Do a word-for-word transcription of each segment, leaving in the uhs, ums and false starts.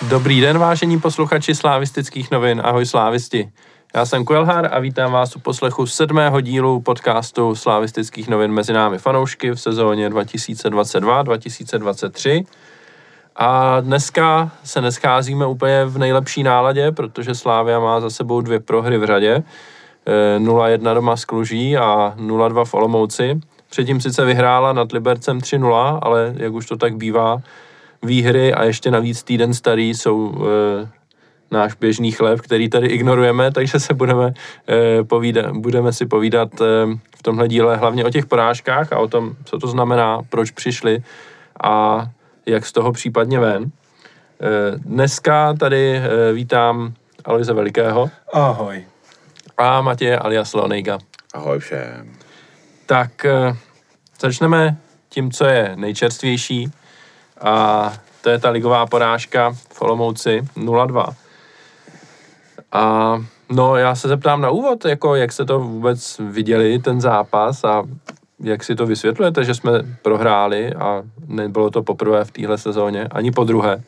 Dobrý den, vážení posluchači Slavistických novin, ahoj slávisti. Já jsem Kuelhar a vítám vás u poslechu sedmého dílu podcastu Slavistických novin mezi námi fanoušky v sezóně dva tisíce dvacet dva dva tisíce dvacet tři. A dneska se nescházíme úplně v nejlepší náladě, protože Slavia má za sebou dvě prohry v řadě. nula jedna doma s Kluží a nula dva v Olomouci. Předtím sice vyhrála nad Libercem tři nula, ale jak už to tak bývá, výhry a ještě navíc týden starý jsou e, náš běžný chléb, který tady ignorujeme, takže se budeme, e, povídat, budeme si povídat e, v tomhle díle hlavně o těch porážkách a o tom, co to znamená, proč přišli a jak z toho případně ven. E, dneska tady e, vítám Aloise Velikého. Ahoj. A Matěje alias Lonejga. Ahoj všem. Tak e, začneme tím, co je nejčerstvější. A to je ta ligová porážka v Olomouci nula dva. A no, já se zeptám na úvod, jako jak jste to vůbec viděli, ten zápas a jak si to vysvětlujete, že jsme prohráli a nebylo to poprvé v téhle sezóně, ani po druhé.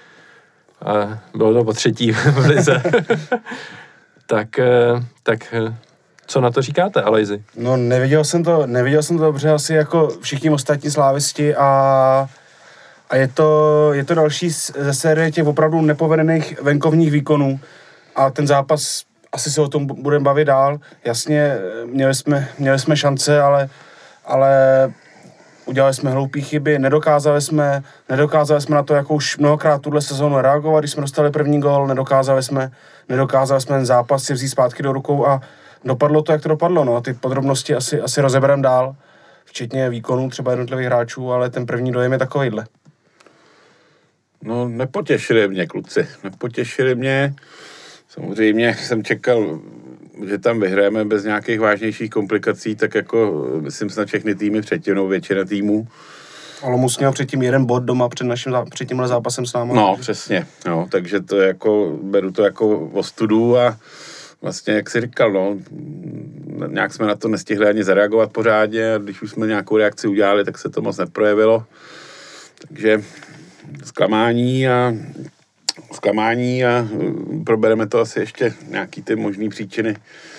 A bylo to po třetí v lize. tak, tak co na to říkáte, Alojzi? No, neviděl jsem to, neviděl jsem to dobře asi jako všichni ostatní slávisti a A je to, je to další ze série těch opravdu nepovedených venkovních výkonů. A ten zápas, asi se o tom budeme bavit dál. Jasně, měli jsme, měli jsme šance, ale, ale udělali jsme hloupý chyby, nedokázali jsme, nedokázali jsme na to, jako už mnohokrát tuhle sezónu reagovat, když jsme dostali první gól, nedokázali jsme, nedokázali jsme ten zápas si vzít zpátky do rukou a dopadlo to, jak to dopadlo. No. Ty podrobnosti asi, asi rozebereme dál, včetně výkonů třeba jednotlivých hráčů, ale ten první dojem je takovejhle. No, nepotěšili mě, kluci, nepotěšili mě. Samozřejmě jsem čekal, že tam vyhrajeme bez nějakých vážnějších komplikací, tak jako myslím snad všechny týmy předtím, no většina týmů. Olomouc měl předtím jeden bod doma před naším před tímhle zápasem s námi. No, přesně, no, takže to jako, beru to jako ostudu a vlastně, jak jsi říkal, no, nějak jsme na to nestihli ani zareagovat pořádně a když už jsme nějakou reakci udělali, tak se to moc neprojevilo. Takže zklamání a zklamání a probereme to asi ještě nějaký ty možný příčiny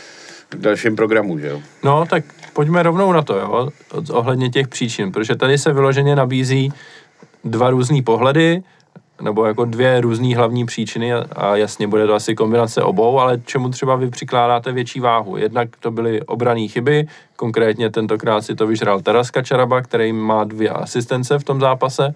v dalším programu, že jo? No, tak pojďme rovnou na to, jo, ohledně těch příčin, protože tady se vyloženě nabízí dva různý pohledy, nebo jako dvě různý hlavní příčiny a jasně bude to asi kombinace obou, ale čemu třeba vy přikládáte větší váhu? Jednak to byly obranné chyby, konkrétně tentokrát si to vyžral Taras Kačaraba, který má dvě asistence v tom zápase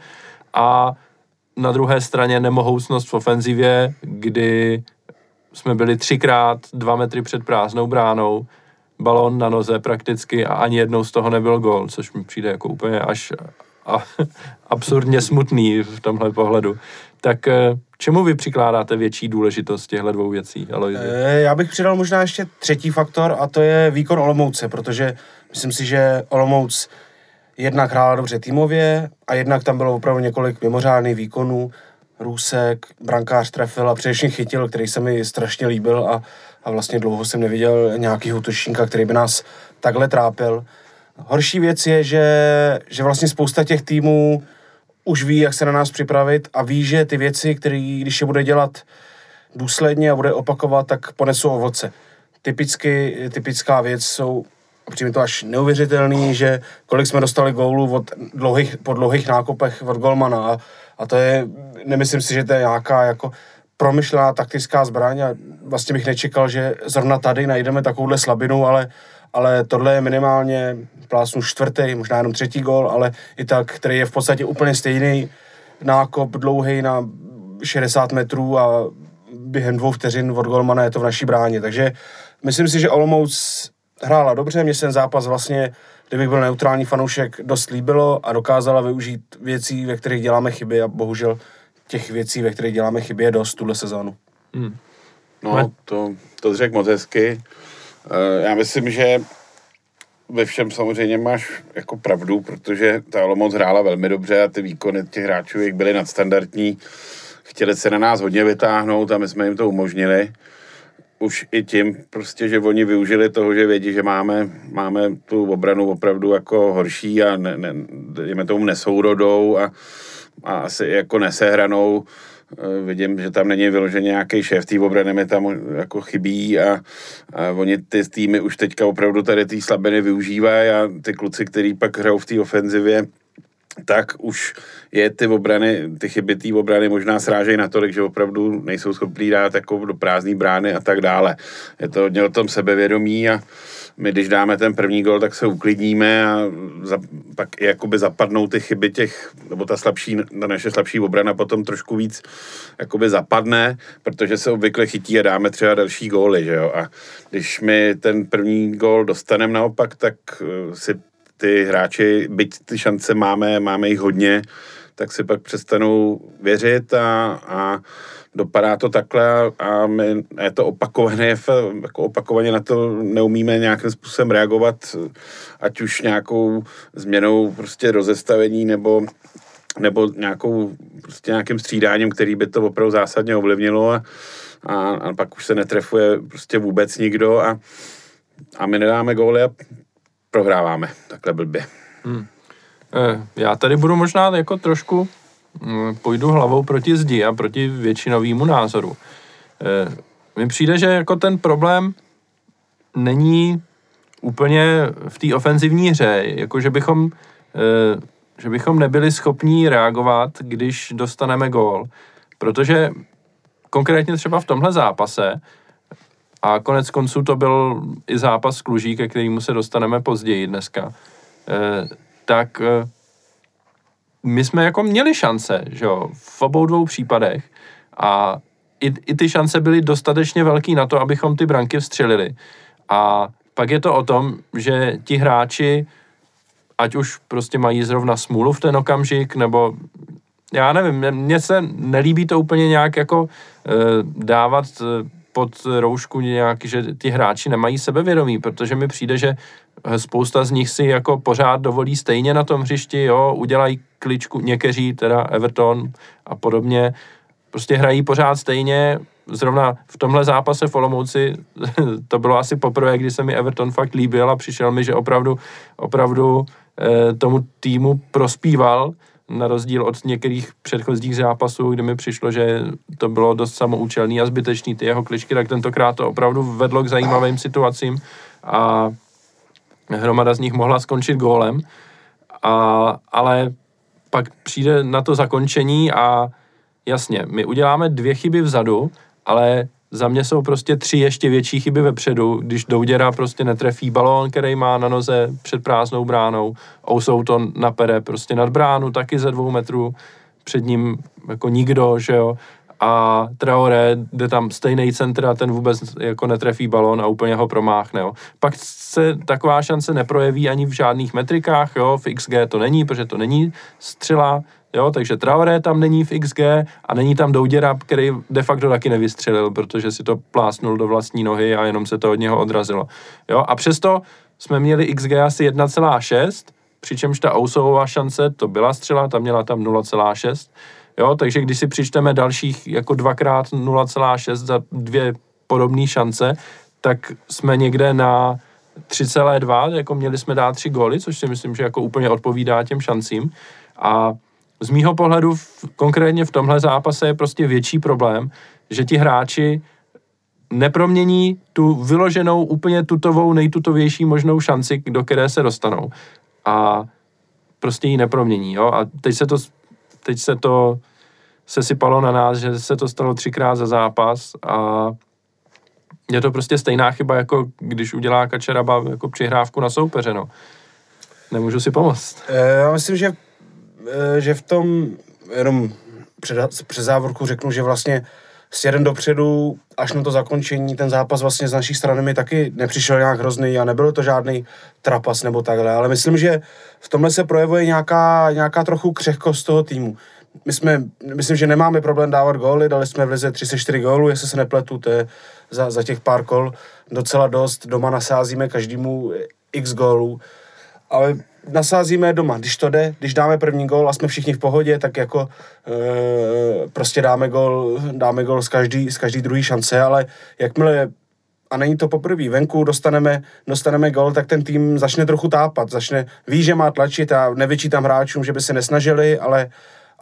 a na druhé straně nemohoucnost v ofenzivě, kdy jsme byli třikrát dva metry před prázdnou bránou, balón na noze prakticky a ani jednou z toho nebyl gól, což mi přijde jako úplně až a, absurdně smutný v tomhle pohledu. Tak čemu vy přikládáte větší důležitost těchto dvou věcí, Alojzi? Já bych přidal možná ještě třetí faktor a to je výkon Olomouce, protože myslím si, že Olomouc jednak hrála dobře týmově a jednak tam bylo opravdu několik mimořádných výkonů. Růsek, brankář trefil a především chytil, který se mi strašně líbil a, a vlastně dlouho jsem neviděl nějakýho útočníka, který by nás takhle trápil. Horší věc je, že, že vlastně spousta těch týmů už ví, jak se na nás připravit a ví, že ty věci, které když je bude dělat důsledně a bude opakovat, tak ponesou ovoce. Typicky, typická věc jsou přijde to až neuvěřitelný, že kolik jsme dostali gólů od dlouhých, po dlouhých nákupech od golmana a, a to je, nemyslím si, že to je nějaká jako promyšlená taktická zbraň a vlastně bych nečekal, že zrovna tady najdeme takovouhle slabinu, ale, ale tohle je minimálně plásnu čtvrtý, možná jenom třetí gól, ale i tak, který je v podstatě úplně stejný nákop dlouhý na šedesát metrů a během dvou vteřin od golmana je to v naší bráně, takže myslím si, že Olomouc hrála dobře, mě se ten zápas vlastně, kdybych byl neutrální fanoušek, dost líbilo a dokázala využít věcí, ve kterých děláme chyby a bohužel těch věcí, ve kterých děláme chyby, je dost tuhle sezónu. Hmm. No, to, to řekl moc hezky. Já myslím, že ve všem samozřejmě máš jako pravdu, protože ta Olomouc hrála velmi dobře a ty výkony těch hráčů jak byly nadstandardní. Chtěli se na nás hodně vytáhnout a my jsme jim to umožnili. Už i tím prostě, že oni využili toho, že vědí, že máme, máme tu obranu opravdu jako horší a ne, ne, dejme tomu nesourodou a, a asi jako nesehranou, vidím, že tam není vyloženě nějaký šéf té obrany, mi tam jako chybí a, a oni ty týmy už teďka opravdu tady ty slabiny využívají a ty kluci, který pak hrajou v té ofenzivě, tak už je ty obrany, ty chyby té obrany možná srážejí natolik, že opravdu nejsou schopní dát jako do prázdné brány a tak dále. Je to hodně o tom sebevědomí a my, když dáme ten první gol, tak se uklidníme a za, pak i jakoby zapadnou ty chyby těch, nebo ta slabší, ta naše slabší obrana potom trošku víc jakoby zapadne, protože se obvykle chytí a dáme třeba další góly, že jo. A když my ten první gól dostaneme naopak, tak si ty hráči, byť ty šance máme, máme jich hodně, tak si pak přestanou věřit a, a dopadá to takhle a my je to opakované, jako opakovaně na to neumíme nějakým způsobem reagovat, ať už nějakou změnou prostě rozestavení nebo, nebo nějakou, prostě nějakým střídáním, který by to opravdu zásadně ovlivnilo a, a, a pak už se netrefuje prostě vůbec nikdo a, a my nedáme góly a prohráváme takhle blbě. Hmm. Já tady budu možná jako trošku půjdu hlavou proti zdi a proti většinovému názoru. Mně přijde, že jako ten problém není úplně v té ofenzivní hře, jako že bychom, že bychom nebyli schopní reagovat, když dostaneme gól, protože konkrétně třeba v tomhle zápase, a konec konců to byl i zápas s Kluží, ke kterému se dostaneme později dneska, tak my jsme jako měli šance, že jo, v obou dvou případech a i, i ty šance byly dostatečně velký na to, abychom ty branky vstřelili. A pak je to o tom, že ti hráči, ať už prostě mají zrovna smůlu v ten okamžik, nebo já nevím, mně se nelíbí to úplně nějak jako e, dávat pod roušku nějak, že ti hráči nemají sebevědomí, protože mi přijde, že spousta z nich si jako pořád dovolí stejně na tom hřišti, jo, udělají kličku, někteří, teda Everton a podobně, prostě hrají pořád stejně, zrovna v tomhle zápase v Olomouci to bylo asi poprvé, kdy se mi Everton fakt líbil a přišel mi, že opravdu, opravdu eh, tomu týmu prospíval, na rozdíl od některých předchozích zápasů, kdy mi přišlo, že to bylo dost samoučelný a zbytečný ty jeho kličky, tak tentokrát to opravdu vedlo k zajímavým situacím a hromada z nich mohla skončit gólem, a, ale pak přijde na to zakončení a jasně, my uděláme dvě chyby vzadu, ale za mě jsou prostě tři ještě větší chyby vepředu, když Douděra prostě netrefí balón, který má na noze před prázdnou bránou, Ousouton napere prostě nad bránu, taky ze dvou metrů, před ním jako nikdo, že jo, a Traoré jde tam stejný centr a ten vůbec jako netrefí balón a úplně ho promáchne, jo. Pak se taková šance neprojeví ani v žádných metrikách, jo, v X G to není, protože to není střela, jo, takže Traoré tam není v X G a není tam Douděra, který de facto taky nevystřelil, protože si to plásnul do vlastní nohy a jenom se to od něho odrazilo, jo, a přesto jsme měli X G asi jedna celá šest, přičemž ta Ousovová šance, to byla střela, ta měla tam nula celá šest, jo, takže když si přičteme dalších jako dvakrát nula celá šest za dvě podobné šance, tak jsme někde na tři celá dva, jako měli jsme dát tři góly, což si myslím, že jako úplně odpovídá těm šancím. A z mýho pohledu v, konkrétně v tomhle zápase je prostě větší problém, že ti hráči nepromění tu vyloženou úplně tutovou, nejtutovější možnou šanci, do které se dostanou. A prostě ji nepromění, jo. A teď se to Teď se to sesypalo na nás, že se to stalo třikrát za zápas a je to prostě stejná chyba, jako když udělá Kačeraba jako přihrávku na soupeře, no. Nemůžu si pomoct. Já myslím, že, že v tom, jenom před, před závorku řeknu, že vlastně s jeden dopředu až na to zakončení, ten zápas vlastně z naší strany mi taky nepřišel nějak hrozný a nebyl to žádný trapas nebo takhle, ale myslím, že v tomhle se projevuje nějaká, nějaká trochu křehkost toho týmu. My jsme, myslím, že nemáme problém dávat góly, dali jsme v lize třicet čtyři gólů, jestli se nepletu, to je za, za těch pár kol docela dost, doma nasázíme každému x gólů, ale nasázíme doma, když to jde, když dáme první gól a jsme všichni v pohodě, tak jako e, prostě dáme gól, dáme gól z každý, z každý druhý šance, ale jakmile, a není to poprvé, venku dostaneme, dostaneme gól, tak ten tým začne trochu tápat, začne, ví, že má tlačit a nevyčítám hráčům, že by se nesnažili, ale,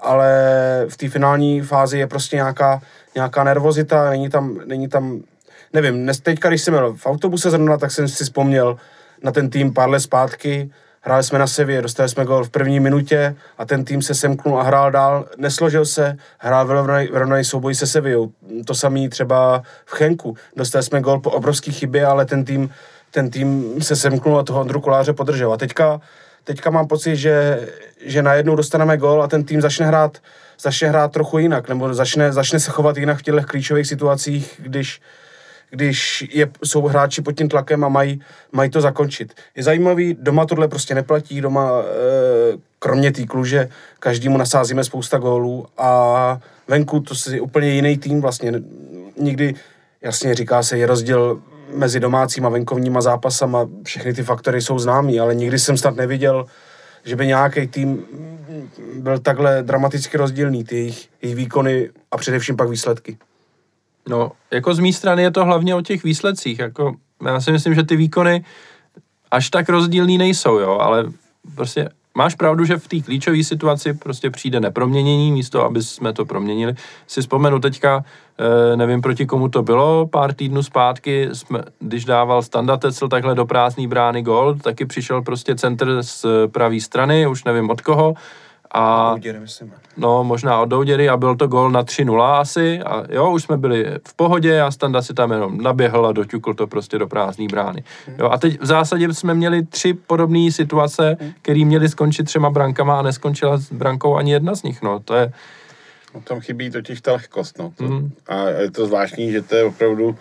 ale v té finální fázi je prostě nějaká, nějaká nervozita, není tam, není tam, nevím, dnes, teďka, když jsem měl v autobuse zrovna, tak jsem si vzpomněl na ten tým pár let zpátky, hráli jsme na Sevě, dostali jsme gól v první minutě a ten tým se semknul a hrál dál, nesložil se, hrál vyrovnaný souboj se Sevillou. To samý třeba v Chenku, dostali jsme gól po obrovský chybě, ale ten tým, ten tým se semknul a toho Ondru Koláře podržel. A teďka, teďka mám pocit, že, že najednou dostaneme gól a ten tým začne hrát, začne hrát trochu jinak, nebo začne, začne se chovat jinak v těchto klíčových situacích, když když je, jsou hráči pod tím tlakem a mají, mají to zakončit. Je zajímavý, doma tohle prostě neplatí, doma e, kromě té Kluže každému nasázíme spousta gólů a venku to je úplně jiný tým vlastně. Nikdy, jasně říká se, je rozdíl mezi domácíma a venkovníma zápasama, všechny ty faktory jsou známý, ale nikdy jsem snad neviděl, že by nějaký tým byl takhle dramaticky rozdílný, ty jejich, jejich výkony a především pak výsledky. No, jako z mé strany je to hlavně o těch výsledcích, jako já si myslím, že ty výkony až tak rozdílný nejsou, jo, ale prostě máš pravdu, že v té klíčové situaci prostě přijde neproměnění, místo, aby jsme to proměnili. Si vzpomenu teďka, nevím, proti komu to bylo, pár týdnů zpátky, jsme, když dával Standa Tecl takhle do prázdný brány gól, taky přišel prostě centr z pravé strany, už nevím od koho, a Douděry, myslím. No, možná od Douděry a byl to gól na tři nula asi a jo, už jsme byli v pohodě a Standa si tam jenom naběhl a doťukl to prostě do prázdný brány. Jo, a teď v zásadě jsme měli tři podobné situace, které měly skončit třema brankama a neskončila s brankou ani jedna z nich, no, to je... No, tam chybí totiž ta lehkost, no. To, Mm. A je to zvláštní, že to je opravdu,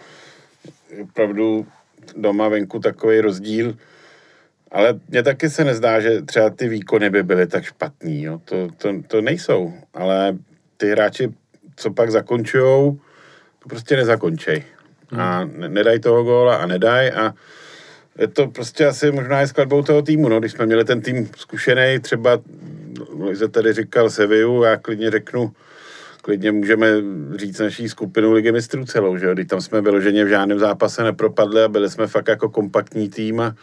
opravdu doma venku takový rozdíl. Ale mně taky se nezdá, že třeba ty výkony by byly tak špatný, jo. To, to, to nejsou, ale ty hráči, co pak zakončujou, to prostě nezakončej. A ne, nedají toho góla a nedají a je to prostě asi možná i skladbou toho týmu, no. Když jsme měli ten tým zkušený, třeba Lojze tady říkal Sevillu, já klidně řeknu, klidně můžeme říct naší skupinu Ligy mistrů celou, že jo. Když tam jsme vyloženě v žádném zápase nepropadli a byli jsme fakt jako kompaktní tým a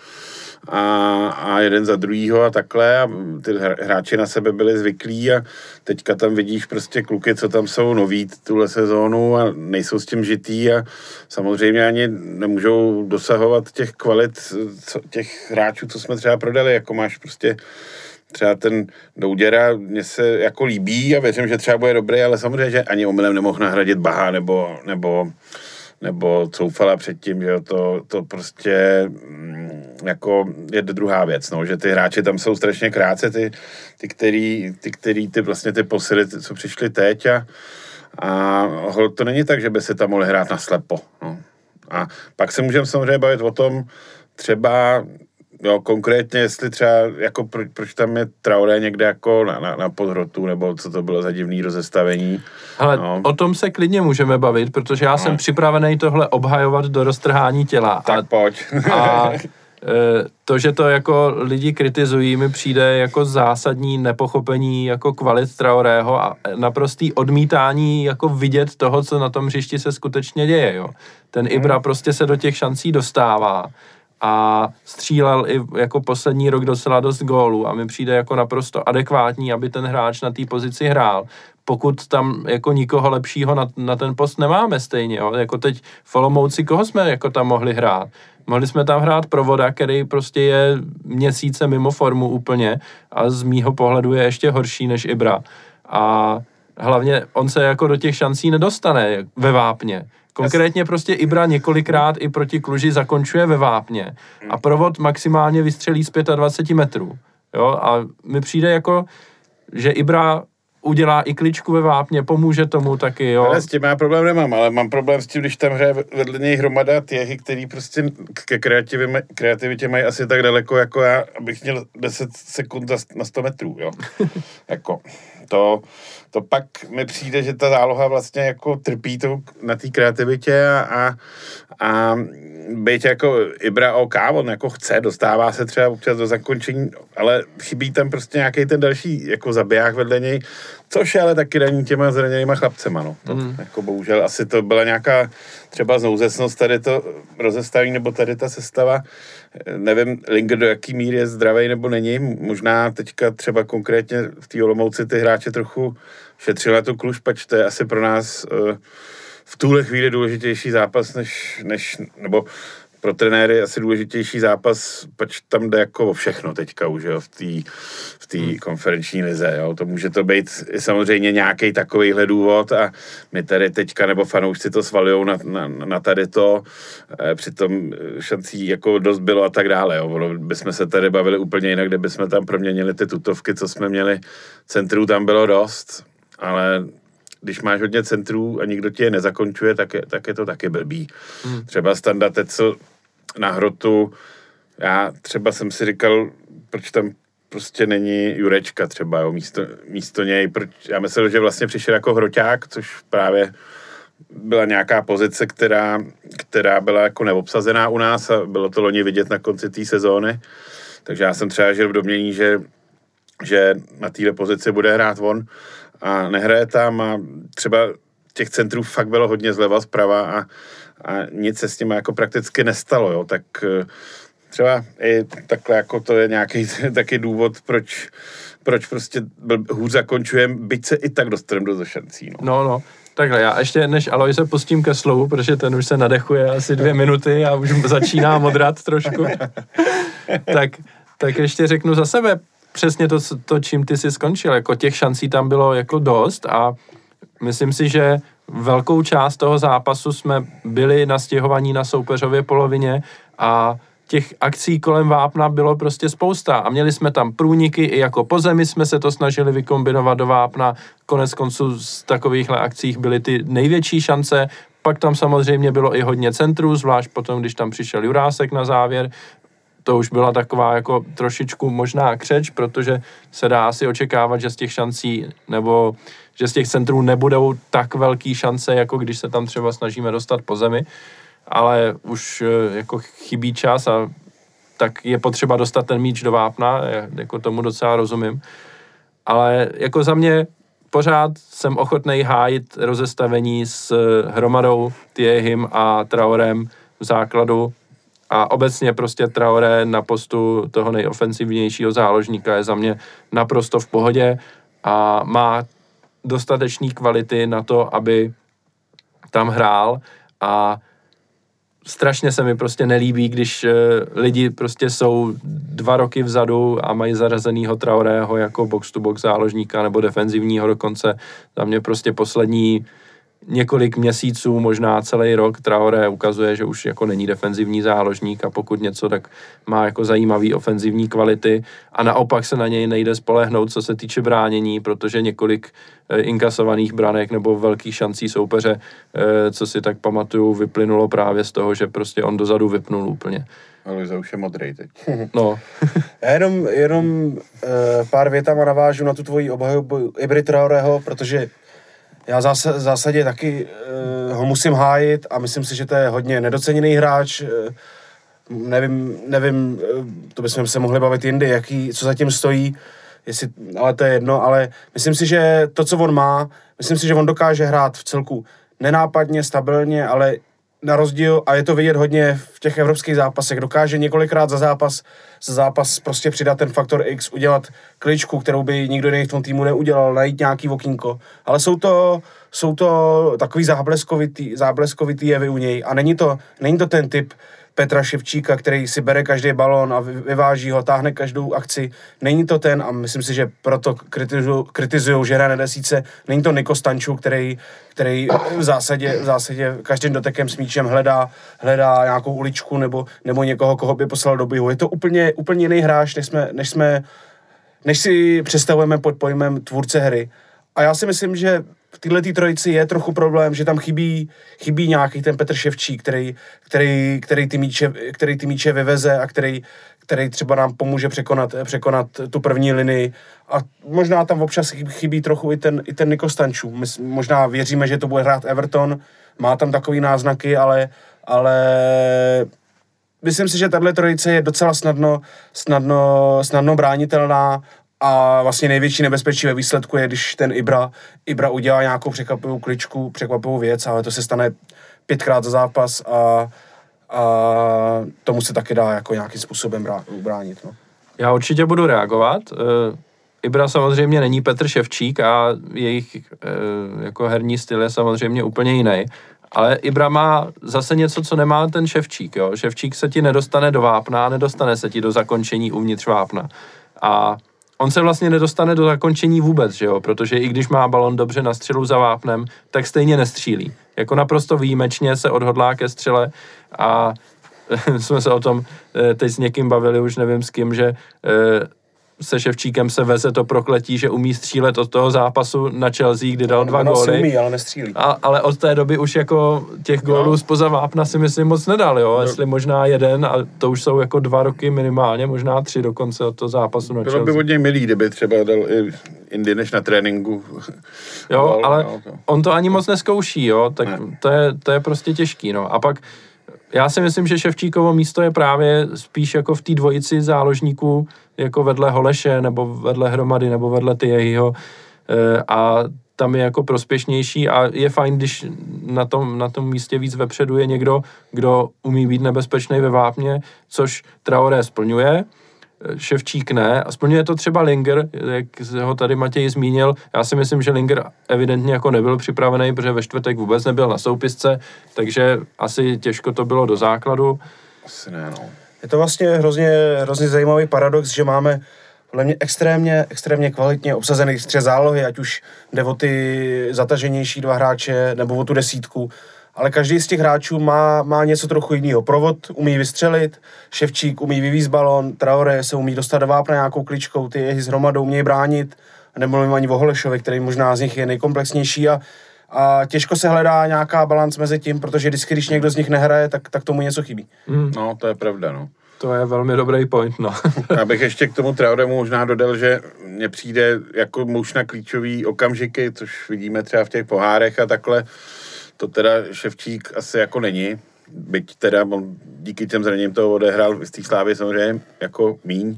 A, a jeden za druhýho a takhle a ty hráči na sebe byli zvyklí a teďka tam vidíš prostě kluky, co tam jsou noví tuhle sezónu a nejsou s tím žitý a samozřejmě ani nemůžou dosahovat těch kvalit co, těch hráčů, co jsme třeba prodali, jako máš prostě třeba ten Douděra, mně se jako líbí a věřím, že třeba bude dobrý, ale samozřejmě, že ani omylem nemohl nahradit Baha nebo, nebo, nebo Coufala předtím, že jo, to, to prostě jako je druhá věc, no, že ty hráči tam jsou strašně krátce, ty, ty, který, ty, který, ty vlastně ty posily, co přišly teď a, a to není tak, že by se tam mohli hrát naslepo, no. A pak se můžeme samozřejmě bavit o tom třeba, jo, konkrétně, jestli třeba, jako pro, proč tam je Traoré někde jako na, na, na podhrotu, nebo co to bylo za divný rozestavení. Ale no. O tom se klidně můžeme bavit, protože já no. jsem připravený tohle obhajovat do roztrhání těla. Tak a, pojď. a to, že to jako lidi kritizují, mi přijde jako zásadní nepochopení jako kvalit Traorého a naprostý odmítání jako vidět toho, co na tom hřišti se skutečně děje, jo. Ten Ibra prostě se do těch šancí dostává a střílel i jako poslední rok docela dost gólů a mi přijde jako naprosto adekvátní, aby ten hráč na té pozici hrál. Pokud tam jako nikoho lepšího na, na ten post nemáme stejně, jo. Jako teď v Olomouci, koho jsme jako tam mohli hrát? Mohli jsme tam hrát Provoda, který prostě je měsíce mimo formu úplně a z mýho pohledu je ještě horší než Ibra. A hlavně on se jako do těch šancí nedostane ve Vápně. Konkrétně prostě Ibra několikrát i proti Kluži zakončuje ve Vápně a Provod maximálně vystřelí z dvacet pět metrů. Jo? A mi přijde jako, že Ibra udělá i kličku ve Vápně, pomůže tomu taky, jo. Ale s tím já problém nemám, ale mám problém s tím, když tam hraje vedle něj hromada těhy, který prostě ke kreativitě, kreativitě mají asi tak daleko, jako já, abych měl deset sekund na sto metrů, jo. Jako, to, to pak mi přijde, že ta záloha vlastně jako trpí to na té kreativitě a, a, a být jako Ibra OK, on jako chce, dostává se třeba občas do zakončení, ale chybí tam prostě nějaký ten další jako zabiják vedle něj, což je ale taky daní těma zraněnýma chlapcema, no. To, mm. jako bohužel asi to byla nějaká třeba znouzecnost tady to rozestavení, nebo tady ta sestava. Nevím, Linger do jaký míry je zdravý nebo není, možná teďka třeba konkrétně v té Olomouci ty hráče trochu šetřil na tu Kluž, pač to je asi pro nás uh, v tuhle chvíli důležitější zápas, než, než nebo pro trenéry asi důležitější zápas, pač tam jde jako o všechno teďka už, jo, v té v té hmm. konferenční lize, jo. To může to být samozřejmě nějaký takovýhle důvod a my tady teďka, nebo fanoušci to svalujou na, na, na tady to, e, přitom šancí jako dost bylo a tak dále, jo. Bychom se tady bavili úplně jinak, kdybychom tam proměnili ty tutovky, co jsme měli, centrů tam bylo dost, ale když máš hodně centrů a nikdo ti je nezakončuje, tak je, tak je to taky blbý. Hmm. Třeba Standa Tecl na hrotu, já třeba jsem si říkal, proč tam prostě není Jurečka třeba, jo, místo, místo něj, proč, já myslel, že vlastně přišel jako hroťák, což právě byla nějaká pozice, která, která byla jako neobsazená u nás a bylo to loni vidět na konci té sezóny, takže já jsem třeba žil v domnění, že, že na téhle pozici bude hrát on, a nehraje tam a třeba těch centrů fakt bylo hodně zleva, zprava a, a nic se s tím jako prakticky nestalo, jo, tak třeba i takhle jako to je nějaký taky důvod, proč, proč prostě hůř zakončujeme, byť se i tak dostaneme do šancí, no. No, no, takhle já ještě než Aloj se pustím ke slovu, protože ten už se nadechuje asi dvě minuty a už začíná modrat trošku, tak, tak ještě řeknu za sebe, přesně to, to, čím ty jsi skončil, jako těch šancí tam bylo jako dost a myslím si, že velkou část toho zápasu jsme byli nastěhovaní na soupeřově polovině a těch akcí kolem vápna bylo prostě spousta a měli jsme tam průniky, i jako po zemi jsme se to snažili vykombinovat do vápna, konec konců z takovýchhle akcích byly ty největší šance, pak tam samozřejmě bylo i hodně centrů, zvlášť potom, když tam přišel Jurásek na závěr. To už byla taková jako trošičku možná křeč, protože se dá asi očekávat, že z těch šancí nebo že z těch centrů nebudou tak velký šance, jako když se tam třeba snažíme dostat po zemi, ale už jako chybí čas a tak je potřeba dostat ten míč do vápna, jako tomu docela rozumím. Ale jako za mě pořád jsem ochotnej hájit rozestavení s hromadou Thiehim a Traorem v základu. A obecně prostě Traoré na postu toho nejofensivnějšího záložníka je za mě naprosto v pohodě a má dostatečný kvality na to, aby tam hrál a strašně se mi prostě nelíbí, když lidi prostě jsou dva roky vzadu a mají zařazenýho Traorého jako box-to-box záložníka nebo defenzivního dokonce. Za mě prostě poslední několik měsíců, možná celý rok Traoré ukazuje, že už jako není defenzivní záložník a pokud něco, tak má jako zajímavý ofenzivní kvality a naopak se na něj nejde spolehnout, co se týče bránění, protože několik inkasovaných branek nebo velkých šancí soupeře, co si tak pamatuju, vyplynulo právě z toho, že prostě on dozadu vypnul úplně. Ale za už je modrej teď. No. Já jenom, jenom uh, pár větama navážu na tu tvoji obhajobu Ibry Traorého, protože já v zásadě taky uh, ho musím hájit a myslím si, že to je hodně nedoceněný hráč. Uh, nevím, nevím, uh, to bychom se mohli bavit jindy, jaký, co zatím stojí, jestli, ale to je jedno, ale myslím si, že to, co on má, myslím si, že on dokáže hrát v celku nenápadně, stabilně, ale na rozdíl, a je to vidět hodně v těch evropských zápasech, dokáže několikrát za zápas, za zápas prostě přidat ten faktor X, udělat kličku, kterou by nikdo jiný v tom týmu neudělal, najít nějaký okýnko. Ale jsou to, jsou to takový zábleskovitý, zábleskovitý jevy u něj a není to, není to ten typ Petra Ševčíka, který si bere každý balón a vyváží ho, táhne každou akci. Není to ten, a myslím si, že proto kritizují, kritizují, že hraje na desíce, není to Niko Stanču, který, který v zásadě, v zásadě každým dotekem s míčem hledá, hledá nějakou uličku nebo, nebo někoho, koho by poslal do běhu. Je to úplně, úplně jiný hráč, než jsme, než jsme, než si představujeme pod pojmem tvůrce hry. A já si myslím, že v této trojici je trochu problém, že tam chybí, chybí nějaký ten Petr Ševčík, který, který, který, ty míče, který ty míče vyveze a který, který třeba nám pomůže překonat, překonat tu první linii. A možná tam občas chybí trochu i ten, i ten Niko Stanču. My možná věříme, že to bude hrát Everton, má tam takový náznaky, ale, ale myslím si, že tahle trojice je docela snadno, snadno, snadno bránitelná a vlastně největší nebezpečí ve výsledku je, když ten Ibra, Ibra udělá nějakou překvapivou kličku, překvapivou věc, ale to se stane pětkrát za zápas a, a tomu se taky dá jako nějakým způsobem ubránit. No. Já určitě budu reagovat. Ibra samozřejmě není Petr Ševčík a jejich jako herní styl je samozřejmě úplně jiný. Ale Ibra má zase něco, co nemá ten Ševčík. Jo? Ševčík se ti nedostane do vápna, nedostane se ti do zakončení uvnitř vápna. A on se vlastně nedostane do zakončení vůbec, že jo? Protože i když má balon dobře na střelu za vápnem, tak stejně nestřílí. Jako naprosto výjimečně se odhodlá ke střele a jsme se o tom teď s někým bavili, už nevím s kým, že se Ševčíkem se veze to prokletí, že umí střílet od toho zápasu na Chelsea, kdy dal dva góly. Umí, ale nestřílí. A, ale od té doby už jako těch gólů spoza vápna si myslím moc nedal, jo. No. Jestli možná jeden, a to už jsou jako dva roky minimálně, možná tři dokonce od toho zápasu na Bylo Chelsea. Bylo by hodně milý, kdyby třeba dal i jindy než na tréninku. Jo, Gól, ale no, to. on to ani moc neskouší, jo, tak to je, to je prostě těžký, no. A pak já si myslím, že Ševčíkovo místo je právě spíš jako v té dvojici záložníků, jako vedle Holeše, nebo vedle Hromady, nebo vedle Tyjeho. A tam je jako prospěšnější a je fajn, když na tom, na tom místě víc vepředu je někdo, kdo umí být nebezpečný ve vápně, což Traoré splňuje. Ševčík ne. A splňuje to třeba Linger, jak ho tady Matěj zmínil. Já si myslím, že Linger evidentně jako nebyl připravený, protože ve čtvrtek vůbec nebyl na soupisce, takže asi těžko to bylo do základu. Asi ne, no. Je to vlastně hrozně, hrozně zajímavý paradox, že máme podle mě extrémně, extrémně kvalitně obsazených střed zálohy, ať už jde o ty zataženější dva hráče, nebo o tu desítku. Ale každý z těch hráčů má, má něco trochu jiného. Provod umí vystřelit, Ševčík umí vyvízt balon, Traoré se umí dostat do vápna nějakou kličkou, ty jehy s Hromadou umějí bránit, nemluvím ani o Holešovi, který možná z nich je nejkomplexnější a, a těžko se hledá nějaká balans mezi tím, protože vždycky, když někdo z nich nehraje, tak, tak tomu něco chybí. Mm. No, to je pravda, no. To je velmi dobrý point, no. Já bych ještě k tomu Traoremu možná dodal, že mně přijde jako muž na klíčový okamžiky, což vidíme třeba v těch pohárech a takhle. To teda Ševčík asi jako není, byť teda on díky těm zraněním toho odehrál v té Slávě samozřejmě jako míň.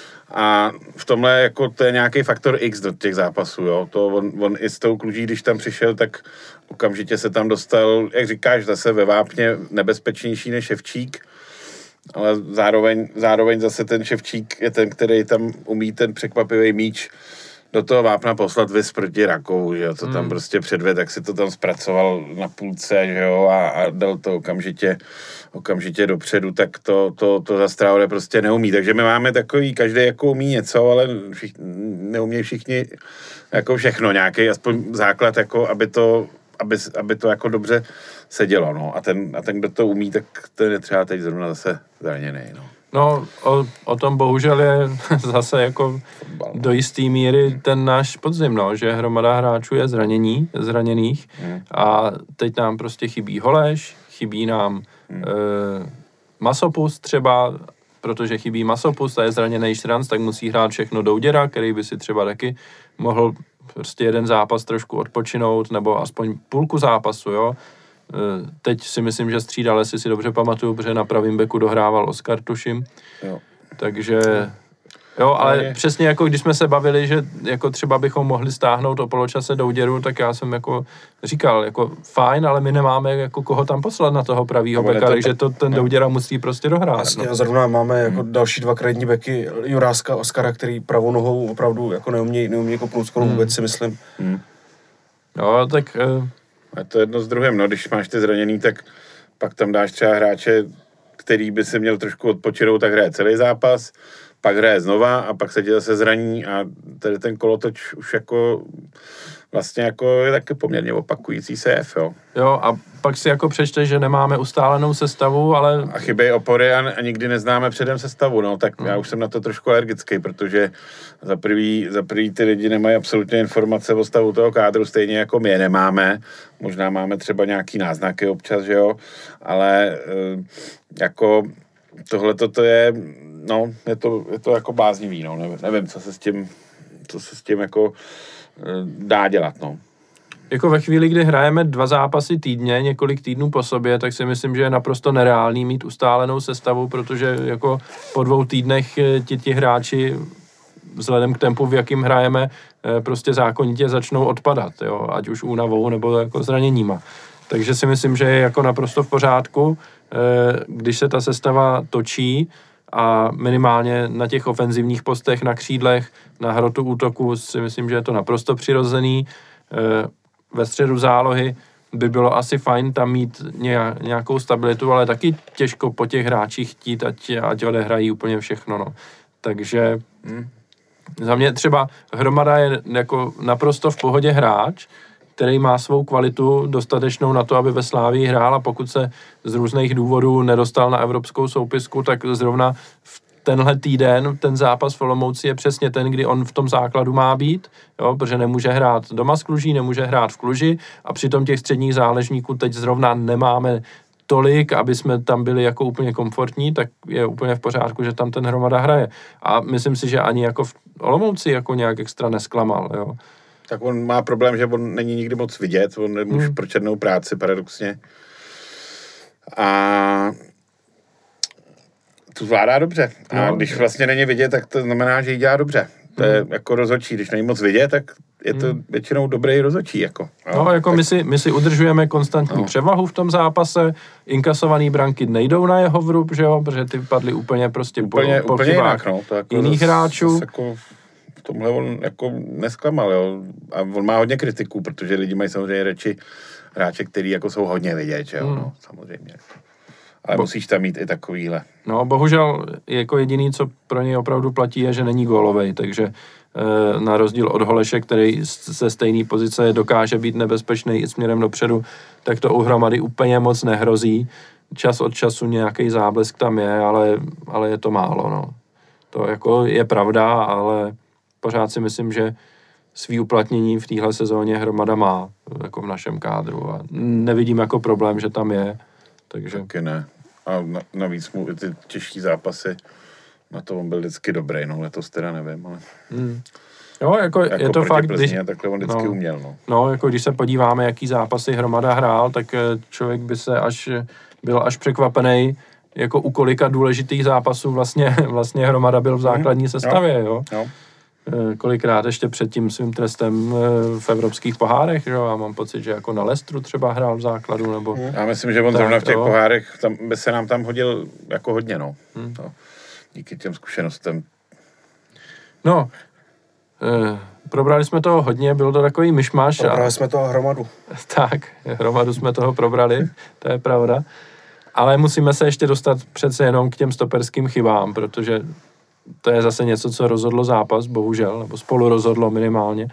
A v tomhle jako to je nějaký faktor X do těch zápasů, jo. To on, on i s tou Kluží, když tam přišel, tak okamžitě se tam dostal, jak říkáš, zase ve vápně nebezpečnější než Ševčík. Ale zároveň, zároveň zase ten Ševčík je ten, který tam umí ten překvapivý míč do toho vápna poslat vys proti Rakovu, že jo, co tam hmm. prostě předved, tak si to tam zpracoval na půlce, že jo, a, a dal to okamžitě, okamžitě dopředu, tak to, to, to za Traoré prostě neumí. Takže my máme takový, každý jako umí něco, ale všichni, neumí všichni jako všechno, nějaký aspoň základ, jako aby to, aby, aby to jako dobře sedělo, no. A ten, a ten, kdo to umí, tak ten je třeba teď zrovna zase zraněný, no. No, o, o tom bohužel je zase jako do jistý míry ten náš podzim, no, že hromada hráčů je zranění, zraněných hmm. a teď nám prostě chybí Holeš, chybí nám hmm. e, Masopust třeba, protože chybí Masopust a je zraněný Šranc, tak musí hrát všechno Douděra, který by si třeba taky mohl prostě jeden zápas trošku odpočinout, nebo aspoň půlku zápasu, jo. Teď si myslím, že střídal, jestli si dobře pamatuju, protože na pravým beku dohrával Oskar, tuším. Jo. Takže, jo, ale je. Přesně jako když jsme se bavili, že jako třeba bychom mohli stáhnout o poločase Douděru, tak já jsem jako říkal, jako fajn, ale my nemáme jako koho tam poslat na toho pravýho beka, to, takže to ten Douděra musí prostě dohrát. Vlastně no. A zrovna máme jako hmm. další dva krajní beky, Juráska, Oskara, který pravou nohou opravdu jako neumějí neumějí kopnout skoro hmm. vůbec, si myslím. Hmm. No, tak... A to jedno s druhým, no, když máš ty zraněný, tak pak tam dáš třeba hráče, který by si měl trošku odpočinout, tak hraje celý zápas, pak hraje znova a pak se ti zase zraní a tady ten kolotoč už jako vlastně jako je taky poměrně opakující se jev, jo. Jo, a pak si jako přečteš, že nemáme ustálenou sestavu, ale... A chybějí opory a, a nikdy neznáme předem sestavu, no, tak hmm. já už jsem na to trošku alergický, protože za prvý, za prvý ty lidi nemají absolutně informace o stavu toho kádru, stejně jako my je nemáme, možná máme třeba nějaký náznaky občas, že jo, ale e, jako tohle to je, no, je to, je to jako bláznivý, no, nevím, nevím, co se s tím, co se s tím jako e, dá dělat, no. jako ve chvíli, kdy hrajeme dva zápasy týdně, několik týdnů po sobě, tak si myslím, že je naprosto nereálný mít ustálenou sestavu, protože jako po dvou týdnech ti, ti hráči vzhledem k tempu, v jakým hrajeme, prostě zákonitě začnou odpadat, jo, ať už únavou nebo jako zraněníma. Takže si myslím, že je jako naprosto v pořádku, když se ta sestava točí a minimálně na těch ofenzivních postech, na křídlech, na hrotu útoku si myslím, že je to naprosto přirozený. Ve středu zálohy by bylo asi fajn tam mít nějakou stabilitu, ale taky těžko po těch hráčích chtít, ať, ať odehrají úplně všechno, no. Takže hmm. za mě třeba Hromada je jako naprosto v pohodě hráč, který má svou kvalitu dostatečnou na to, aby ve Slávii hrál, a pokud se z různých důvodů nedostal na evropskou soupisku, tak zrovna v tenhle týden, ten zápas v Olomouci je přesně ten, kdy on v tom základu má být, jo, protože nemůže hrát doma z Kluží, nemůže hrát v Kluži a přitom těch středních záležníků teď zrovna nemáme tolik, aby jsme tam byli jako úplně komfortní, tak je úplně v pořádku, že tam ten Hromada hraje. A myslím si, že ani jako v Olomouci jako nějak extra nesklamal, jo. Tak on má problém, že on není nikdy moc vidět, on nemůže hmm. pro černou práci paradoxně. A tu zvládá dobře. A no, když vlastně není vidět, tak to znamená, že ji dělá dobře. To je hmm. jako rozhodčí. Když není moc vidět, tak je to hmm. většinou dobrý rozhodčí. Jako. No, no jako tak... my, si, my si udržujeme konstantní no. převahu v tom zápase, inkasovaný branky nejdou na jeho vrub, že jo, protože ty padly úplně prostě úplně, po, po úplně chybách jinak, no. To jako jiných zas, hráčů. Zas jako v tomhle on jako nesklamal, jo. A on má hodně kritiků, protože lidi mají samozřejmě radši hráče, který jako jsou hodně vidět, že jo, hmm. no, samozřejmě. Ale Bo... musíš tam mít i takovýhle. No, bohužel jako jediný, co pro něj opravdu platí, je, že není gólovej, takže e, na rozdíl od Holeše, který ze stejné pozice dokáže být nebezpečný i směrem dopředu, tak to u Hromady úplně moc nehrozí. Čas od času nějaký záblesk tam je, ale, ale je to málo, no. To jako je pravda, ale pořád si myslím, že svý uplatnění v téhle sezóně Hromada má, jako v našem kádru, a nevidím jako problém, že tam je, takže... Taky ne. A navíc mu ty těžší zápasy, na to on byl vždycky dobrý, no letos teda nevím, ale... Hmm. Jo, jako, jako je to fakt, když... takhle on vždycky no, uměl, no. No, jako když se podíváme, jaký zápasy Hromada hrál, tak člověk by se až, byl až překvapený, jako u kolika důležitých zápasů vlastně, vlastně Hromada byl v základní sestavě, jo. jo. Kolikrát ještě před tím svým trestem v evropských pohárech, jo, a mám pocit, že jako na Lestru třeba hrál v základu, nebo... Já myslím, že on tak, zrovna v těch jo. pohárech tam, by se nám tam hodil jako hodně, no. Hmm. no. Díky těm zkušenostem. No, eh, probrali jsme toho hodně, byl to takový myšmaš. Probrali a... jsme toho hromadu. Tak, hromadu jsme toho probrali, to je pravda. Ale musíme se ještě dostat přece jenom k těm stoperským chybám, protože to je zase něco, co rozhodlo zápas, bohužel, nebo spolu rozhodlo minimálně.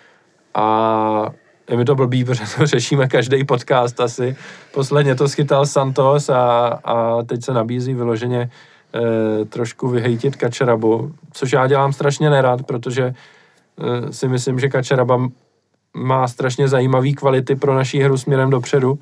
A je mi to blbý, protože to řešíme každý podcast asi. Posledně to schytal Santos a, a teď se nabízí vyloženě e, trošku vyhejtit Kačerabu, což já dělám strašně nerad, protože e, si myslím, že Kačeraba má strašně zajímavý kvality pro naší hru směrem dopředu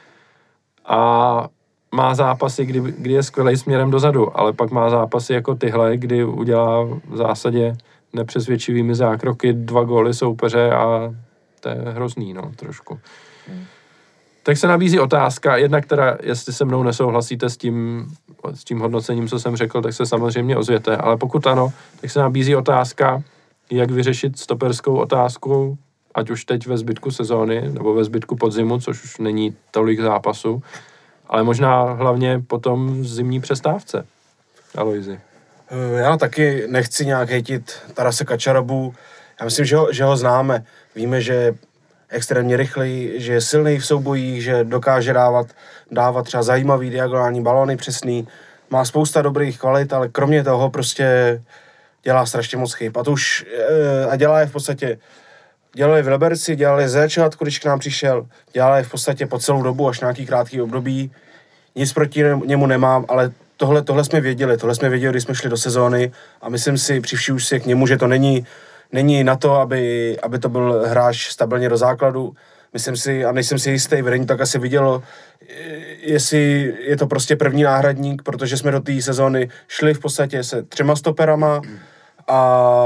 a má zápasy, kdy, kdy je skvělej směrem dozadu, ale pak má zápasy jako tyhle, kdy udělá v zásadě nepřesvědčivými zákroky dva góly soupeře a to je hrozný, no, trošku. Hmm. Tak se nabízí otázka, jednak teda, jestli se mnou nesouhlasíte s tím, s tím hodnocením, co jsem řekl, tak se samozřejmě ozvěte, ale pokud ano, tak se nabízí otázka, jak vyřešit stoperskou otázku, ať už teď ve zbytku sezóny, nebo ve zbytku podzimu, což už není tolik zápasů, ale možná hlavně potom zimní přestávce. Alojzi. Já taky nechci nějak hejtit Tarase Kačerabu. Já myslím, že ho, že ho známe. Víme, že je extrémně rychlý, že je silný v soubojích, že dokáže dávat, dávat třeba zajímavý diagonální balony přesný. Má spousta dobrých kvalit, ale kromě toho prostě dělá strašně moc chyb. A to už a dělá je v podstatě dělali v Liberci, dělali ze začátku, když k nám přišel, dělali v podstatě po celou dobu, až nějaký krátký období. Nic proti němu nemám, ale tohle, tohle jsme věděli, tohle jsme věděli, když jsme šli do sezóny a myslím si, při vší úctě k němu, že to není, není na to, aby, aby to byl hráč stabilně do základu. Myslím si, a nejsem si jistý, vedení tak asi vidělo, jestli je to prostě první náhradník, protože jsme do té sezóny šli v podstatě se třema stoperama a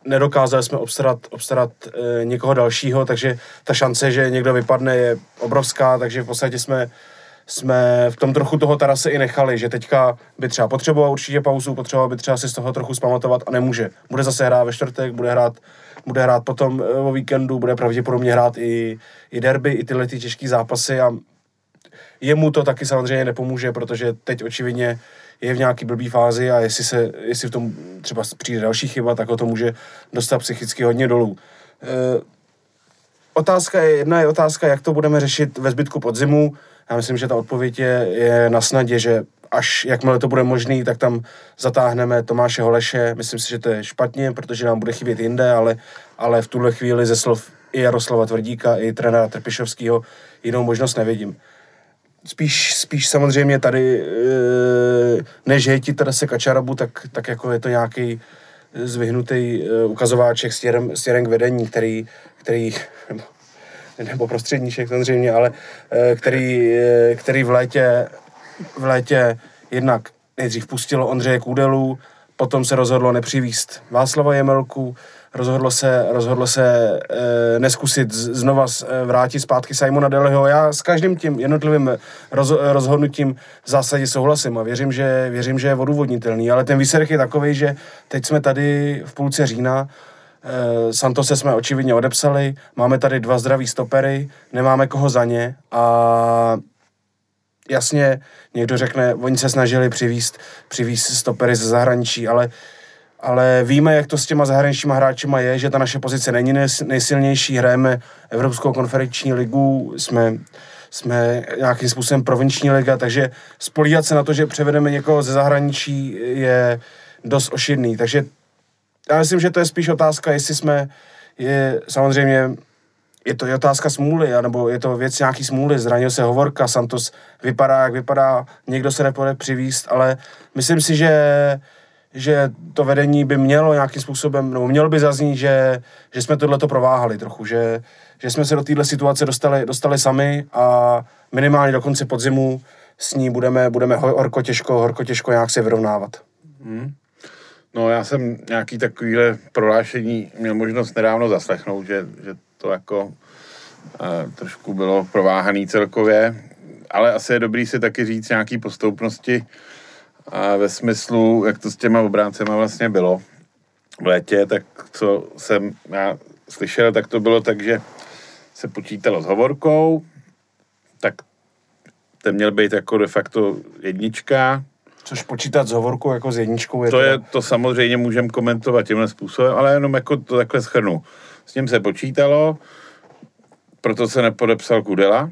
nedokázali jsme obstarat, obstarat e, někoho dalšího, takže ta šance, že někdo vypadne, je obrovská, takže v podstatě jsme, jsme v tom trochu toho Tarase i nechali, že teďka by třeba potřeboval určitě pauzu, potřeboval by třeba si z toho trochu zpamatovat a nemůže. Bude zase hrát ve čtvrtek, bude hrát, bude hrát potom o víkendu, bude pravděpodobně hrát i, i derby, i tyhle ty těžké zápasy a jemu to taky samozřejmě nepomůže, protože teď očividně je v nějaký blbý fázi a jestli, se, jestli v tom třeba přijde další chyba, tak ho to může dostat psychicky hodně dolů. E, otázka je, jedna je otázka, jak to budeme řešit ve zbytku podzimu. Já myslím, že ta odpověď je, je na snadě, že až jakmile to bude možný, tak tam zatáhneme Tomáše Holeše. Myslím si, že to je špatně, protože nám bude chybět jinde, ale, ale v tuhle chvíli ze slov i Jaroslava Tvrdíka, i trenéra Trpišovského jinou možnost nevidím. Spíš, spíš samozřejmě tady, než hejtit Tarase Kačarabu, tak, tak jako je to nějaký zvyhnutý ukazováček směrem, směrem k vedení, který, který nebo prostředníček samozřejmě, ale který, který v létě, v létě jednak nejdřív pustilo Ondřeje Kůdelu, potom se rozhodlo nepřivízt Václava Jemelku, rozhodlo se, rozhodlo se e, neskusit z, znova e, vrátit zpátky Simona Deleho. Já s každým tím jednotlivým roz, rozhodnutím v zásadě souhlasím a věřím, že, věřím, že je odůvodnitelný, ale ten výsledek je takový, že teď jsme tady v půlce října, e, Santose jsme očividně odepsali, máme tady dva zdraví stopery, nemáme koho za ně a jasně, někdo řekne, oni se snažili přivízt, přivízt stopery ze zahraničí, ale ale víme, jak to s těma zahraničníma hráčima je, že ta naše pozice není nejsilnější, hrajeme Evropskou konferenční ligu, jsme, jsme nějakým způsobem provinční liga, takže spolíhat se na to, že převedeme někoho ze zahraničí, je dost ošidný. Takže já myslím, že to je spíš otázka, jestli jsme, je, samozřejmě je to je otázka smůly, nebo je to věc nějaký smůly, zranil se Hovorka, Santos vypadá, jak vypadá, někdo se nepůjde přivízt, ale myslím si, že že to vedení by mělo nějakým způsobem, nebo mělo by zaznít, že, že jsme tohleto prováhali trochu, že, že jsme se do téhle situace dostali, dostali sami a minimálně do konce podzimu s ní budeme, budeme horko těžko, horko těžko nějak se vyrovnávat. Hmm. No já jsem nějaký takovýhle prohlášení měl možnost nedávno zaslechnout, že, že to jako eh, trošku bylo prováhaný celkově, ale asi je dobrý si taky říct nějaký postoupnosti a ve smyslu, jak to s těma obráncema vlastně bylo v létě, tak co jsem já slyšel, tak to bylo tak, že se počítalo s Hovorkou, tak ten měl být jako de facto jednička. Což počítat s Hovorkou jako s jedničkou je to. To, je, to samozřejmě můžeme komentovat tímhle způsobem, ale jenom jako to takhle shrnu. S ním se počítalo, proto se nepodepsal Kudela.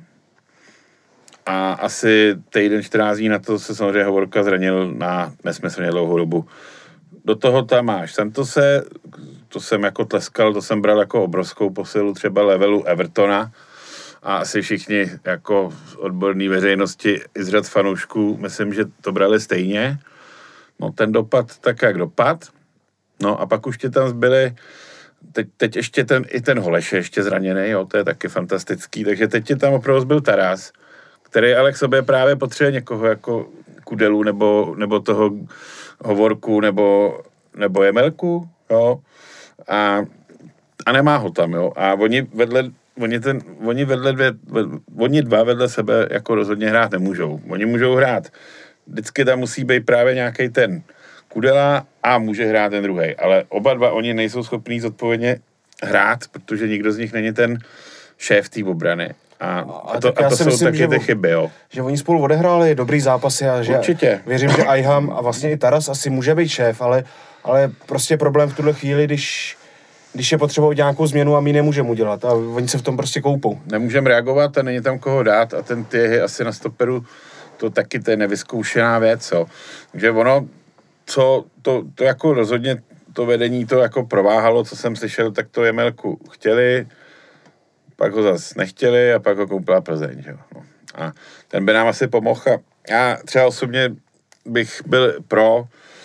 A asi týden, čtrnáct dní na to se samozřejmě Hovorka zranil na nesmyslně dlouhou dobu. Do toho tam máš Santose, to jsem jako tleskal, to jsem bral jako obrovskou posilu třeba levelu Evertona a asi všichni jako odborní veřejnosti i z řad fanoušků, myslím, že to brali stejně. No ten dopad tak jak dopad. No a pak už tě tam zbyli, teď, teď ještě ten, i ten Holeš je ještě zraněný, jo, to je taky fantastický, takže teď tě tam opravdu zbyl Taras, který ale k sobě právě potřebuje někoho jako Kudelu nebo, nebo toho Hovorku nebo, nebo Jemelku, jo, a, a nemá ho tam, jo, a oni vedle, oni, ten, oni vedle dvě, oni dva vedle sebe jako rozhodně hrát nemůžou, oni můžou hrát, vždycky tam musí být právě nějaký ten Kudela a může hrát ten druhej, ale oba dva oni nejsou schopní zodpovědně hrát, protože nikdo z nich není ten šéf té obrany. A, a to, a to jsou myslím, taky ty chyby, jo. Že oni spolu odehráli dobrý zápasy a že určitě. Věřím, že Ajham a vlastně i Taras asi může být šéf, ale, ale prostě problém v tuhle chvíli, když, když je potřeba nějakou změnu a my nemůžeme udělat a oni se v tom prostě koupou. Nemůžeme reagovat a není tam koho dát a ten Thierry asi na stoperu, to taky to je nevyzkoušená věc, jo. Takže ono, co to, to jako rozhodně to vedení to jako prováhalo, co jsem slyšel, tak to Jemelku chtěli, pak ho zase nechtěli a pak ho koupila Plzeň, jo. No. A ten by nám asi pomohl a já třeba osobně bych byl pro,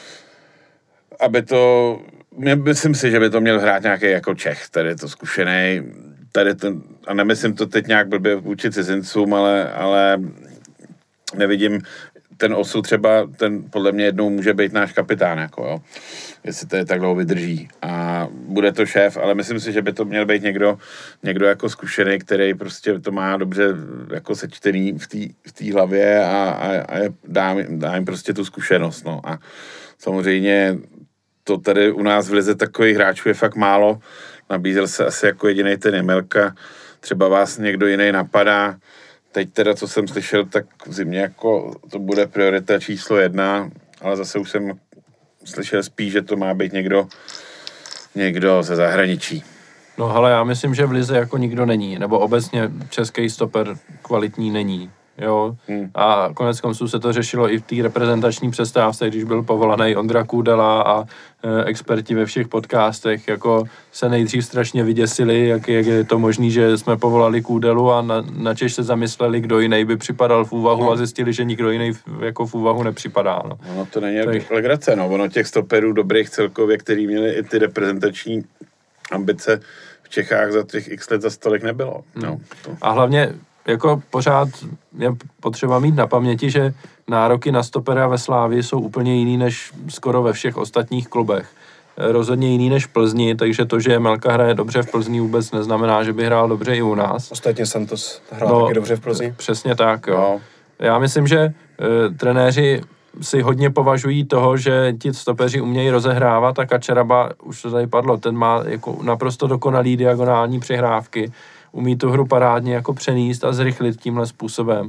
aby to, myslím si, že by to měl hrát nějaký jako Čech, tady je to zkušený, tady ten, a nemyslím to teď nějak blbě vůči cizincům, ale, ale nevidím, ten Osu třeba, ten podle mě jednou může být náš kapitán, jako jo, jestli to je tak dlouho vydrží a bude to šéf, ale myslím si, že by to měl být někdo, někdo jako zkušený, který prostě to má dobře jako sečtený v té v té hlavě a, a, a dá, dá jim prostě tu zkušenost, no a samozřejmě to tady u nás v lize takových hráčů je fakt málo, nabízel se asi jako jedinej ten Jemelka, třeba vás někdo jiný napadá. Teď teda, co jsem slyšel, tak v zimě jako to bude priorita číslo jedna, ale zase už jsem slyšel spíš, že to má být někdo, někdo ze zahraničí. No ale já myslím, že v lize jako nikdo není, nebo obecně český stoper kvalitní není. Jo, hmm. a konec konců se to řešilo i v té reprezentační přestávce, když byl povolaný Ondra Kůdela a e, experti ve všech podcastech jako se nejdřív strašně vyděsili, jak, jak je to možný, že jsme povolali Kůdelu a na, načež se zamysleli, kdo jiný by připadal v úvahu no. a zjistili, že nikdo jiný jako v úvahu nepřipadá. No, no to není tak... legrace, no, ono těch stoperů dobrých celkově, který měli i ty reprezentační ambice v Čechách za těch x let za stolik nebylo. Hmm. No, to... A hlavně jako pořád je potřeba mít na paměti, že nároky na stopera ve Slávii jsou úplně jiný než skoro ve všech ostatních klubech. Rozhodně jiný než v Plzni, takže to, že Melka hraje dobře v Plzni, vůbec neznamená, že by hrál dobře i u nás. Ostatně Santos hrál no, taky dobře v Plzni. Přesně tak, jo. No. Já myslím, že e, trenéři si hodně považují toho, že ti stopeři umějí rozehrávat a Kačeraba, už to tady padlo, ten má jako naprosto dokonalý diagonální přihrávky, umí tu hru parádně jako přenést a zrychlit tímhle způsobem.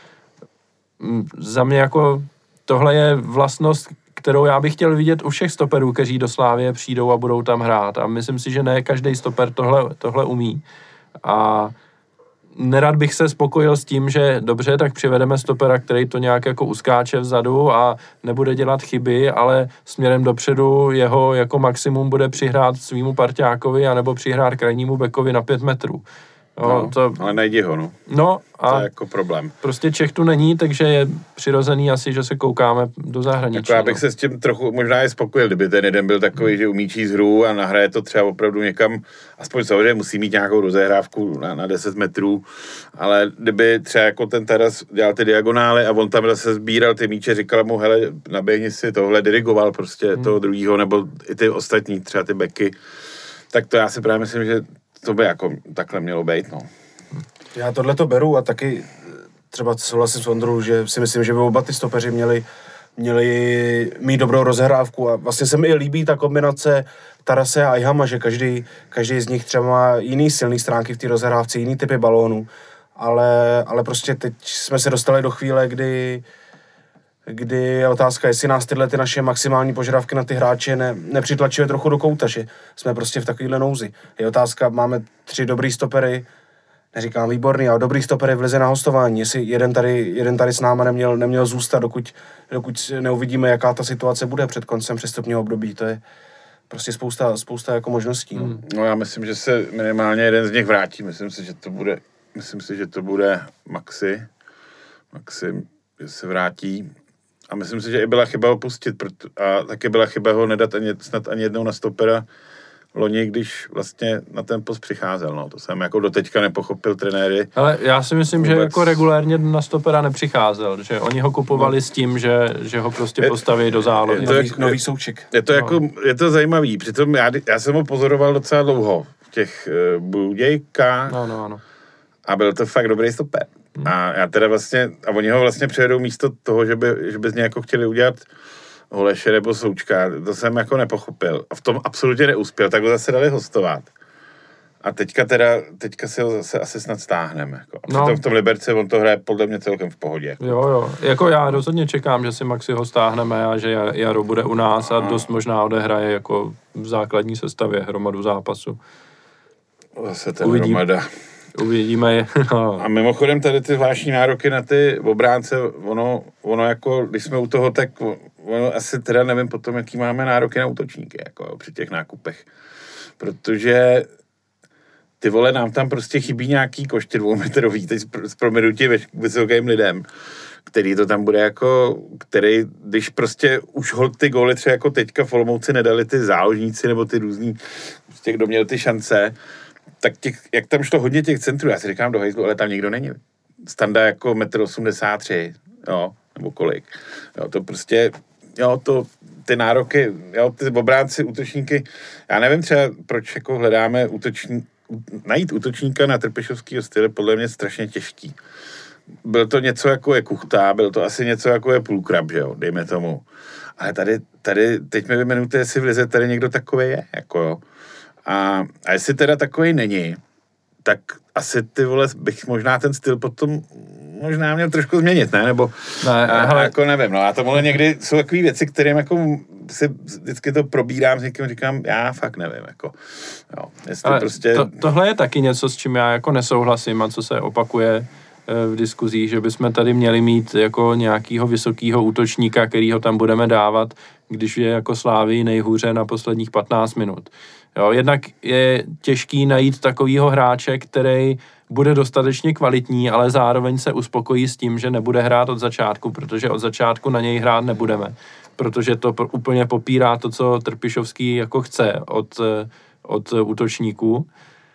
Za mě jako tohle je vlastnost, kterou já bych chtěl vidět u všech stoperů, kteří do Slávie přijdou a budou tam hrát. A myslím si, že ne každý stoper tohle, tohle umí. A nerad bych se spokojil s tím, že dobře, tak přivedeme stopera, který to nějak jako uskáče vzadu a nebude dělat chyby, ale směrem dopředu jeho jako maximum bude přihrát svýmu parťákovi anebo přihrát krajnímu bekovi na pět metrů. Jo, no, to... ale najdi ho, no. No a to je jako problém. Prostě Čech tu není, takže je přirozený asi, že se koukáme do zahraničí. Jako já bych no. se s tím trochu možná i spokojil, kdyby ten jeden byl takový, hmm. že umí číst hru a nahraje to třeba opravdu někam, aspoň samozřejmě musí mít nějakou rozehrávku na, na deset metrů, ale kdyby třeba jako ten Taras dělal ty diagonály a on tam zase sbíral ty míče, říkal mu, hele, naběhni si tohle, dirigoval prostě hmm. toho druhýho, nebo i ty ostatní, třeba ty beky, tak to já si právě myslím, že to by jako takhle mělo být, no. Já tohle to beru a taky třeba souhlasím s Ondrou, že si myslím, že by oba ty stopeři měli, měli mít dobrou rozhrávku a vlastně se mi i líbí ta kombinace Tarase a Ihama, že každý, každý z nich třeba má jiný silný stránky v té rozhrávce, jiný typy balónů, ale, ale prostě teď jsme se dostali do chvíle, kdy kdy je otázka, jestli nás tyhle ty naše maximální požadavky na ty hráče ne, nepřitlačuje trochu do kouta, že jsme prostě v takovýhle nouzi. Je otázka, máme tři dobrý stopery, neříkám výborný, ale dobrý stopery v lize na hostování, jestli jeden tady, jeden tady s náma neměl, neměl zůstat, dokud, dokud neuvidíme, jaká ta situace bude před koncem přestupního období, to je prostě spousta, spousta jako možností. No. no já myslím, že se minimálně jeden z nich vrátí, myslím si, že to bude, myslím si, že to bude Maxi, Maxi, že se vrátí. A myslím si, že i byla chyba ho pustit, a taky byla chyba ho nedat ani, snad ani jednou na stopera loni, když vlastně na ten post přicházel. No. To jsem jako doteďka nepochopil trenéry. Ale já si myslím, vůbec... že jako regulérně na stopera nepřicházel, že oni ho kupovali no. s tím, že, že ho prostě je, postaví do zálohy. Je to nový, nový souček. Je to, no. jako, je to zajímavý, přitom já, já jsem ho pozoroval docela dlouho v těch uh, Budějkách no, no, no. a byl to fakt dobrý stoper. Hmm. A já teda vlastně, a oni ho vlastně přivedou místo toho, že by, že by z něj jako chtěli udělat Holeše nebo Součka, to jsem jako nepochopil. A v tom absolutně neuspěl, tak ho zase dali hostovat. A teďka teda, teďka si ho zase asi snad stáhneme. Jako. A přitom no. v tom Liberci on to hraje podle mě celkem v pohodě. Jo, jo. Jako já rozhodně čekám, že si Maxi ho stáhneme a že Jaro bude u nás a dost možná odehraje jako v základní sestavě hromadu zápasu. Zase ten Uvidím. Hromada. Uvidíme je. No. A mimochodem tady ty zvláštní nároky na ty obránce, ono, ono jako, když jsme u toho, tak ono asi teda nevím potom, jaký máme nároky na útočníky, jako při těch nákupech. Protože ty vole, nám tam prostě chybí nějaký košty dvoumetrový, teď s proměnutí vysokým lidem, který to tam bude jako, který, když prostě už hold ty góly třeba jako teďka v Olomouci nedali ty záložníci nebo ty různí, prostě kdo měl ty šance, tak těch, jak tam šlo hodně těch centrů, já si říkám do hejzlu, ale tam nikdo není. Standa jako metr osmdesát tři, jo. nebo kolik. Jo, to prostě, jo, to, ty nároky, jo, ty obránci, útočníky, já nevím třeba, proč jako hledáme útočník, najít útočníka na Trpišovskýho styl podle mě strašně těžký. Byl to něco jako je Kuchta, byl to asi něco jako je Půlkrab, že jo, dejme tomu. Ale tady, tady, teď mi vyjmenujte, jestli v lize tady někdo takový je, jako jo. A, a jestli teda takový není, tak asi ty vole, bych možná ten styl potom možná měl trošku změnit, ne? Nebo ne, a, hele. jako nevím, no a tomuhle někdy jsou takové věci, kterým jako si vždycky to probírám s někým, říkám, já fakt nevím, jako, jo, jestli ale prostě... To, tohle je taky něco, s čím já jako nesouhlasím a co se opakuje v diskuzích, že bychom tady měli mít jako nějakýho vysokýho útočníka, kterýho tam budeme dávat, když je jako Slávii nejhůře na posledních patnáct minut. Jo, jednak je těžký najít takovýho hráče, který bude dostatečně kvalitní, ale zároveň se uspokojí s tím, že nebude hrát od začátku, protože od začátku na něj hrát nebudeme. Protože to úplně popírá to, co Trpišovský jako chce od, od útočníků.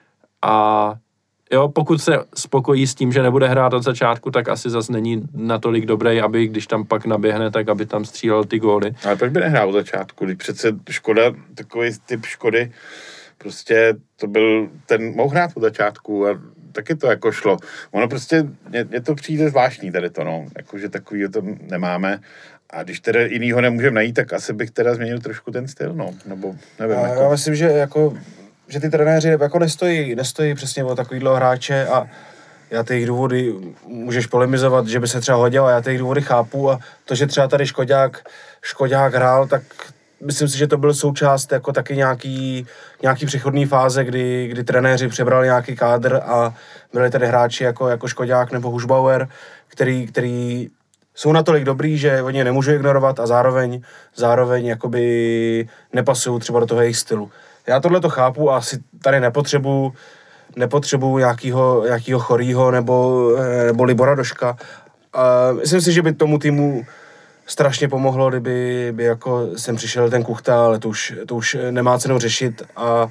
A jo, pokud se spokojí s tím, že nebude hrát od začátku, tak asi zas není natolik dobrý, aby když tam pak naběhne, tak aby tam střílel ty góly. Ale proč by nehrál od začátku? Když přece Škoda, takový typ Škody, prostě to byl, ten mohl hrát od začátku a taky to jako šlo. Ono prostě, mně to přijde zvláštní tady to, no, jakože takový to nemáme. A když teda jinýho nemůžeme najít, tak asi bych teda změnil trošku ten styl, no, nebo nevím. Já, jako. já myslím, že jako že ty trenéři jako nestojí, nestojí přesně o takovýhle hráče a já ty jejich důvody můžeš polemizovat, že by se třeba hodil a já ty jejich důvody chápu a to, že třeba tady Škodák, Škodák hrál, tak myslím si, že to byl součást jako taky nějaký, nějaký přechodní fáze, kdy, kdy trenéři přebrali nějaký kádr a byli tady hráči jako, jako Škodák nebo Hušbauer, který, který jsou natolik dobrý, že oni je nemůžu ignorovat a zároveň, zároveň jakoby nepasují třeba do toho jejich stylu. Já tohle to chápu a asi tady nepotřebuju, nepotřebuju nějakýho, nějakýho Chorýho nebo, nebo Libora Doška. A myslím si, že by tomu týmu strašně pomohlo, kdyby by jako sem přišel ten Kuchta, ale to už, to už nemá cenu řešit a,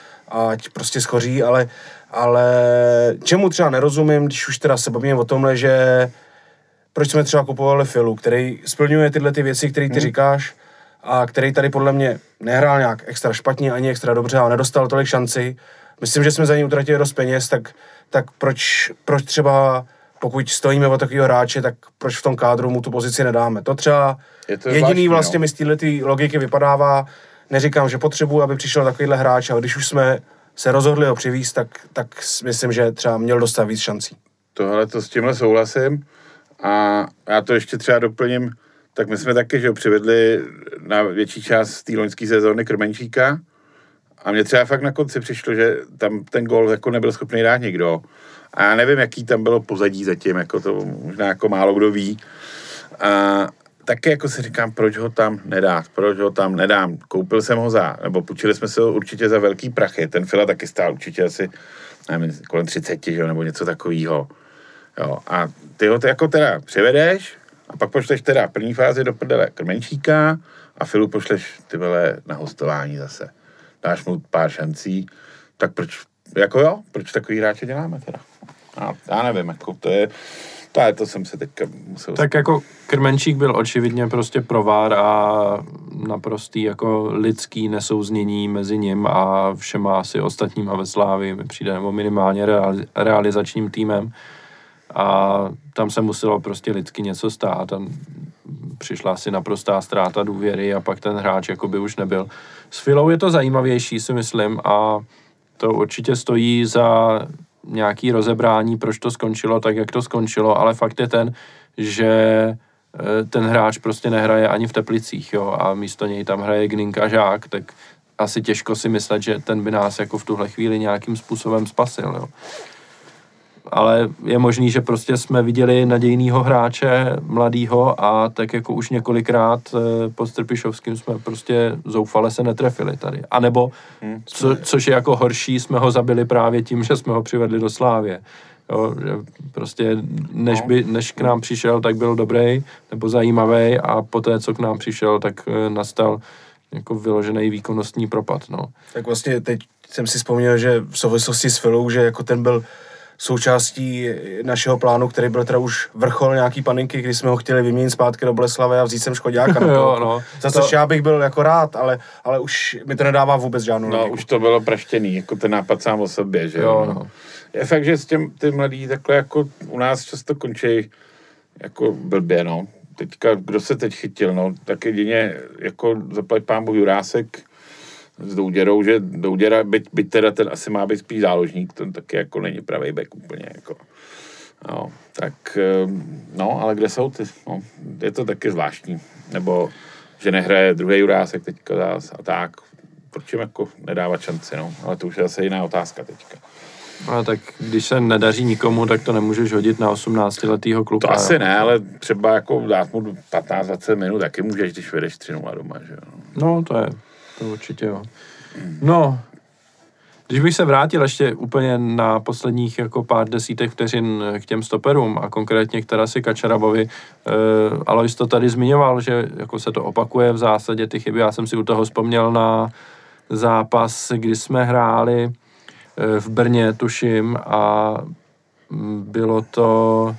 a ať prostě schoří, ale, ale čemu třeba nerozumím, když už teda se bavíme o tomhle, že proč jsme třeba kupovali Filu, který splňuje tyhle ty věci, které ty hmm. říkáš, a který tady podle mě nehrál nějak extra špatně, ani extra dobře, ale nedostal tolik šanci. Myslím, že jsme za ní utratili dost peněz, tak, tak proč, proč třeba, pokud stojíme o takového hráče, tak proč v tom kádru mu tu pozici nedáme? To třeba je to jediný zvláštní, vlastně no. mi z této logiky vypadává. Neříkám, že potřebuji, aby přišel takovýhle hráč, ale když už jsme se rozhodli ho přivízt, tak, tak myslím, že třeba měl dostat víc šancí. Tohle to s tímhle souhlasím a já to ještě třeba doplním. Tak my jsme taky, že ho přivedli na větší část té loňské sezóny Krmenčíka a mně třeba fakt na konci přišlo, že tam ten gól jako nebyl schopný dát nikdo. A já nevím, jaký tam bylo pozadí zatím, jako to možná jako málo kdo ví. A taky jako si říkám, proč ho tam nedát, proč ho tam nedám. Koupil jsem ho za, nebo půjčili jsme se ho určitě za velký prachy. Ten Fila taky stál určitě asi, nevím, kolem třicet, že, nebo něco takového. Jo, a ty ho to jako teda přivedeš, a pak pošleš teda první fázi do prdele Krmenčíka a Filu pošleš ty vele na hostování zase. Dáš mu pár šancí, tak proč, jako jo, proč takový hráče děláme teda? A já nevím, jako to je, to, je, to jsem se teďka musel... Tak jako Krmenčík byl očividně prostě provár a naprostý jako lidský nesouznění mezi ním a všema asi ostatníma ve Slávii mi přijde, nebo minimálně reali, realizačním týmem. A tam se muselo prostě lidsky něco stát a přišla asi naprostá ztráta důvěry a pak ten hráč jakoby už nebyl. S Filou je to zajímavější, si myslím, a to určitě stojí za nějaký rozebrání, proč to skončilo tak, jak to skončilo, ale fakt je ten, že ten hráč prostě nehraje ani v Teplicích, jo, a místo něj tam hraje Gninka Žák, tak asi těžko si myslet, že ten by nás jako v tuhle chvíli nějakým způsobem spasil, jo. Ale je možný, že prostě jsme viděli nadějnýho hráče, mladýho a tak jako už několikrát pod Trpišovským jsme prostě zoufale se netrefili tady. A nebo, hmm, co, což je jako horší, jsme ho zabili právě tím, že jsme ho přivedli do Slávie. Jo, že prostě než, by, než k nám přišel, tak byl dobrý nebo zajímavý a poté, co k nám přišel, tak nastal jako vyložený výkonnostní propad. No. Tak vlastně teď jsem si vzpomněl, že v souvislosti s Filou, že jako ten byl součástí našeho plánu, který byl teda už vrchol nějaký paniky, kdy jsme ho chtěli vyměnit zpátky do Boleslavy a vzít sem Škoďáka. Na jo, no. Za což to... já bych byl jako rád, ale, ale už mi to nedává vůbec žádnou No, logiku. už to bylo praštěný, jako ten nápad sám o sobě, že jo. No. Je fakt, že s těm, ty mladí takhle jako u nás často končí jako blbě, no. Teďka, kdo se teď chytil, no, tak jedině jako zaplať pán Bůh Jurásek s Douděrou, že Douděra, byť, byť teda ten asi má být spíš záložník, ten taky jako není pravej back úplně, jako. No, tak, no, ale kde jsou ty, no, je to taky zvláštní, nebo že nehraje druhý Jurásek teďka zás a tak, proč jim jako nedávat šanci, no, ale to už je zase jiná otázka teďka. No, tak když se nedaří nikomu, tak to nemůžeš hodit na osmnáctiletýho kluka. To asi ne, ale třeba jako dát mu patnáct dvacet minut taky můžeš, když vedeš tři nula doma, že jo. No, to je, to určitě jo. No, když bych se vrátil ještě úplně na posledních jako pár desítek vteřin k těm stoperům a konkrétně k Tarasi Kačarabovi, eh, Alois to tady zmiňoval, že jako se to opakuje v zásadě ty chyby. Já jsem si u toho vzpomněl na zápas, kdy jsme hráli v Brně, tuším, a bylo to,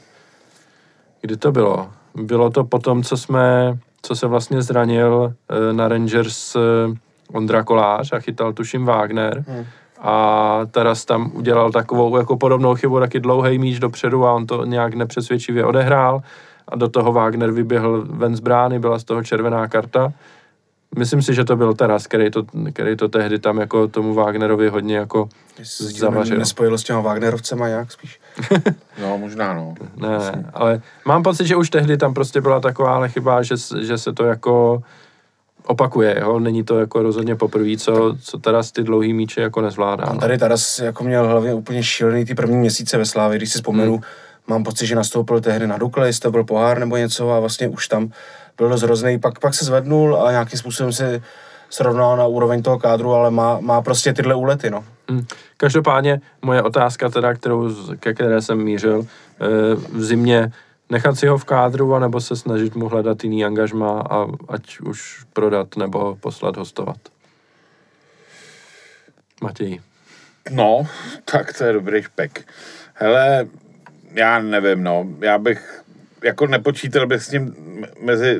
kdy to bylo? Bylo to potom, co jsme, co se vlastně zranil na Rangers Ondra Kolář a chytal, tuším, Wagner. Hmm. A Taras tam udělal takovou jako podobnou chybu, taky dlouhý míč dopředu a on to nějak nepřesvědčivě odehrál a do toho Wagner vyběhl ven z brány, byla z toho červená karta. Myslím si, že to byl Taras, který to, který to tehdy tam jako tomu Wagnerovi hodně jako zavařil. Nespojilo s těma Wagnerovcema jak spíš? No, možná no. Ne, ne, ale mám pocit, že už tehdy tam prostě byla taková chyba, že, že se to jako opakuje, jo? Není to jako rozhodně poprvé, co, co Taras ty dlouhý míče jako nezvládá. On tady Taras jako měl hlavně úplně šílený ty první měsíce ve Slávii, když si vzpomenu, hmm. mám pocit, že nastoupil tehdy na Dukle, jestli to byl pohár nebo něco a vlastně už tam byl dost hrozný, pak, pak se zvednul a nějakým způsobem se srovnal na úroveň toho kádru, ale má, má prostě tyhle úlety, no. Hmm. Každopádně moje otázka teda, kterou, ke které jsem mířil, v zimě nechat si ho v kádru, anebo se snažit mu hledat jiný angažma a ať už prodat nebo poslat hostovat. Matěj. No, tak to je dobrý špek. Hele, já nevím, no, já bych jako nepočítal bych s ním mezi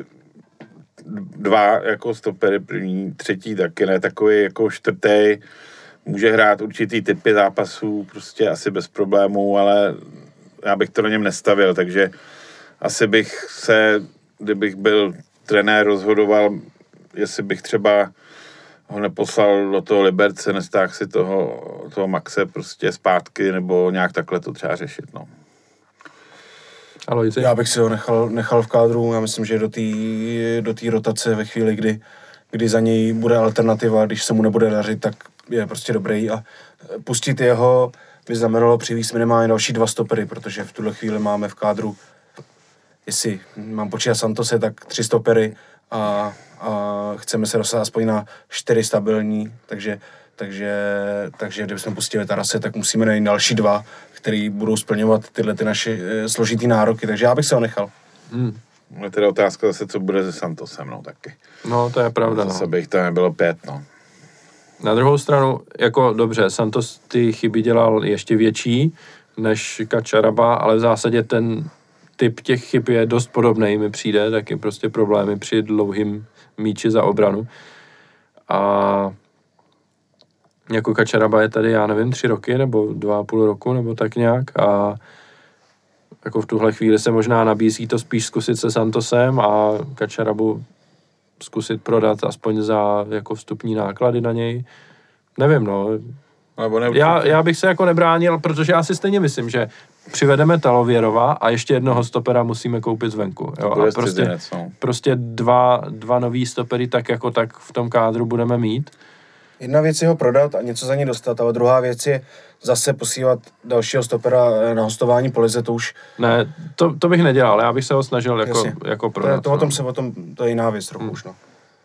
dva jako stopery, první, třetí taky ne, takový jako čtvrtý, může hrát určitý typy zápasů, prostě asi bez problémů, ale já bych to na něm nestavil, takže asi bych se, kdybych byl trenér, rozhodoval, jestli bych třeba ho neposlal do toho Liberce, nestáhl si toho, toho Maxe prostě zpátky, nebo nějak takhle to třeba řešit, no. Aloisi? Já bych si ho nechal, nechal v kádru, já myslím, že do té do té rotace ve chvíli, kdy, kdy za něj bude alternativa, když se mu nebude dařit, tak je prostě dobrý a pustit jeho by znamenalo přivést minimálně další dva stopery, protože v tuhle chvíli máme v kádru, jestli mám počítat Santose, tak tři stopery a, a chceme se dostat aspoň na čtyři stabilní, takže, takže, takže kdybychom pustili Tarase, tak musíme najít další dva, který budou splňovat tyhle ty naše e, složitý nároky, takže já bych se ho nechal. Hmm. Je teda otázka zase, co bude se Santosem, no taky. No, to je pravda. Zase no. bych tam nebylo pět, no. Na druhou stranu, jako dobře, Santos ty chyby dělal ještě větší než Kačaraba, ale v zásadě ten typ těch chyb je dost podobný, mi přijde, taky prostě problémy při dlouhým míči za obranu. A jako Kačaraba je tady, já nevím, tři roky nebo dva a půl roku, nebo tak nějak a jako v tuhle chvíli se možná nabízí to spíš zkusit se Santosem a Kačarabu zkusit prodat aspoň za jako vstupní náklady na něj. Nevím, no. Já, já bych se jako nebránil, protože já si stejně myslím, že přivedeme Talověrova a ještě jednoho stopera musíme koupit zvenku. Jo? A prostě, cizinec, no. prostě dva, dva nový stopery tak jako tak v tom kádru budeme mít. Jedna věc je ho prodat a něco za ně dostat, ale druhá věc je zase posílat dalšího stopera na hostování po lize, to už... Ne, to, to bych nedělal, já bych se ho snažil jako, jako prodat. To, to, o tom se o tom, to je jiná věc trochu hmm. už, no.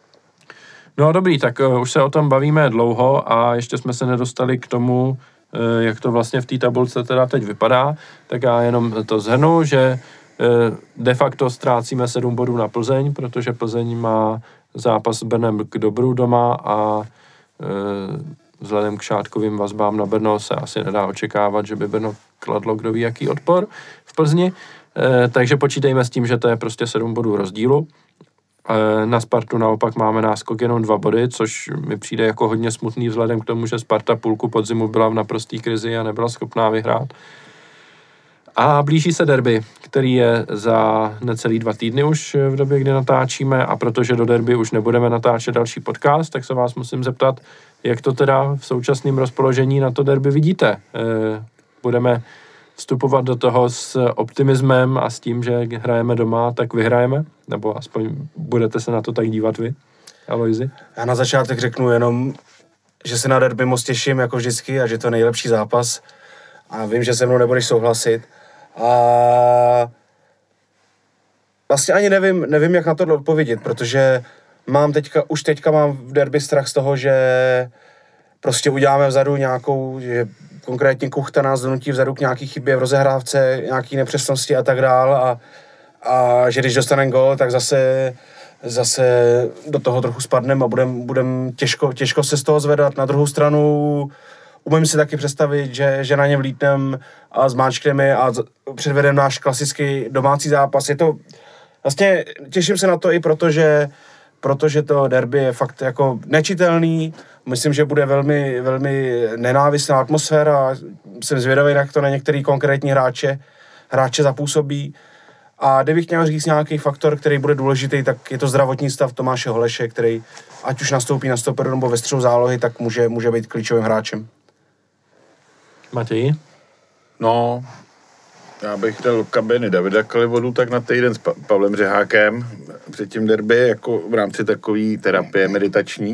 No dobrý, tak uh, už se o tom bavíme dlouho a ještě jsme se nedostali k tomu, uh, jak to vlastně v té tabulce teda teď vypadá, tak já jenom to shrnu, že uh, de facto ztrácíme sedm bodů na Plzeň, protože Plzeň má zápas s Brnem k dobru doma a uh, vzhledem k šátkovým vazbám na Brno se asi nedá očekávat, že by Brno kladlo kdo ví jaký odpor v Plzni. E, takže počítejme s tím, že to je prostě sedm bodů rozdílu. E, na Spartu naopak máme náskok jenom dva body, což mi přijde jako hodně smutný vzhledem k tomu, že Sparta půlku podzimu byla v naprostý krizi a nebyla schopná vyhrát. A blíží se derby, který je za necelý dva týdny už v době, kdy natáčíme, a protože do derby už nebudeme natáčet další podcast, tak se vás musím zeptat, jak to teda v současném rozpoložení na to derby vidíte. E, budeme vstupovat do toho s optimismem a s tím, že hrajeme doma, tak vyhrajeme? Nebo aspoň budete se na to tak dívat vy, Alojzi? Já na začátek řeknu jenom, že se na derby moc těším jako vždycky a že to je nejlepší zápas. A vím, že se mnou nebudeš souhlasit. A vlastně ani nevím, nevím, jak na to odpovědět, protože mám teďka, už teďka mám v derby strach z toho, že prostě uděláme vzadu nějakou, že konkrétně Kuchta nás donutí vzadu k nějaký chybě v rozehrávce, nějaký nepřesnosti a tak dál a, a že když dostaneme gól, tak zase, zase do toho trochu spadneme a budeme budem těžko, těžko se z toho zvedat. Na druhou stranu umím si taky představit, že, že na ně vlítnem a zmáčkneme a předvedeme náš klasický domácí zápas. Je to, vlastně těším se na to i proto, že, protože to derby je fakt jako nečitelný. Myslím, že bude velmi, velmi nenávistná atmosféra. Jsem zvědavý, jak to na některý konkrétní hráče, hráče zapůsobí. A kdybych měl říct nějaký faktor, který bude důležitý, tak je to zdravotní stav Tomáše Holeše, který ať už nastoupí na stoperu nebo ve středu zálohy, tak může, může být klíčovým hráčem. Matěj? No, já bych dal kabiny Davida Kalivodu tak na týden s pa- Pavlem Řehákem před tím derby, jako v rámci takové terapie meditační.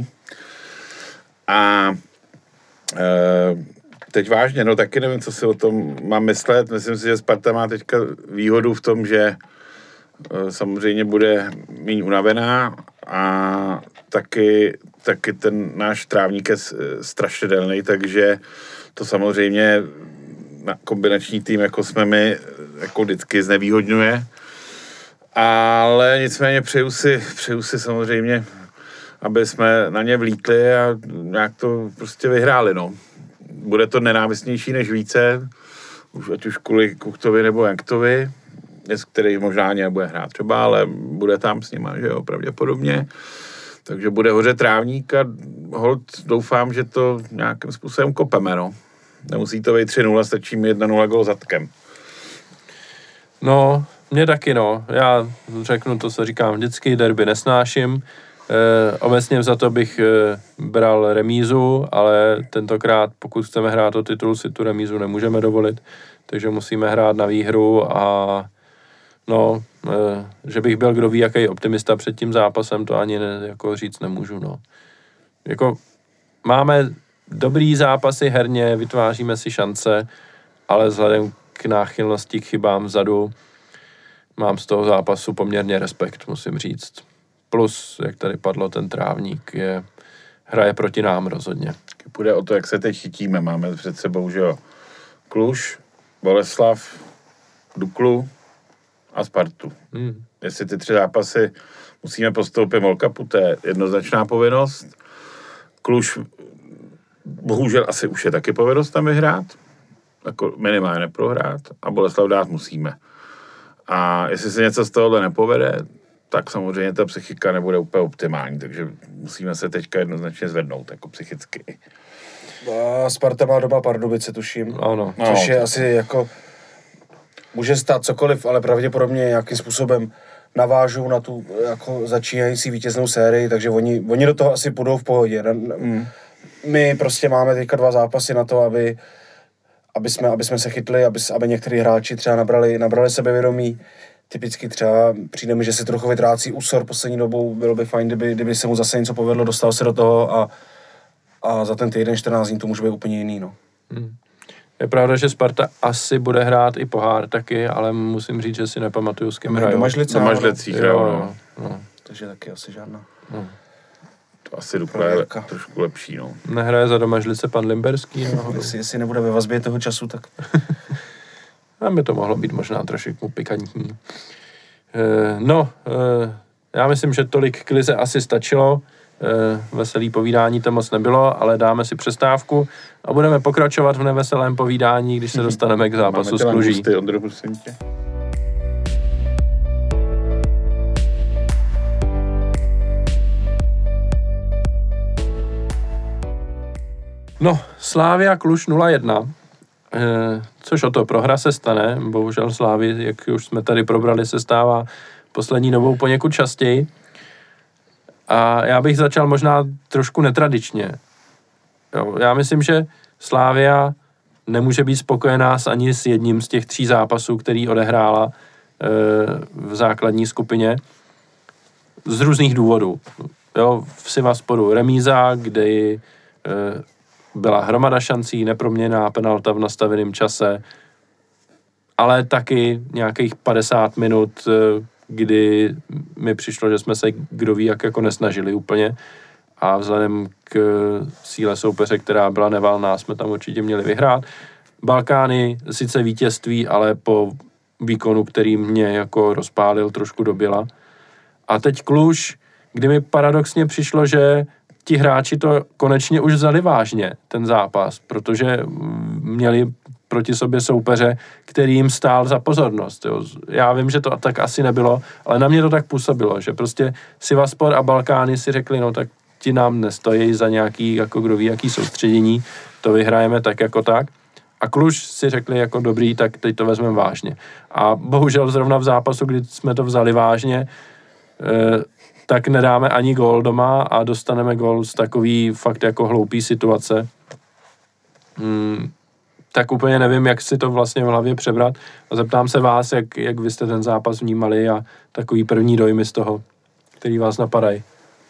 A e, teď vážně, no taky nevím, co si o tom mám myslet. Myslím si, že Sparta má teďka výhodu v tom, že e, samozřejmě bude méně unavená a taky, taky ten náš trávník je strašně delný, takže to samozřejmě na kombinační tým, jako jsme my, jako vždycky znevýhodňuje. Ale nicméně přeju si, přeju si samozřejmě, aby jsme na ně vlítli a nějak to prostě vyhráli, no. Bude to nenávistnější než více, už, ať už kvůli Kuchtovi nebo Janktovi, který možná nebude hrát třeba, ale bude tam s nima, že jo, pravděpodobně. Takže bude hořet trávník a holt doufám, že to nějakým způsobem kopeme, no. Nemusí to být tři nula, stačí mi jedna nula gól zadkem. No, mě taky, no. Já řeknu to, co říkám vždycky, derby nesnáším. E, obecně za to bych e, bral remízu, ale tentokrát, pokud chceme hrát o titul, si tu remízu nemůžeme dovolit, takže musíme hrát na výhru a no, e, že bych byl kdo ví, jaký optimista před tím zápasem, to ani ne, jako říct nemůžu, no. Jako máme dobrý zápasy herně, vytváříme si šance, ale vzhledem k náchylnosti k chybám vzadu mám z toho zápasu poměrně respekt, musím říct. Plus, jak tady padlo, ten trávník je, hraje proti nám rozhodně. Půjde o to, jak se teď chytíme. Máme před sebou, že jo, Kluž, Boleslav, Duklu a Spartu. Hmm. Jestli ty tři zápasy musíme postoupit Molkapu, to je jednoznačná povinnost. Kluž bohužel asi už je taky povinnost tam vyhrát, jako minimálně neprohrát, a Boleslav dát musíme. A jestli se něco z tohohle nepovede, tak samozřejmě ta psychika nebude úplně optimální, takže musíme se teďka jednoznačně zvednout, jako psychicky. A Sparta má doma Pardubice, tuším. Ano. Což no, je asi jako, může stát cokoliv, ale pravděpodobně nějakým způsobem navážou na tu jako začínající vítěznou sérii, takže oni, oni do toho asi půjdou v pohodě. Mm. My prostě máme teďka dva zápasy na to, aby, aby, jsme, aby jsme se chytli, aby, aby některý hráči třeba nabrali, nabrali sebevědomí. Typicky třeba přijde mi, že se trochu vytrácí úsor poslední dobou, bylo by fajn, kdyby, kdyby se mu zase něco povedlo, dostal se do toho a, a za ten týden čtrnáct dní to může být úplně jiný, no. Hmm. Je pravda, že Sparta asi bude hrát i pohár taky, ale musím říct, že si nepamatuju, s kým hrajou. Do Mažlice. Do Mažlicích hrajou, no. no. Takže taky asi žádná. No. To asi Dukla je trošku lepší, no. Nehraje za Domažlice pan Limberský? No. Jestli, jestli nebude ve vazbě toho času, tak... A by to mohlo být možná trošku pikantní. E, no, e, já myslím, že tolik k lize asi stačilo. veselý povídání to moc nebylo, ale dáme si přestávku a budeme pokračovat v neveselém povídání, když se dostaneme k zápasu s Kluží. Ondro, prosím tě. No, Slavia Kluž nula jedna, e, což o to, prohra se stane, bohužel Slávy, jak už jsme tady probrali, se stává poslední dobou poněkud častěji. A já bych začal možná trošku netradičně. Jo, já myslím, že Slavia nemůže být spokojená s ani s jedním z těch tří zápasů, který odehrála e, v základní skupině z různých důvodů. Jo, v Sivasporu remíza, kde e, byla hromada šancí, neproměnná penalta v nastaveném čase, ale taky nějakých padesát minut, kdy mi přišlo, že jsme se kdo ví jak jako nesnažili úplně a vzhledem k síle soupeře, která byla nevalná, jsme tam určitě měli vyhrát. Balkány, sice vítězství, ale po výkonu, který mě jako rozpálil trošku doběla. A teď Kluž, kdy mi paradoxně přišlo, že ti hráči to konečně už vzali vážně, ten zápas, protože měli proti sobě soupeře, který jim stál za pozornost. Jo. Já vím, že to tak asi nebylo, ale na mě to tak působilo, že prostě Sivaspor a Balkány si řekli, no tak ti nám nestojí za nějaký, jako kdo ví, jaký soustředění, to vyhrajeme tak jako tak. A Kluž si řekli jako dobrý, tak teď to vezmeme vážně. A bohužel zrovna v zápasu, kdy jsme to vzali vážně, eh, tak nedáme ani gól doma a dostaneme gól z takový fakt jako hloupý situace. Hmm, tak úplně nevím, jak si to vlastně v hlavě přebrat. A zeptám se vás, jak, jak vy jste ten zápas vnímali a takový první dojmy z toho, který vás napadají.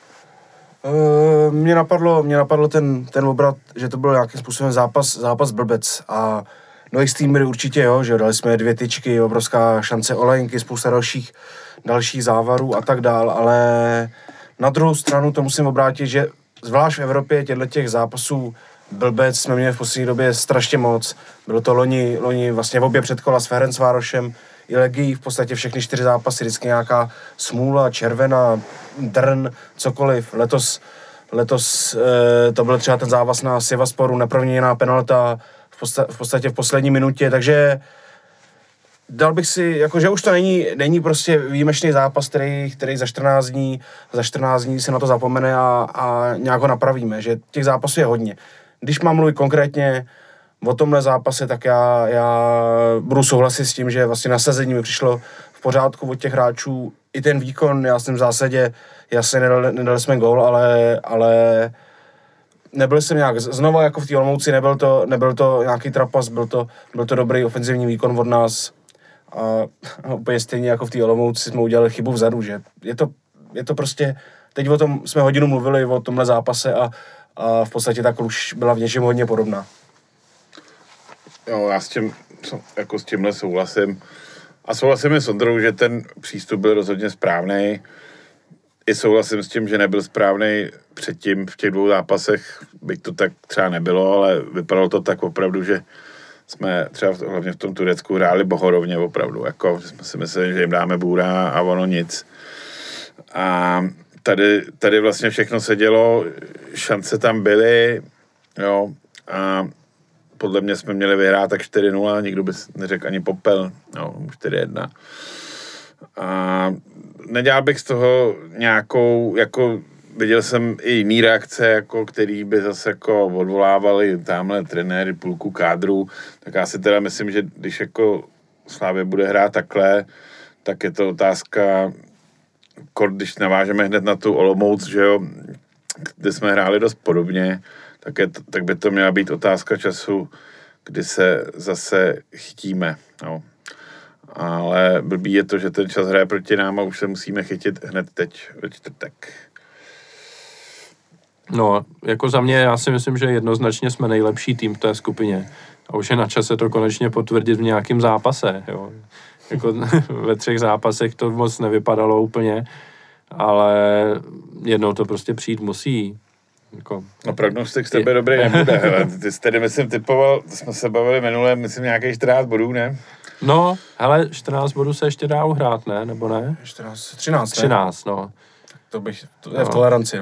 Uh, mě napadlo, mě napadlo ten, ten obrat, že to byl nějakým způsobem zápas, zápas blbec a no jistý míry určitě, jo, že dali jsme dvě tyčky, obrovská šance Olejnky, spousta dalších, dalších závarů a tak dál, ale na druhou stranu to musím obrátit, že zvlášť v Evropě těchto těch zápasů blbec jsme měli v poslední době strašně moc. Bylo to loni, loni vlastně v obě předkola s Ferencvárošem i Legii, v podstatě všechny čtyři zápasy, vždycky nějaká smůla, červená, drn, cokoliv. Letos, letos e, to byl třeba ten závaz na Sivasporu, neproměněná penalta v, podsta- v podstatě v poslední minutě, takže dal bych si, jakože už to není, není prostě výjimečný zápas, který, který za čtrnáct dní, za čtrnáct dní se na to zapomene a, a nějak ho napravíme, že těch zápasů je hodně. Když mám mluvit konkrétně o tomhle zápase, tak já, já budu souhlasit s tím, že vlastně nasazení mi přišlo v pořádku od těch hráčů. I ten výkon, já jsem v zásadě, jasně nedali, nedali jsme gól, ale, ale nebyl jsem nějak, znova jako v té Olomouci, nebyl to, nebyl to nějaký trapas, byl to, byl to dobrý ofenzivní výkon od nás. A, a úplně stejně jako v té Olomouci jsme udělali chybu vzadu, že je to, je to prostě, teď o tom jsme hodinu mluvili, o tomhle zápase a, a v podstatě ta Kluž byla v něčem hodně podobná. Jo, já s tím, jako s tímhle souhlasím. A souhlasím i s Ondrou, že ten přístup byl rozhodně správný. I souhlasím s tím, že nebyl správný předtím v těch dvou zápasech, byť to tak třeba nebylo, ale vypadalo to tak opravdu, že jsme třeba v, hlavně v tom Turecku hráli bohorovně opravdu, jako že jsme si mysleli, že jim dáme bůra a ono nic. A tady, tady vlastně všechno se dělo, šance tam byly, jo, a podle mě jsme měli vyhrát tak čtyři nula, nikdo by neřekl ani popel, no, čtyři jedna. A nedělal bych z toho nějakou, jako viděl jsem i jiný reakce, jako, který by zase jako odvolávali tamhle trenéry, půlku kádru, tak já si teda myslím, že když jako Slavia bude hrát takhle, tak je to otázka, když navážeme hned na tu Olomouc, že jo, kde jsme hráli dost podobně, tak, je to, tak by to měla být otázka času, kdy se zase chytíme, no. Ale blbý je to, že ten čas hraje proti nám a už se musíme chytit hned teď ve čtvrtek. No, jako za mě, já si myslím, že jednoznačně jsme nejlepší tým v té skupině. A už je na čase to konečně potvrdit v nějakém zápase, jo. Jako ve třech zápasech to moc nevypadalo úplně, ale jednou to prostě přijít musí. Jako, no prognostik z tebe dobrý nebude, hele. Ty jsi tedy, myslím, typoval, to jsme se bavili minule, myslím, nějakých čtrnáct bodů, ne? No, hele, čtrnáct bodů se ještě dá uhrát, ne? Nebo ne? čtrnáct, třináct, třináct, no. To bych, to je no. v toleranci, no.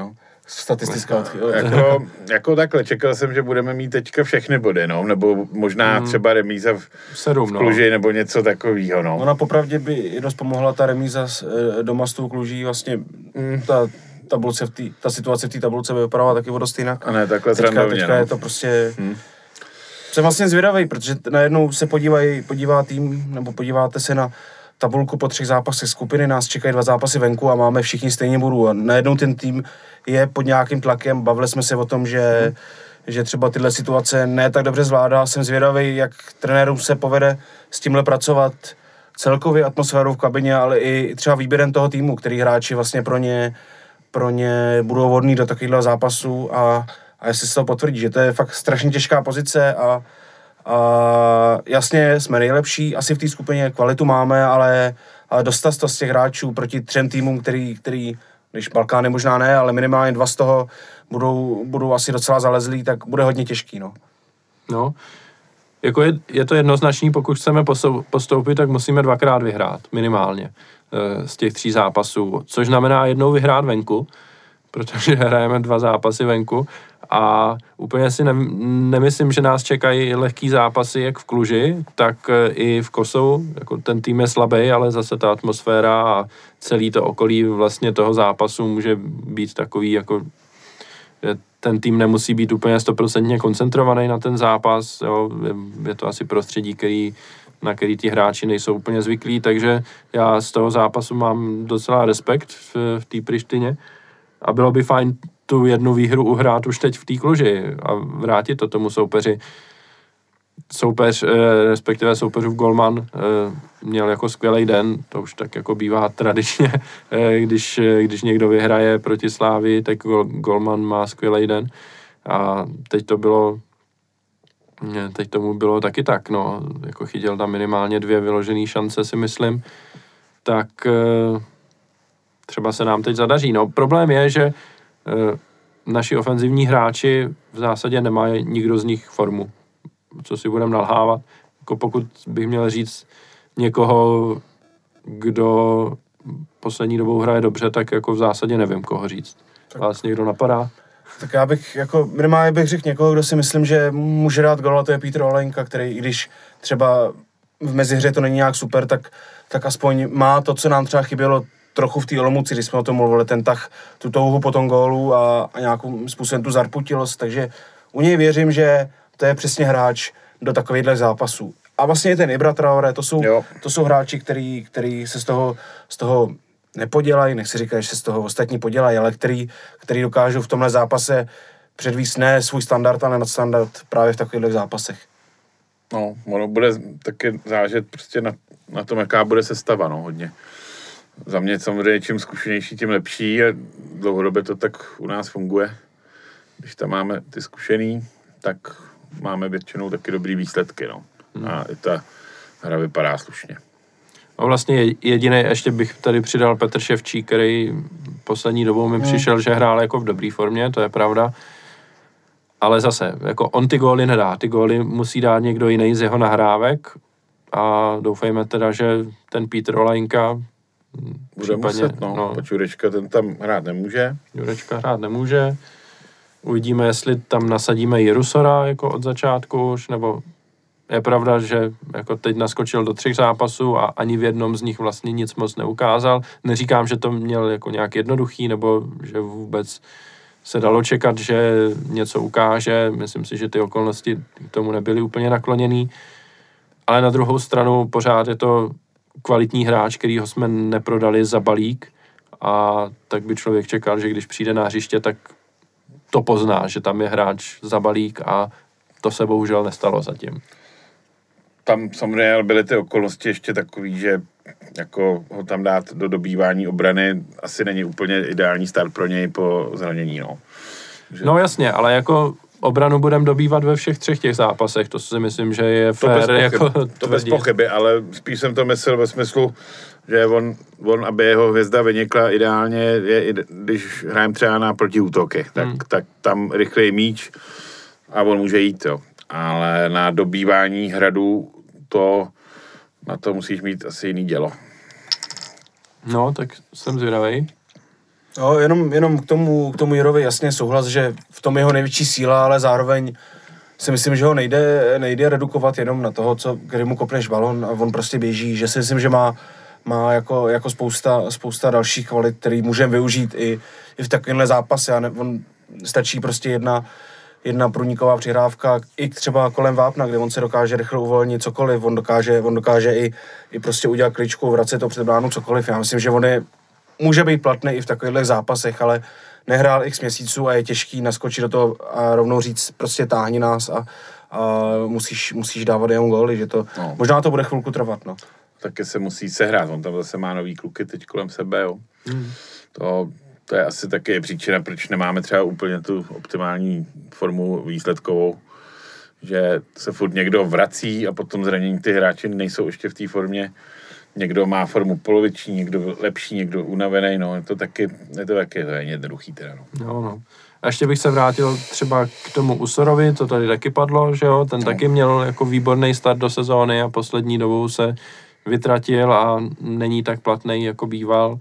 statistická odchyl. Jako, jako takhle, čekal jsem, že budeme mít teďka všechny body, no, nebo možná hmm. třeba remíza v, Sedm, v Kluži, no. nebo něco takového, no. Ona popravdě by dost pomohla ta remíza s, doma s tou Kluží, vlastně hmm. ta tabulce v tý, ta situace v té tabulce by vypadala taky o dost jinak. A ne, takhle teďka, zrandovně, teďka no. je to prostě... Hmm. Jsem vlastně zvědavý, protože najednou se podívají, podívá tým, nebo podíváte se na tabulku po třech zápasech skupiny, nás čekají dva zápasy venku a máme všichni stejně bodů. A najednou ten tým je pod nějakým tlakem. Bavili jsme se o tom, že, hmm. že třeba tyhle situace ne tak dobře zvládá. Jsem zvědavý, jak trenérům se povede s tímhle pracovat celkově atmosférou v kabině, ale i třeba výběrem toho týmu, který hráči vlastně pro ně, pro ně budou vhodný do takovýchhle zápasů a, a jestli se to potvrdí, že to je fakt strašně těžká pozice a A jasně, jsme nejlepší, asi v té skupině kvalitu máme, ale, ale dostat to z těch hráčů proti třem týmům, který, který, když Balkány možná ne, ale minimálně dva z toho budou, budou asi docela zalezlí, tak bude hodně těžký, no. No, jako je, je to jednoznačný, pokud chceme postoupit, tak musíme dvakrát vyhrát, minimálně, z těch tří zápasů, což znamená jednou vyhrát venku, protože hrajeme dva zápasy venku a úplně si ne, nemyslím, že nás čekají lehký zápasy jak v Kluži, tak i v Kosovu. Jako ten tým je slabý, ale zase ta atmosféra a celý to okolí vlastně toho zápasu může být takový, jako že ten tým nemusí být úplně stoprocentně koncentrovaný na ten zápas. Jo. Je, je to asi prostředí, který, na který ti hráči nejsou úplně zvyklí, takže já z toho zápasu mám docela respekt v, v té Prištině. A bylo by fajn tu jednu výhru uhrát už teď v té Kluži a vrátit to tomu soupeři. Soupeř, respektive soupeřův golman měl jako skvělý den, to už tak jako bývá tradičně, když, když někdo vyhraje proti Slávii, tak golman má skvělý den. A teď to bylo, teď tomu bylo taky tak, no, jako chytil tam minimálně dvě vyložené šance, si myslím, tak třeba se nám teď zadaří. No, problém je, že e, naši ofenzivní hráči v zásadě nemají nikdo z nich formu. Co si budeme nalhávat. Jako pokud bych měl říct někoho, kdo poslední dobou hraje dobře, tak jako v zásadě nevím, koho říct. Tak. Vás někdo napadá? Tak já bych, jako minimálně bych řekl někoho, kdo si myslím, že může dát gól, a to je Petr Olenka, který, i když třeba v mezihře to není nějak super, tak, tak aspoň má to, co nám třeba chybělo trochu v té Olomouci, když jsme o tom mluvili, ten tah, tu touhu po tom gólu a, a nějakým způsobem tu zarputilost, takže u něj věřím, že to je přesně hráč do takovýchhle zápasů. A vlastně ten Ibra Traoré, to jsou, to jsou hráči, který, který se z toho, z toho nepodělají, nechci říkat, že se z toho ostatní podělají, ale který, který dokážou v tomhle zápase předvíst ne svůj standard, ale nadstandard právě v takovýchhle zápasech. No, ono bude taky záležet prostě na, na tom, jaká bude sestava, no, hodně. Za mě samozřejmě čím zkušenější, tím lepší a dlouhodobě to tak u nás funguje. Když tam máme ty zkušený, tak máme většinou taky dobrý výsledky, no. Hmm. A i ta hra vypadá slušně. A vlastně jediný, ještě bych tady přidal Petr Ševčík, který poslední dobou mi hmm. přišel, že hrál jako v dobré formě, to je pravda. Ale zase, jako on ty góly nedá, ty góly musí dát někdo jiný z jeho nahrávek a doufejme teda, že ten Petr Olajnka bude muset, no. no. Pač Jurečka ten tam hrát nemůže. Jurečka hrát nemůže. Uvidíme, jestli tam nasadíme Jirusora jako od začátku už, nebo je pravda, že jako teď naskočil do třech zápasů a ani v jednom z nich vlastně nic moc neukázal. Neříkám, že to měl jako nějak jednoduchý, nebo že vůbec se dalo čekat, že něco ukáže. Myslím si, že ty okolnosti k tomu nebyly úplně nakloněný. Ale na druhou stranu pořád je to kvalitní hráč, kterýho jsme neprodali za balík a tak by člověk čekal, že když přijde na hřiště, tak to pozná, že tam je hráč za balík a to se bohužel nestalo zatím. Tam samozřejmě byly ty okolnosti ještě takový, že jako ho tam dát do dobývání obrany asi není úplně ideální start pro něj po zranění, no. Že... No jasně, ale jako obranu budeme dobývat ve všech třech těch zápasech, to si myslím, že je to fér. Bez pochyby, jako to bez pochyby, ale spíš jsem to myslel ve smyslu, že on, on aby jeho hvězda vynikla ideálně, je, když hrajeme třeba na protiútoky, tak, hmm. tak tam rychlej míč a on může jít, jo. Ale na dobývání hradu to, na to musíš mít asi jiný dělo. No, tak jsem zvědavej. No, jenom, jenom k tomu, k tomu Jirovi jasně souhlas, že v tom jeho největší síla, ale zároveň si myslím, že ho nejde, nejde redukovat jenom na toho, co, kdy mu kopneš balon a on prostě běží, že si myslím, že má, má jako, jako spousta, spousta dalších kvalit, který můžeme využít i, i v takovémhle zápase. A ne, on stačí prostě jedna, jedna průniková přihrávka i třeba kolem vápna, kde on se dokáže rychle uvolnit cokoliv, on dokáže, on dokáže i, i prostě udělat kličku, vracet to před bránu cokoliv. Já myslím, že on je, může být platný i v takových zápasech, ale nehrál x měsíců a je těžký naskočit do toho a rovnou říct prostě táhni nás a, a musíš, musíš dávat jenom góly, že to, no. Možná to bude chvilku trvat, no. Taky se musí sehrát, on tam zase má nový kluky teď kolem sebe, jo. Hmm. To, to je asi taky příčina, proč nemáme třeba úplně tu optimální formu výsledkovou, že se furt někdo vrací a potom zranění ty hráči nejsou ještě v té formě. Někdo má formu poloviční, někdo lepší, někdo unavený, no, je to taky, je to taky jednoduchý teda, no. Jo, no. A ještě bych se vrátil třeba k tomu Usorovi, to tady taky padlo, že jo, ten no. taky měl jako výborný start do sezóny a poslední dobou se vytratil a není tak platný, jako býval.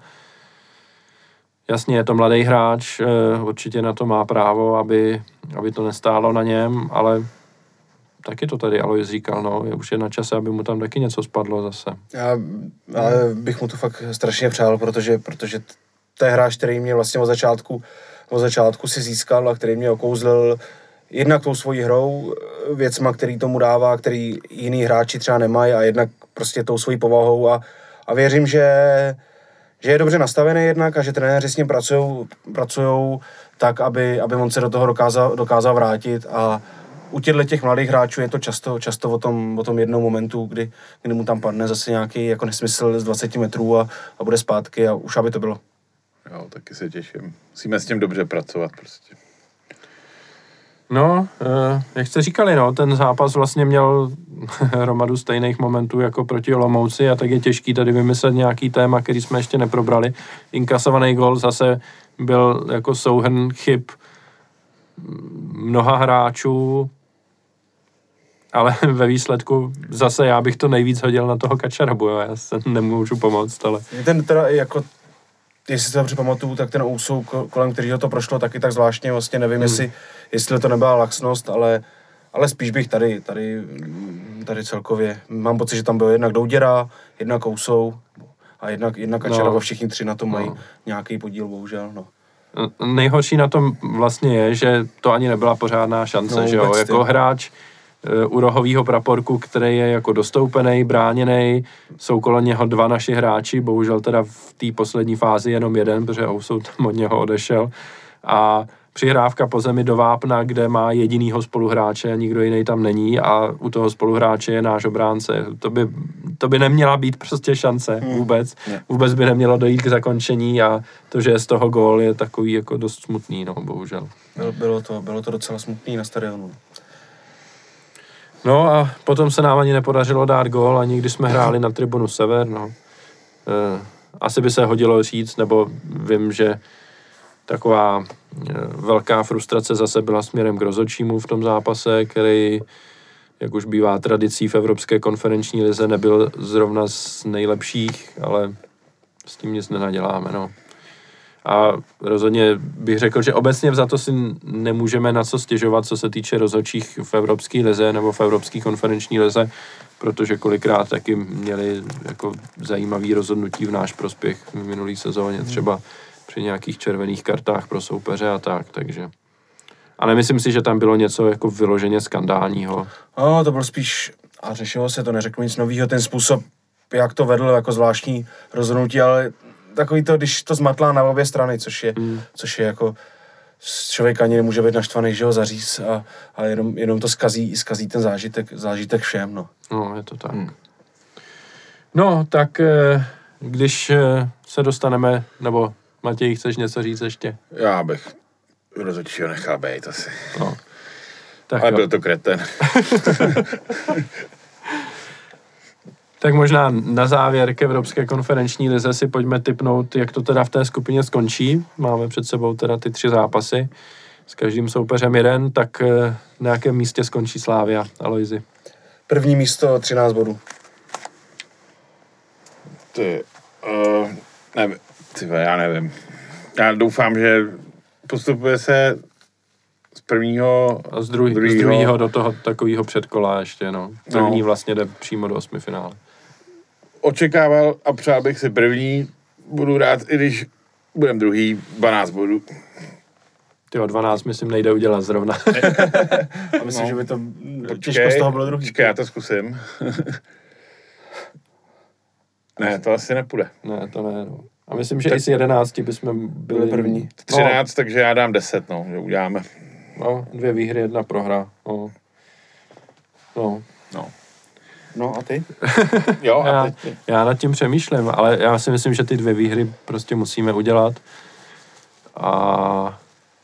Jasně, je to mladý hráč, určitě na to má právo, aby, aby to nestálo na něm, ale taky to tady Alois říkal, no, je už je na čase, aby mu tam taky něco spadlo zase. Já ale bych mu to fakt strašně přál, protože, protože to je hráč, který mě vlastně od začátku, od začátku si získal a který mě okouzlil jednak tou svojí hrou, věcma, který tomu dává, který jiný hráči třeba nemají a jednak prostě tou svojí povahou a, a věřím, že, že je dobře nastavený jednak a že trenéři s ním pracujou, pracujou tak, aby, aby on se do toho dokázal, dokázal vrátit a u těchto těch mladých hráčů je to často, často o tom, o tom jednou momentu, kdy, kdy mu tam padne zase nějaký jako nesmysl z dvacet metrů a, a bude zpátky a už aby to bylo. Jo, taky se těším. Musíme s tím dobře pracovat prostě. No, jak jste říkali, no, ten zápas vlastně měl hromadu stejných momentů jako proti Olomouci a tak je těžký tady vymyslet nějaký téma, který jsme ještě neprobrali. Inkasovaný gól zase byl jako souhrn chyb mnoha hráčů, ale ve výsledku zase já bych to nejvíc hodil na toho Kačarabu, jo, já se nemůžu pomoct, ale... Ten teda jako, jestli si to dobře pamatuju, tak ten Ousou, kolem kterého to prošlo taky tak zvláštně, vlastně nevím, hmm. jestli, jestli to nebyla laxnost, ale, ale spíš bych tady, tady, tady celkově, mám pocit, že tam byl jednak Douděra, jednak Ousou a jednak, jednak Kačaraba, no. Všichni tři na tom mají no. nějaký podíl, bohužel, no. Nejhorší na tom vlastně je, že to ani nebyla pořádná šance, no, že jo, jako ty. Hráč u rohovýho praporku, který je jako dostoupený, bráněný, jsou kolem něho dva naši hráči, bohužel teda v té poslední fázi jenom jeden, protože Ousou tam od něho odešel a přihrávka po zemi do vápna, kde má jedinýho spoluhráče a nikdo jiný tam není a u toho spoluhráče je náš obránce. To by, to by neměla být prostě šance vůbec. Hmm. Vůbec by nemělo dojít k zakončení a to, že je z toho gól, je takový jako dost smutný, no, bohužel. Bylo, bylo, to, bylo to docela smutný na stadionu. No a potom se nám ani nepodařilo dát gól, ani když jsme hráli na tribunu Sever, no. E, asi by se hodilo říct, nebo vím, že taková velká frustrace zase byla směrem k rozhodčímu v tom zápase, který, jak už bývá tradicí v Evropské konferenční lize, nebyl zrovna z nejlepších, ale s tím nic nenaděláme, no. A rozhodně bych řekl, že obecně vzato si nemůžeme na co stěžovat, co se týče rozhodčích v Evropské lize nebo v Evropské konferenční lize, protože kolikrát taky měli jako zajímavý rozhodnutí v náš prospěch v minulý sezóně, třeba při nějakých červených kartách pro soupeře a tak, takže. A nemyslím si, že tam bylo něco jako vyloženě skandálního. No, to bylo spíš, a řešilo se to, neřeknu nic novýho, ten způsob, jak to vedl, jako zvláštní rozhodnutí, ale takový to, když to zmatlá na obě strany, což je, hmm. což je jako, člověk ani nemůže být naštvaný, že ho zaříz a, a jenom, jenom to zkazí, zkazí ten zážitek, zážitek všem, no. No, je to tak. Hmm. No, tak když se dostaneme, nebo Matěj, chceš něco říct ještě? Já bych rozhodčího nechal být asi. No. Tak ale jo. Byl to kreten. Tak možná na závěr k Evropské konferenční lize si pojďme tipnout, jak to teda v té skupině skončí. Máme před sebou teda ty tři zápasy. S každým soupeřem jeden, tak na jakém místě skončí Slavia, Aloisi? První místo, třináct bodů. Ty, uh, nevím, ty, já nevím. Já doufám, že postupuje se z prvního... A z, druhý, druhýho. z druhýho do toho takového předkola ještě, no. První no. vlastně jde přímo do osmi finále. Očekával a přál bych si první. Budu rád, i když budem druhý, dvanáct bodů. Tyjo, dvanáct myslím nejde udělat zrovna. A myslím, no. že by to těžko z toho bylo druhý. Počkej, já to zkusím. Ne, to asi nepůjde. Ne, to ne, no. A myslím, že tak, i z jedenácti bychom byli první. třináct, no. Takže já dám deset, no, že uděláme. No, dvě výhry, jedna prohra. No. No. No. No a ty? Jo, a já, teď. Já nad tím přemýšlím, ale já si myslím, že ty dvě výhry prostě musíme udělat. A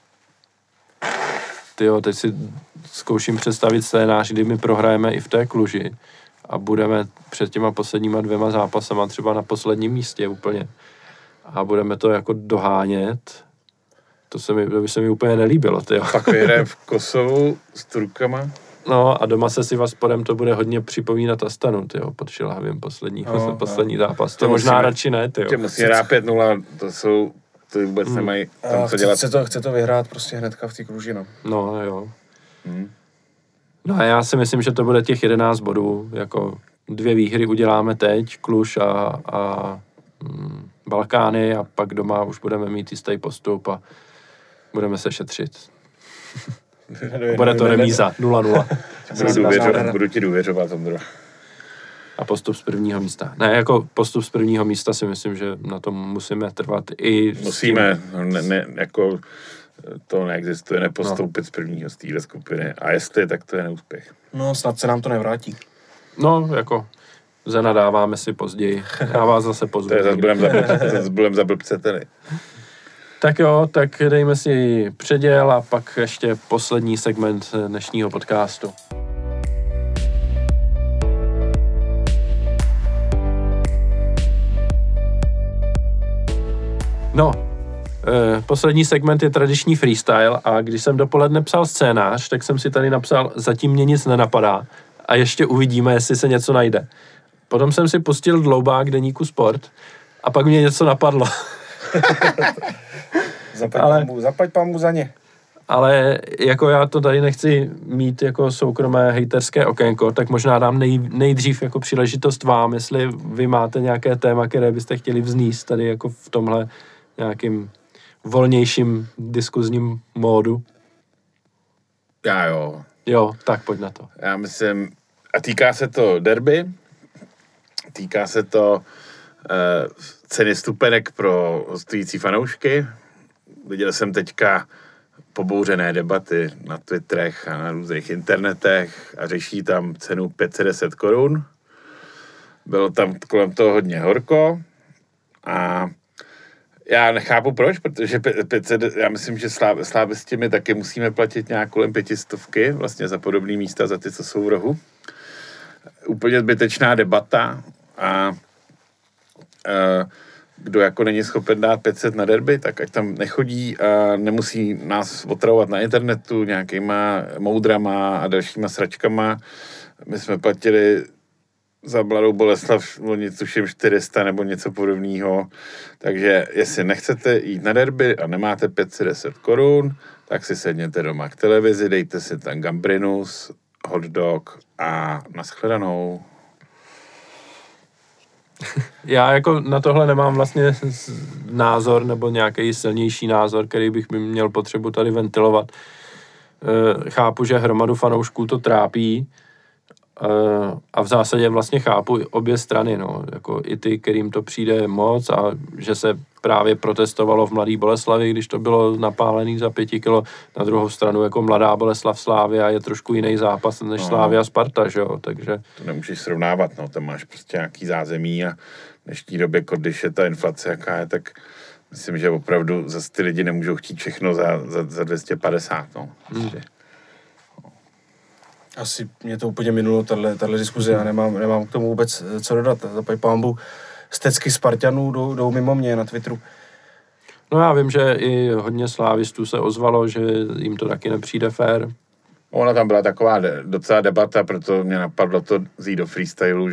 tyjo, teď si zkouším představit scénář, kdy my prohrajeme i v té Kluži a budeme před těma posledníma dvěma zápasama třeba na posledním místě úplně. A budeme to jako dohánět. To, se mi, to by se mi úplně nelíbilo, tyjo. Pak vyhraje v Kosovu s Turkama. No a doma se si Vaspodem to bude hodně připomínat Astanu, tyjo, pod Šilhavým poslední, no, poslední no. zápas. To, to možná musíme, radši ne, tyjo. Tě musí hrát pět nula, to jsou, to vůbec hmm. nemají tam co dělat. Chce to, chce to vyhrát prostě hnedka v té Kluži, no. No, jo. Hmm. No a já si myslím, že to bude těch jedenáct bodů, jako dvě výhry uděláme teď, Kluž a, a mm, Balkány a pak doma už budeme mít jistý postup a budeme se šetřit. Bude to remíza, nula nula. Budu, budu ti důvěřovat, Ondro. A postup z prvního místa. Ne, jako postup z prvního místa si myslím, že na tom musíme trvat i... Musíme, ne, ne, jako to neexistuje, nepostoupit no. z prvního z téhle skupiny. A jestli, tak to je neúspěch. No, snad se nám to nevrátí. No, jako zenadáváme si později. Já vás zase pozvu. To je zase budem za blbce, zase budem za blbce tady. Tak jo, tak dejme si předěl a pak ještě poslední segment dnešního podcastu. No, eh, poslední segment je tradiční freestyle a když jsem dopoledne psal scénář, tak jsem si tady napsal zatím mě nic nenapadá a ještě uvidíme, jestli se něco najde. Potom jsem si pustil dloubák deníku Sport a pak mě něco napadlo. Zaplať ale, pambu, zaplať pambu za ně. Ale jako já to tady nechci mít jako soukromé hejterské okénko, tak možná dám nej, nejdřív jako příležitost vám, jestli vy máte nějaké téma, které byste chtěli vznést tady jako v tomhle nějakým volnějším diskuzním módu. Já jo. Jo, tak pojď na to. Já myslím, a týká se to derby, týká se to eh, ceny stupenek pro hostující fanoušky. Viděl jsem teďka pobouřené debaty na Twitterech a na různých internetech a řeší tam cenu pět set deset korun. Bylo tam kolem toho hodně horko a já nechápu proč, protože pět set, já myslím, že slávisti my taky musíme platit nějak kolem pětistovky vlastně za podobné místa, za ty, co jsou v rohu. Úplně zbytečná debata a uh, kdo jako není schopen dát pět set na derby, tak ať tam nechodí a nemusí nás otravovat na internetu nějakýma moudrama a dalšíma sračkama. My jsme platili za Mladou Boleslav loni tuším čtyři sta nebo něco podobného. Takže jestli nechcete jít na derby a nemáte pět set deset korun, tak si sedněte doma k televizi, dejte si tam gambrinus, hot dog a nashledanou. Já jako na tohle nemám vlastně názor nebo nějaký silnější názor, který bych měl potřebu tady ventilovat. Chápu, že hromadu fanoušků to trápí a v zásadě vlastně chápu obě strany, no. Jako i ty, kterým to přijde moc a že se právě protestovalo v Mladé Boleslavi, když to bylo napálený za pěti kilo. Na druhou stranu jako Mladá Boleslav Slávia je trošku jiný zápas než no. Slávia Sparta, že jo, takže... To nemůžeš srovnávat, no, tam máš prostě nějaký zázemí a v dnešní době, když je ta inflace, jaká je, tak myslím, že opravdu zase ty lidi nemůžou chtít všechno za, za, za dvě stě padesát, no. Prostě. Hmm. Asi mě to úplně minulo, tahle diskuze, já nemám, nemám k tomu vůbec co dodat. Zapaj pambu, stecky Spartanů jdou, jdou mimo mě na Twitteru. No já vím, že i hodně slávistů se ozvalo, že jim to taky nepřijde fér. Ona tam byla taková de- docela debata, proto mě napadlo to vzít do freestylu, že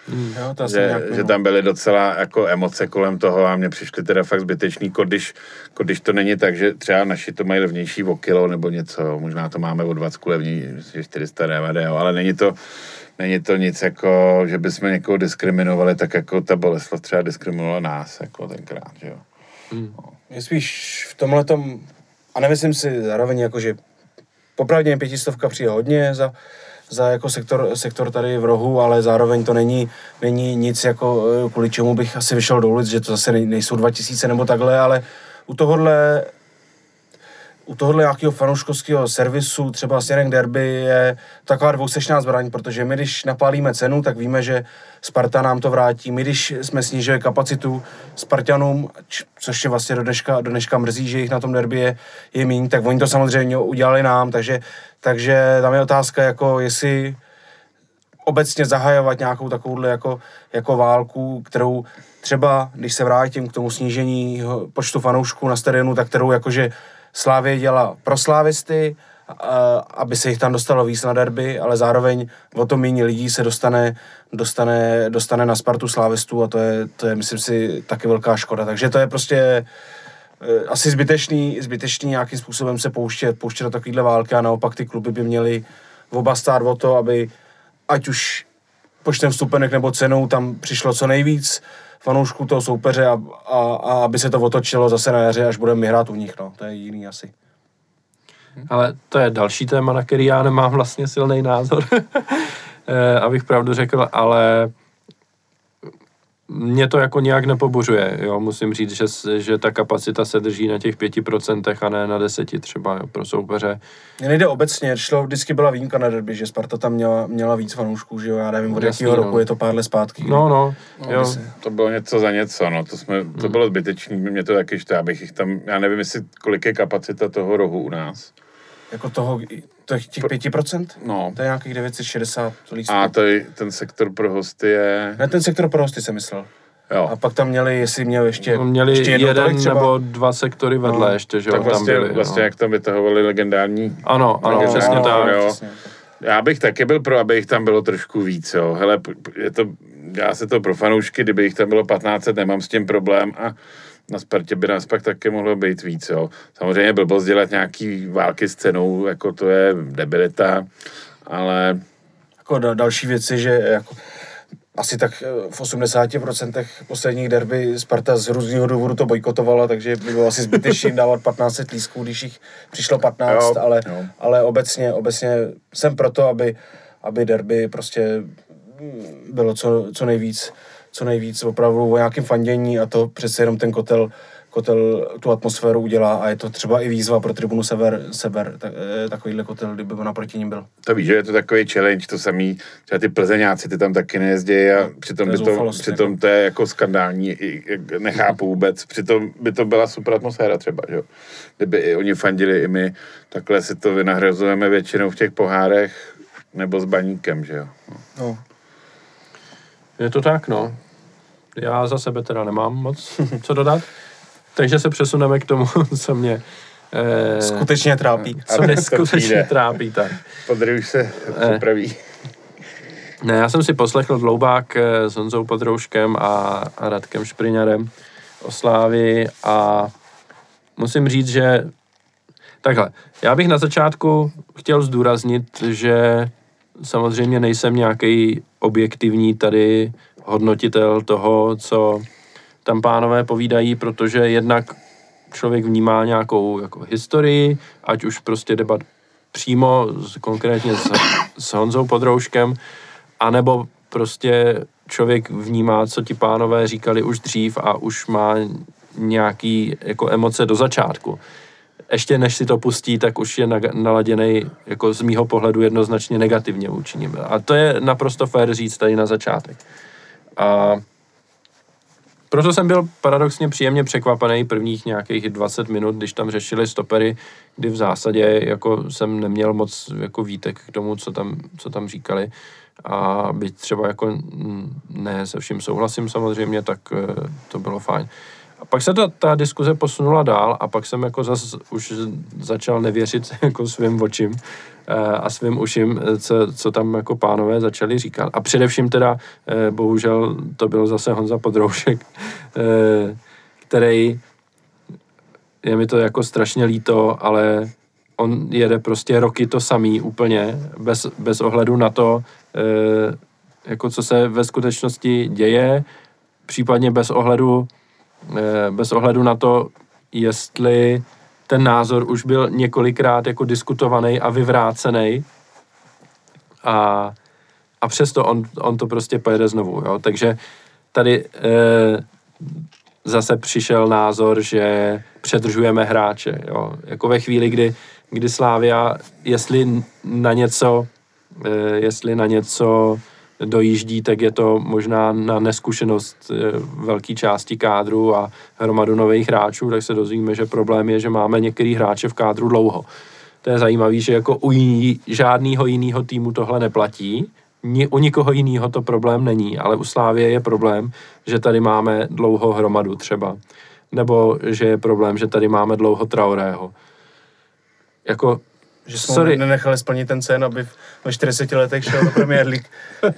Mm. Jo, to že, že tam byly docela jako emoce kolem toho a mně přišly teda fakt zbytečný, když, když to není tak, že třeba naši to mají levnější o kilo nebo něco, možná to máme o dvacet levnější, čtyři sta D V D, ale není to, není to nic jako, že bychom někoho diskriminovali, tak jako ta Boleslav třeba diskriminovala nás jako tenkrát, že jo. Mm. No. Je spíš v tomhletom, a nemyslím si zároveň jako, že popravdě pětistovka přijde hodně za, za jako sektor, sektor tady v rohu, ale zároveň to není, není nic jako, kvůli čemu bych asi vyšel do ulic, že to zase nejsou dva tisíce nebo takhle, ale u tohohle u tohohle nějakého fanouškovského servisu, třeba směrem k derby, je taková dvousečná zbraň, protože my, když napálíme cenu, tak víme, že Sparta nám to vrátí. My, když jsme snížili kapacitu Spartanům, což je vlastně do dneška, do dneška mrzí, že jich na tom derby je, je míň, tak oni to samozřejmě udělali nám, takže, takže tam je otázka, jako jestli obecně zahajovat nějakou takovouhle jako, jako válku, kterou třeba, když se vrátím k tomu snížení počtu fanoušků na stadionu, tak kterou jakože Slavie dělá pro slávisty, aby se jich tam dostalo víc na derby, ale zároveň o to méně lidí se dostane, dostane, dostane na Spartu slávistů a to je, to je, myslím si, taky velká škoda. Takže to je prostě asi zbytečný, zbytečný nějakým způsobem se pouštět, pouštět do takovýhle války a naopak ty kluby by měly oba stát o to, aby ať už počtem vstupenek nebo cenou tam přišlo co nejvíc fanoušků toho soupeře a, a, a aby se to otočilo zase na jaře, až budeme hrát u nich, no. To je jiný asi. Ale to je další téma, na který já nemám vlastně silný názor, abych pravdu řekl, ale mě to jako nějak nepobuřuje, jo, musím říct, že, že ta kapacita se drží na těch pěti procentech a ne na deseti třeba, jo, pro soupeře. Mně nejde obecně, šlo, vždycky byla výjimka na derby, že Sparta tam měla, měla víc fanoušků, že jo, já nevím, od jakého roku, je to pár let zpátky. Kdy... No, no, no jo. Se... To bylo něco za něco, no, to, jsme, to hmm. bylo zbytečný, mě to taky štá, abych jich tam, já nevím, jestli kolik je kapacita toho rohu u nás. Jako toho, těch pěti procent? No. To je nějakých devět set šedesát lístků. A to je, ten sektor pro hosty je... Ne, ten sektor pro hosty jsem myslel. Jo. A pak tam měli, jestli měl ještě... No, měli ještě jeden tolik třeba... nebo dva sektory vedle no. ještě, že jo, tak vlastně, tam byli. vlastně no. jak tam vytahovali legendární... Ano, ano, legendární, přesně tak. Jo. Přesně. Já bych taky byl pro, aby jich tam bylo trošku víc, jo. Hele, je to, dělá se to pro fanoušky, kdyby jich tam bylo patnáct set, nemám s tím problém a na Spartě by nás pak taky mohlo být víc, jo. Samozřejmě blbost dělat nějaký války s cenou, jako to je debilita, ale... Jako další věci, že jako asi tak v osmdesáti procentech posledních derby Sparta z různého důvodu to bojkotovala, takže by bylo asi zbytečný dávat patnáct set lístků, když jich přišlo patnáct, jo, ale, jo. ale obecně, obecně jsem proto, aby, aby derby prostě bylo co, co nejvíc, co nejvíc opravdu o nějakém fandění a to přece jenom ten kotel, kotel tu atmosféru udělá a je to třeba i výzva pro tribunu Sever, Sever tak, takovýhle kotel, kdyby naproti ním byl. To víš, že je to takový challenge, to samý, třeba ty Plzeňáci, ty tam taky nejezdí a přitom, to, by to, přitom jako. to je jako skandální, nechápu vůbec, přitom by to byla super atmosféra třeba, že jo. Kdyby i oni fandili, i my, takhle si to vynahrazujeme většinou v těch pohárech nebo s baníkem, že jo. No. No. Je to tak, no. Já za sebe teda nemám moc co dodat. Takže se přesuneme k tomu, co mě... Eh, skutečně trápí. Co mě skutečně trápí, tak. Podry už se připraví. Ne, já jsem si poslechl dloubák s Honzou Podrouškem a, a Radkem Špriňarem o Slávii a musím říct, že takhle, já bych na začátku chtěl zdůraznit, že samozřejmě nejsem nějaký objektivní tady hodnotitel toho, co tam pánové povídají, protože jednak člověk vnímá nějakou jako historii, ať už prostě debat přímo, konkrétně s, s Honzou Podrouškem, anebo prostě člověk vnímá, co ti pánové říkali už dřív a už má nějaký jako emoce do začátku. Ještě než si to pustí, tak už je naladěnej jako z mýho pohledu jednoznačně negativně vůči nim. A to je naprosto fér říct tady na začátek. A proto jsem byl paradoxně příjemně překvapený prvních nějakých dvacet minut, když tam řešili stopery, kdy v zásadě jako jsem neměl moc jako výtek k tomu, co tam, co tam říkali. A byť třeba jako ne se vším souhlasím samozřejmě, tak to bylo fajn. A pak se to, ta diskuze posunula dál a pak jsem jako zas už začal nevěřit jako svým očím a svým uším, co, co tam jako pánové začali říkat. A především teda, bohužel to byl zase Honza Podroušek, který, je mi to jako strašně líto, ale on jede prostě roky to samý úplně, bez, bez ohledu na to, jako co se ve skutečnosti děje, případně bez ohledu, bez ohledu na to, jestli ten názor už byl několikrát jako diskutovaný a vyvrácený a, a přesto on, on to prostě pojede znovu, jo. Takže tady e, zase přišel názor, že předržujeme hráče, jo. Jako ve chvíli, kdy, kdy Slavia, jestli na něco, e, jestli na něco dojíždí, tak je to možná na neskušenost velké části kádru a hromadu nových hráčů, tak se dozvíme, že problém je, že máme některý hráče v kádru dlouho. To je zajímavé, že jako u jiný, žádného jiného týmu tohle neplatí, Ni, u nikoho jiného to problém není, ale u Slavie je problém, že tady máme dlouho hromadu třeba. Nebo že je problém, že tady máme dlouho Traorého. Jako že jsme Sorry. nenechali splnit ten sen, aby ve čtyřiceti letech šel do Premier League.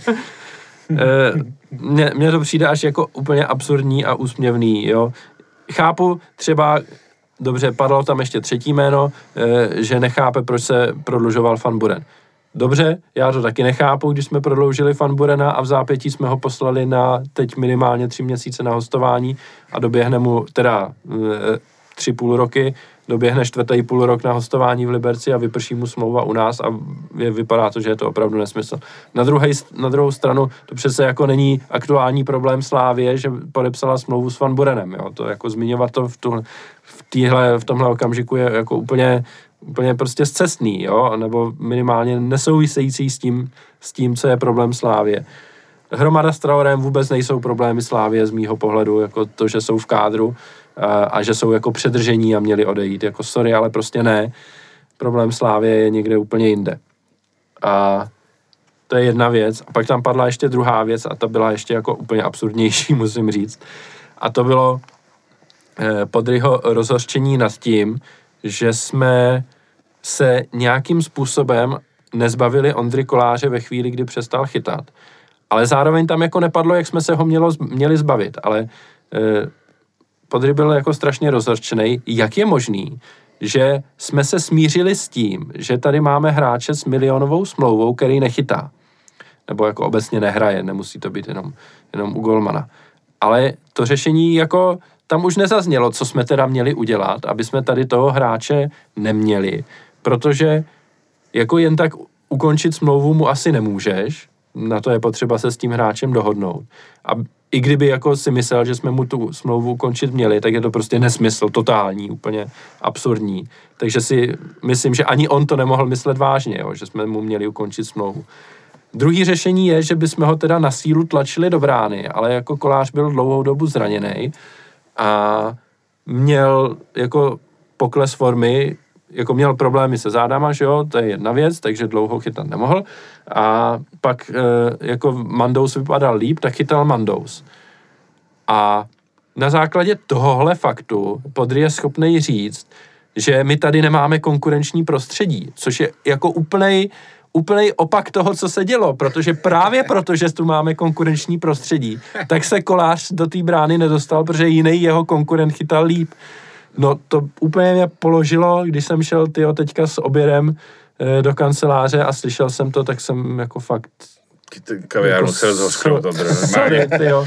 Mně, mně to přijde až jako úplně absurdní a úsměvný, jo. Chápu třeba, dobře, padlo tam ještě třetí jméno, že nechápe, proč se prodlužoval Van Buren. Dobře, já to taky nechápu, když jsme prodloužili Van Burena a v zápětí jsme ho poslali na teď minimálně tři měsíce na hostování a doběhne mu teda tři půl roky, doběhne čtvrtý půl rok na hostování v Liberci a vyprší mu smlouva u nás a je, vypadá to, že je to opravdu nesmysl. Na, druhej, na druhou stranu to přece jako není aktuální problém Slávie, že podepsala smlouvu s Van Burenem, jo, to jako zmiňovat to v, tu, v, týhle, v tomhle okamžiku je jako úplně, úplně prostě scestný, jo, nebo minimálně nesouvisející s tím, s tím, co je problém Slávie. Hromada s Traorem vůbec nejsou problémy Slávie z mýho pohledu, jako to, že jsou v kádru a, a že jsou jako předržení a měli odejít, jako sorry, ale prostě ne. Problém Slávie je někde úplně jinde. A to je jedna věc. A pak tam padla ještě druhá věc a ta byla ještě jako úplně absurdnější, musím říct. A to bylo eh, Podryho rozhořčení nad tím, že jsme se nějakým způsobem nezbavili Ondry Koláře ve chvíli, kdy přestal chytat. Ale zároveň tam jako nepadlo, jak jsme se ho mělo, měli zbavit, ale e, Podry byl jako strašně rozhořčený, jak je možný, že jsme se smířili s tím, že tady máme hráče s milionovou smlouvou, který nechytá. Nebo jako obecně nehraje, nemusí to být jenom, jenom u golmana. Ale to řešení jako tam už nezaznělo, co jsme teda měli udělat, aby jsme tady toho hráče neměli, protože jako jen tak ukončit smlouvu mu asi nemůžeš, na to je potřeba se s tím hráčem dohodnout. A i kdyby jako si myslel, že jsme mu tu smlouvu ukončit měli, tak je to prostě nesmysl, totální, úplně absurdní. Takže si myslím, že ani on to nemohl myslet vážně, jo, že jsme mu měli ukončit smlouvu. Druhý řešení je, že bychom ho teda na sílu tlačili do brány, ale jako Kolář byl dlouhou dobu zraněný a měl jako pokles formy, jako měl problémy se zádama, že jo, to je jedna věc, takže dlouho chytat nemohl. A pak e, jako Mandous vypadal líp, tak chytal Mandous. A na základě tohohle faktu Podry je schopný říct, že my tady nemáme konkurenční prostředí, což je jako úplnej, úplnej opak toho, co se dělo, protože právě proto, že tu máme konkurenční prostředí, tak se Kolář do té brány nedostal, protože jiný jeho konkurent chytal líp. No to úplně mě položilo, když jsem šel tyjo, teďka s obědem e, do kanceláře a slyšel jsem to, tak jsem jako fakt... Kaviár musel zhořknout, to sorry, tyjo.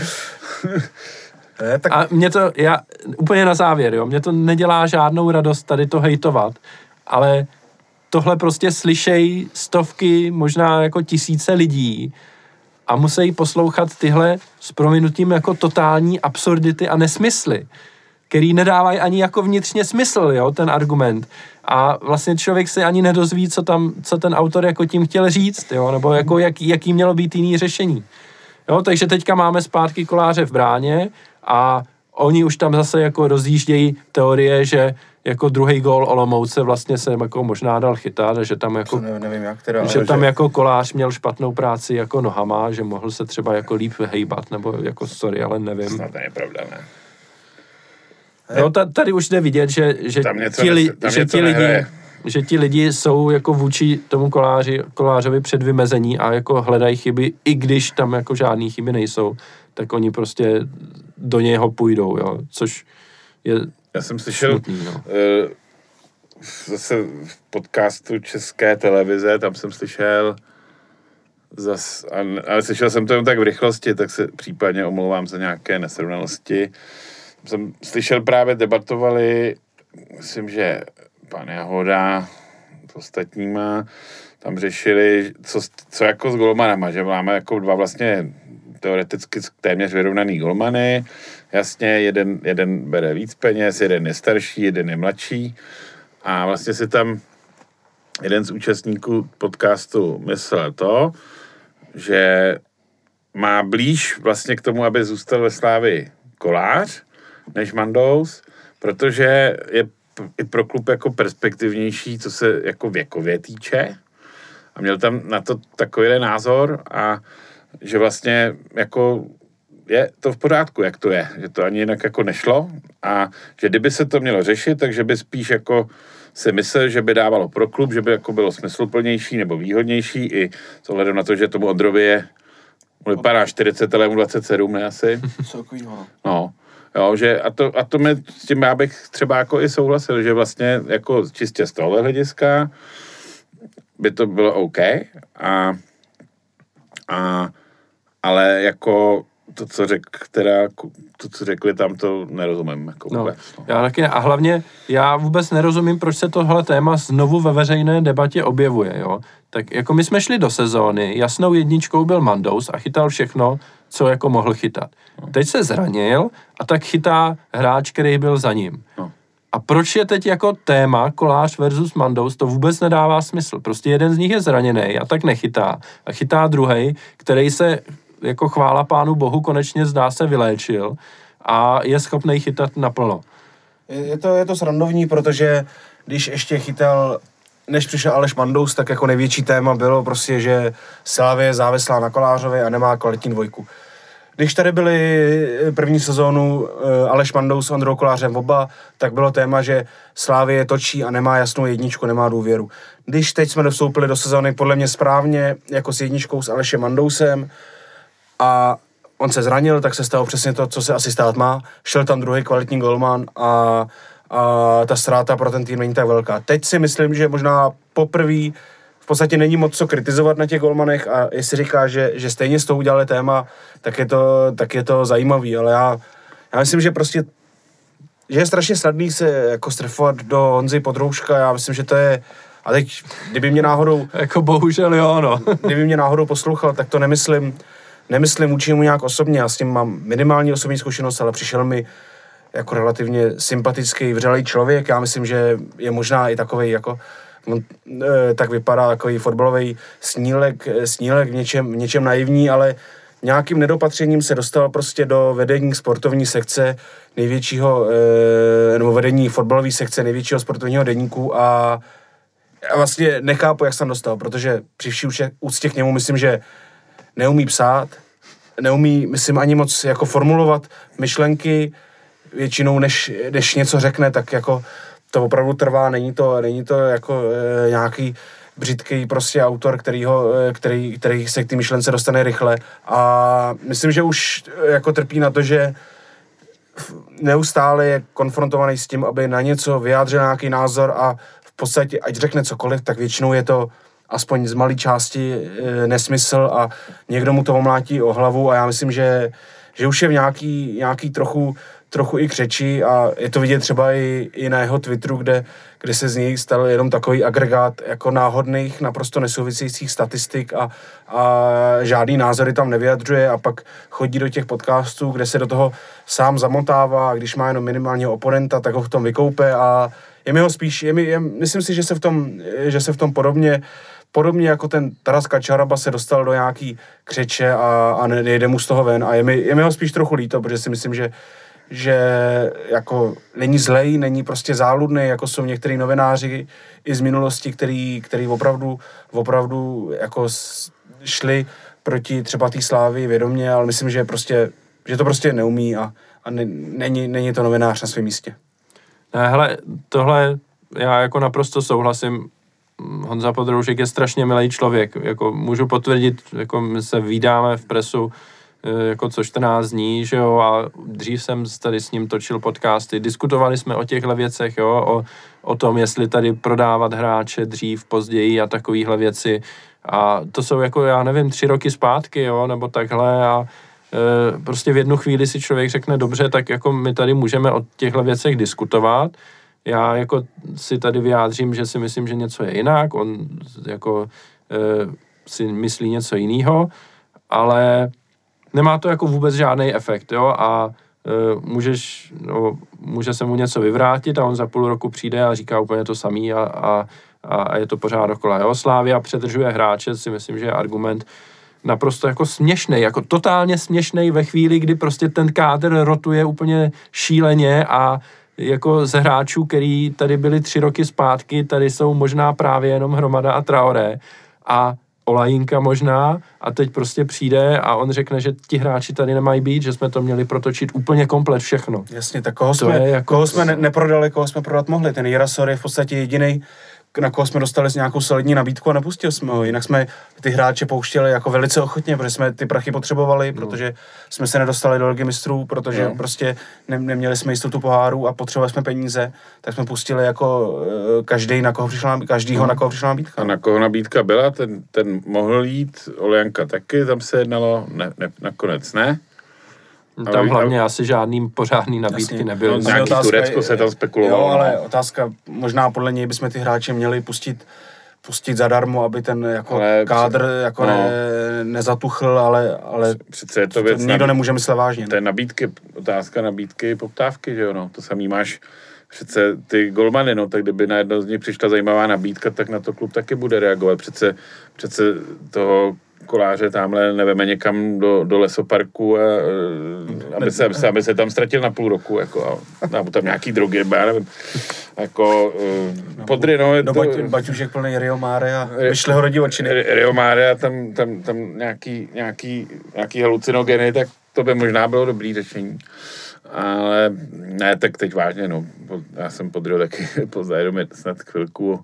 A mě to, já, úplně na závěr, jo, mě to nedělá žádnou radost tady to hejtovat, ale tohle prostě slyšej stovky, možná jako tisíce lidí a musí poslouchat tyhle s prominutím jako totální absurdity a nesmysly, který nedávají ani jako vnitřně smysl, jo, ten argument. A vlastně člověk se ani nedozví, co tam, co ten autor jako tím chtěl říct, jo, nebo jako jak, jaký mělo být jiný řešení. Jo, takže teďka máme zpátky Koláře v bráně a oni už tam zase jako rozjíždějí teorie, že jako druhý gól Olomouce vlastně se jako možná dal chytat, že tam jako, ne, nevím jak teda, že ale tam že... jako Kolář měl špatnou práci jako nohama, že mohl se třeba jako líp hejbat, nebo jako sorry, ale nevím. Snad to je pravda, ne? No, tady už jde vidět, že, že ti, li, že ti lidi... že ti lidi jsou jako vůči tomu koláři, kolářovi předvymezení a jako hledají chyby, i když tam jako žádný chyby nejsou, tak oni prostě do něho půjdou, jo, což je Já jsem slyšel smutný, no. uh, zase v podcastu České televize, tam jsem slyšel zas, ale slyšel jsem to jen tak v rychlosti, tak se případně omlouvám za nějaké nesrovnalosti. Jsem slyšel právě, debatovali, myslím, že pan Jahoda s ostatníma tam řešili, co, co jako s golmanama, že máme jako dva vlastně teoreticky téměř vyrovnaný golmany. Jasně, jeden, jeden bere víc peněz, jeden je starší, jeden je mladší. A vlastně si tam jeden z účastníků podcastu myslel to, že má blíž vlastně k tomu, aby zůstal ve Slávii Kolář, než Mandous, protože je i pro klub jako perspektivnější, co se jako věkově týče. A měl tam na to takový názor a že vlastně jako je to v pořádku, jak to je. Že to ani jinak jako nešlo a že kdyby se to mělo řešit, takže by spíš jako si myslel, že by dávalo pro klub, že by jako bylo smysluplnější nebo výhodnější i s ohledem na to, že tomu Ondrovi je mu vypadá čtyřicet, ale mu dvacet sedm, ne asi? No. Jo, že a to, a to mi, s tím já bych třeba jako i souhlasil, že vlastně jako čistě z tohle hlediska by to bylo OK, a, a ale jako to, co řek, teda, to, co řekli tam, to nerozumím. Jako no, vůbec, no. Já taky ne. A hlavně já vůbec nerozumím, proč se tohle téma znovu ve veřejné debatě objevuje, jo. Tak jako my jsme šli do sezóny, jasnou jedničkou byl Mandous a chytal všechno, co jako mohl chytat. No. Teď se zranil a tak chytá hráč, který byl za ním. No. A proč je teď jako téma Kolář versus Mandous, to vůbec nedává smysl. Prostě jeden z nich je zraněný a tak nechytá. A chytá druhej, který se jako chvála pánu bohu konečně zdá se vyléčil a je schopný chytat naplno. Je to, je to srandovní, protože když ještě chytal, než přišel Aleš Mandous, tak jako největší téma bylo prostě, že Slavie je závislá na Kolářovi a nemá kvalitní dvojku. Když tady byli první sezónu Aleš Mandous s Ondrou Kolářem oba, tak bylo téma, že Slavie točí a nemá jasnou jedničku, nemá důvěru. Když teď jsme vstoupili do sezóny podle mě správně, jako s jedničkou s Alešem Mandousem, a on se zranil, tak se stalo přesně to, co se asi stát má. Šel tam druhý kvalitní golman a, a ta ztráta pro ten tým není tak velká. Teď si myslím, že možná poprvé v podstatě není moc co kritizovat na těch golmanech a jestli říká, že, že stejně s tou udělali téma, tak je to, tak je to zajímavý, ale já, já myslím, že prostě že je strašně snadný se jako strefovat do Honzy Podrouška, já myslím, že to je a teď, kdyby mě náhodou jako bohužel jo, no. kdyby mě náhodou poslouchal, tak to nemyslím Nemyslím vůči mu nějak osobně, já s tím mám minimální osobní zkušenost, ale přišel mi jako relativně sympatický, vřelý člověk. Já myslím, že je možná i takovej jako, on, e, tak vypadá takový fotbalový snílek, snílek v něčem, v něčem naivní, ale nějakým nedopatřením se dostal prostě do vedení sportovní sekce největšího, e, nebo vedení fotbalové sekce největšího sportovního deníku a já vlastně nechápu, jak jsem dostal, protože při vší úctě k němu myslím, že neumí psát, neumí, myslím, ani moc jako formulovat myšlenky, většinou než, než něco řekne, tak jako to opravdu trvá, není to, není to jako e, nějaký břitký prostě autor, který, ho, e, který, který se k té myšlence dostane rychle a myslím, že už e, jako trpí na to, že neustále je konfrontovaný s tím, aby na něco vyjádřil nějaký názor a v podstatě, ať řekne cokoliv, tak většinou je to aspoň z malé části e, nesmysl a někdo mu to omlátí o hlavu a já myslím, že, že už je v nějaký, nějaký trochu, trochu i křeči a je to vidět třeba i, i na jeho Twitteru, kde, kde se z něj stal jenom takový agregát jako náhodných, naprosto nesouvisejících statistik a, a žádný názory tam nevyjadřuje a pak chodí do těch podcastů, kde se do toho sám zamotává a když má jenom minimálního oponenta, tak ho v tom vykoupe a je mi ho spíš, je mi, je, myslím si, že se v tom, že se v tom podobně Podobně jako ten Taras Kačaraba se dostal do nějaký křeče a, a nejde mu z toho ven a je mi, je mi ho spíš trochu líto, protože si myslím, že, že jako není zlej, není prostě záludný, jako jsou některý novináři i z minulosti, který, který opravdu, opravdu jako šli proti třeba té Slávii vědomě, ale myslím, že prostě, že to prostě neumí a, a ne, není, není to novinář na svém místě. Ne, hele, tohle já jako naprosto souhlasím. Honza Podroušek je strašně milý člověk, jako můžu potvrdit, jako my se vídáme v presu jako co čtrnáct dní, že jo, a dřív jsem tady s ním točil podcasty, diskutovali jsme o těchto věcech, jo, o, o tom, jestli tady prodávat hráče dřív, později a takovýhle věci a to jsou jako, já nevím, tři roky zpátky, jo, nebo takhle a e, prostě v jednu chvíli si člověk řekne, dobře, tak jako my tady můžeme o těchto věcech diskutovat. Já jako si tady vyjádřím, že si myslím, že něco je jinak, on jako e, si myslí něco jiného, ale nemá to jako vůbec žádný efekt, jo, a e, můžeš, no, může se mu něco vyvrátit a on za půl roku přijde a říká úplně to samý a, a, a je to pořád dokola, jo. Slavia předržuje hráče, si myslím, že je argument naprosto jako směšnej, jako totálně směšnej ve chvíli, kdy prostě ten kádr rotuje úplně šíleně a jako z hráčů, který tady byli tři roky zpátky, tady jsou možná právě jenom Hromada a Traoré a Olajinka možná a teď prostě přijde a on řekne, že ti hráči tady nemají být, že jsme to měli protočit úplně komplet všechno. Jasně, tak koho jsme, jako... koho jsme ne- neprodali, koho jsme prodat mohli. Ten Jirasor je v podstatě jediný, na koho jsme dostali nějakou solidní nabídku a nepustili jsme ho. Jinak jsme ty hráče pouštěli jako velice ochotně, protože jsme ty prachy potřebovali, no. protože jsme se nedostali do Ligy mistrů, protože no. prostě ne- neměli jsme jistotu poháru a potřebovali jsme peníze, tak jsme pustili jako uh, každý, na koho přišla, každýho, no. na koho přišla nabídka. A na koho nabídka byla, ten, ten mohl jít, Oljanka taky, tam se jednalo, ne, ne, nakonec ne. Tam hlavně asi žádný pořádný nabídky Jasně. nebyly. No, nějaký Turecko se tam spekulovalo. Jo, ale otázka, možná podle něj bychom ty hráče měli pustit, pustit zadarmo, aby ten jako ale kádr jako no. ne, nezatuchl, ale, ale přece je to věc, nikdo nemůže myslet vážně. To je nabídky, otázka nabídky, poptávky, že jo, no. To samý máš přece ty golmany, no, tak kdyby na jedno z nich přišla zajímavá nabídka, tak na to klub taky bude reagovat. Přece, přece toho Koláře tamhle neveme někam do, do lesoparku, a, aby, se, aby, se, aby se tam ztratil na půl roku, jako, a nebo tam nějaký drogy, já nevím, jako uh, podry, no. Do to, Baťušek plný Rio Mare a vyšli ho rodí očiny. Rio Mare a tam, tam, tam nějaký, nějaký, nějaký halucinogeny, tak to by možná bylo dobrý řešení. Ale ne, tak teď vážně, no, já jsem pod Rio taky poznal snad chvilku.